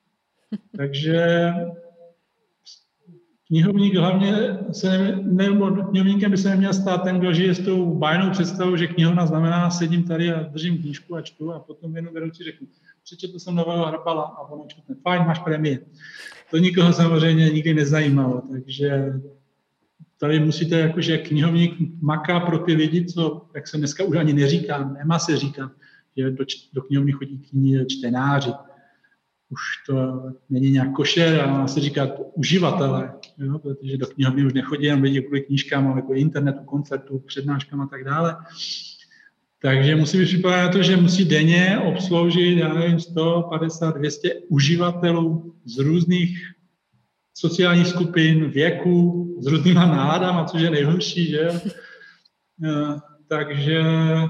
Takže knihovník hlavně se ne, nebo knihovníkem by se neměl stát ten, kdo žije s tou bájnou představou, že knihovna znamená, sedím tady a držím knížku a čtu a potom jenom vedoucí řeknu, přečetl jsem nového Hrabala a ono čtne, fajn, máš prémie. To nikoho samozřejmě nikdy nezajímalo, takže tady musíte, jakože knihovník maká pro ty lidi, co, jak se dneska už ani neříká, nemá se říkat, že do, do knihovny chodí knihy čtenáři. Už to není nějak košer a má se říkat uživatelé, jo? Protože do knihovny už nechodí jen lidi kvůli knížkám, ale kvůli internetu, koncertu, přednáškám a tak dále. Takže musí být připraven na to, že musí denně obsloužit, já nevím, sto padesát dvě stě uživatelů z různých sociálních skupin, věku, s různýma náladama, což je nejhorší, že jo. Takže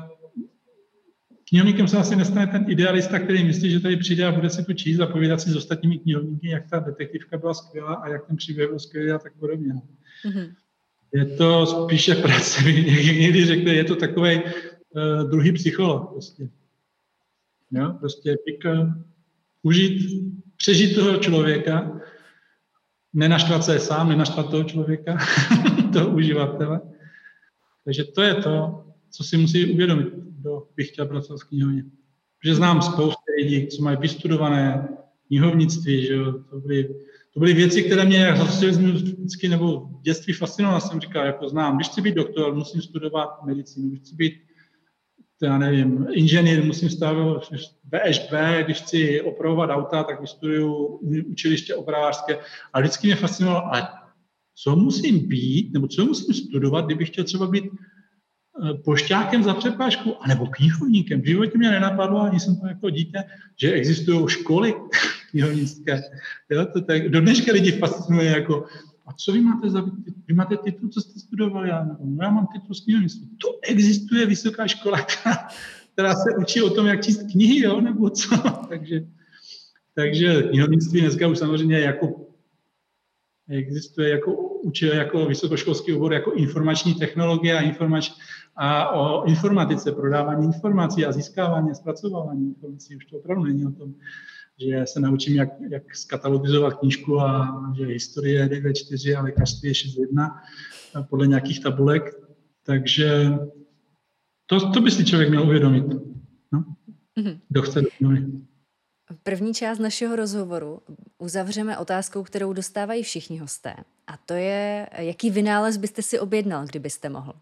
knihovníkem se asi nestane ten idealista, který myslí, že tady přijde a bude si tu číst a povídat si s ostatními knihovníky, jak ta detektivka byla skvělá a jak ten příběh byl skvělý a tak podobně. Mm-hmm. Je to spíše práce, někdy řekne, je to takovej uh, druhý psycholog prostě. Jo, prostě pika, užít, přežít toho člověka, nenaštvat se sám, nenaštvat toho člověka, toho uživatele. Takže to je to, co si musí uvědomit, kdo by chtěl pracovat v knihovně. Protože znám spoustu lidí, co mají vystudované knihovnictví, že jo, to byly, to byly věci, které mě jak vždycky nebo v dětství fascinovaly, jsem říkal, jako znám, když chci být doktor, musím studovat medicínu, když chci být, já nevím, inženýr, musím stávat V Š B, když chci opravovat auta, tak vystuduju učiliště opravářské. A vždycky mě fascinovalo, ale co musím být, nebo co musím studovat, kdybych chtěl třeba být pošťákem za přepážku, anebo knihovníkem. V životě mě nenapadlo, ani jsem to jako dítě, že existují školy knihovnické. Jo, to tak, do dneška lidi fascinuje jako, a co vy máte za, vy máte titul, co jste studovali? Já, no, já mám titul z knihovnictví. To existuje vysoká škola, která, která se učí o tom, jak číst knihy, jo, nebo co. takže, takže knihovnictví dneska už samozřejmě jako existuje jako učil jako vysokoškolský obor jako informační technologie a, informač, a o informatice, prodávání informací a získávání a zpracovávání informací. Už to opravdu není o tom, že se naučím, jak, jak skatalogizovat knížku a že historie je devět čtyři a lékařství je šest jedna podle nějakých tabulek. Takže to, to by si člověk měl uvědomit. No? Mm-hmm. Kdo chce do knihy. První část našeho rozhovoru uzavřeme otázkou, kterou dostávají všichni hosté. A to je, jaký vynález byste si objednal, kdybyste mohl?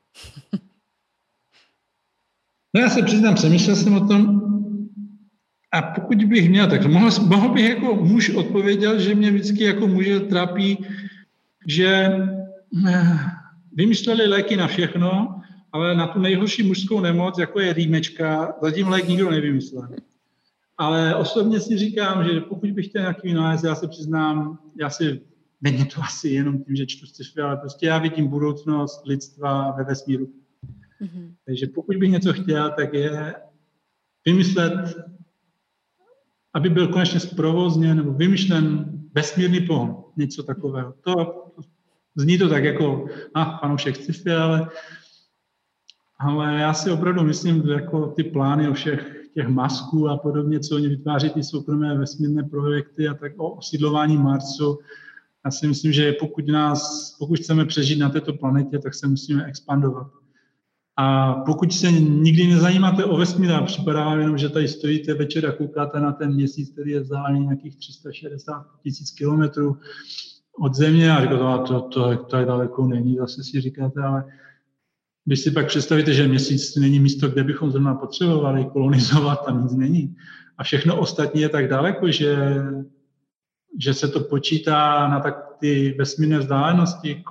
No já se přiznám, přemýšlel jsem o tom, a pokud bych měl, tak mohl, mohl bych jako muž odpověděl, že mě vždycky jako muže trápí, že vymysleli léky na všechno, ale na tu nejhorší mužskou nemoc, jako je rýmečka, zatím lék nikdo nevymyslel. Ale osobně si říkám, že pokud bych chtěl nějaký vynález, já se přiznám, já si, není to asi jenom tím, že čtu sci-fi, ale prostě já vidím budoucnost lidstva ve vesmíru. Mm-hmm. Takže pokud bych něco chtěl, tak je vymyslet, aby byl konečně zprovozněn nebo vymyšlen vesmírný pohon, něco takového. To, to zní to tak jako, ah, fanoušek sci-fi, ale, ale já si opravdu myslím, že jako ty plány o všech těch Musků a podobně, co oni vytváří, ty soukromé vesmírné projekty a tak o osídlování Marsu. Já si myslím, že pokud nás, pokud chceme přežít na této planetě, tak se musíme expandovat. A pokud se nikdy nezajímáte o vesmír a připadá vám jenom, že tady stojíte večer a koukáte na ten měsíc, který je vzdálený nějakých tři sta šedesát tisíc kilometrů od Země a říkáte, to, to, to je daleko není, zase si říkáte, ale když si pak představíte, že měsíc není místo, kde bychom zrovna potřebovali kolonizovat, tam nic není. A všechno ostatní je tak daleko, že, že se to počítá na tak ty vesmírné vzdálenosti, kolik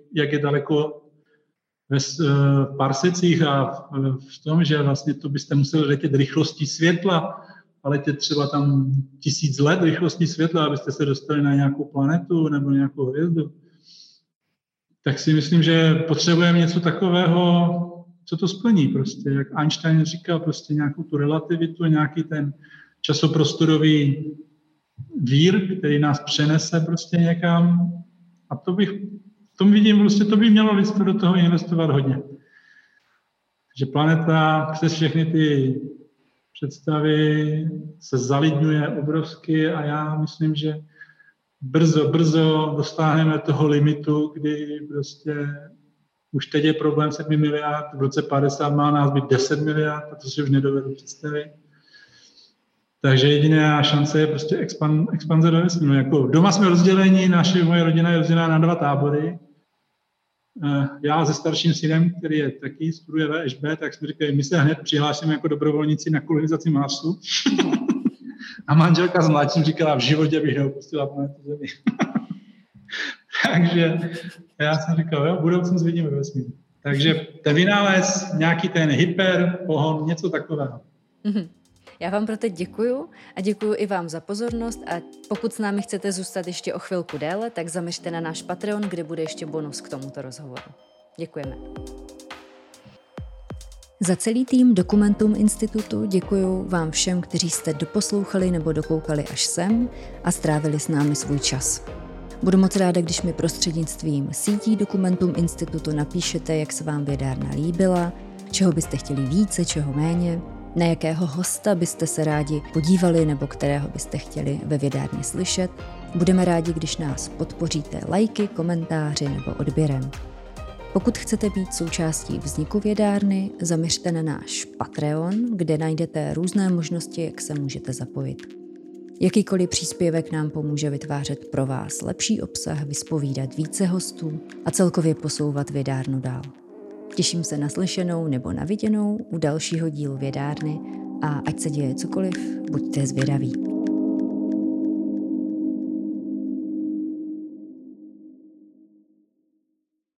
jak je daleko ve parsecích a v tom, že vlastně to byste museli letět rychlostí světla, a letět třeba tam tisíc let rychlostí světla, abyste se dostali na nějakou planetu nebo nějakou hvězdu. Tak si myslím, že potřebujeme něco takového, co to splní prostě. Jak Einstein říkal, prostě nějakou tu relativitu, nějaký ten časoprostorový vír, který nás přenese prostě někam. A to bych, to vidím, prostě to by mělo lidstvo do toho investovat hodně. Že planeta přes všechny ty představy se zalidňuje obrovsky a já myslím, že brzo, brzo dostáhneme toho limitu, kdy prostě už teď je problém sedmi miliard, v roce padesát má nás být deset miliard, a to si už nedovedu představit. Takže jediná šance je prostě expan, expanze do vesmíru. Jako doma jsme rozděleni, naše moje rodina je rozdělená na dva tábory. Já se starším synem, který je taky, studuje V Š B, tak jsme říkali, my se hned přihlásíme jako dobrovolníci na kolonizaci Marsu. A manželka s mladším říkala, v životě bych neopustila planetu Zemi. Takže já jsem říkal, jo, budoucnost vidíme ve vesmíru. Takže ten vynález, nějaký ten hyper, pohon, něco takového. Mm-hmm. Já vám pro teď děkuju a děkuju i vám za pozornost a pokud s námi chcete zůstat ještě o chvilku déle, tak zaměřte na náš Patreon, kde bude ještě bonus k tomuto rozhovoru. Děkujeme. Za celý tým Dokumentum Institutu děkuju vám všem, kteří jste doposlouchali nebo dokoukali až sem a strávili s námi svůj čas. Budu moc ráda, když mi prostřednictvím sítí Dokumentum Institutu napíšete, jak se vám vědárna líbila, čeho byste chtěli více, čeho méně, na jakého hosta byste se rádi podívali nebo kterého byste chtěli ve vědárně slyšet. Budeme rádi, když nás podpoříte lajky, komentáři nebo odběrem. Pokud chcete být součástí vzniku vědárny, zaměřte na náš Patreon, kde najdete různé možnosti, jak se můžete zapojit. Jakýkoliv příspěvek nám pomůže vytvářet pro vás lepší obsah, vyspovídat více hostů a celkově posouvat vědárnu dál. Těším se na slyšenou nebo na viděnou u dalšího dílu vědárny a ať se děje cokoliv, buďte zvědaví.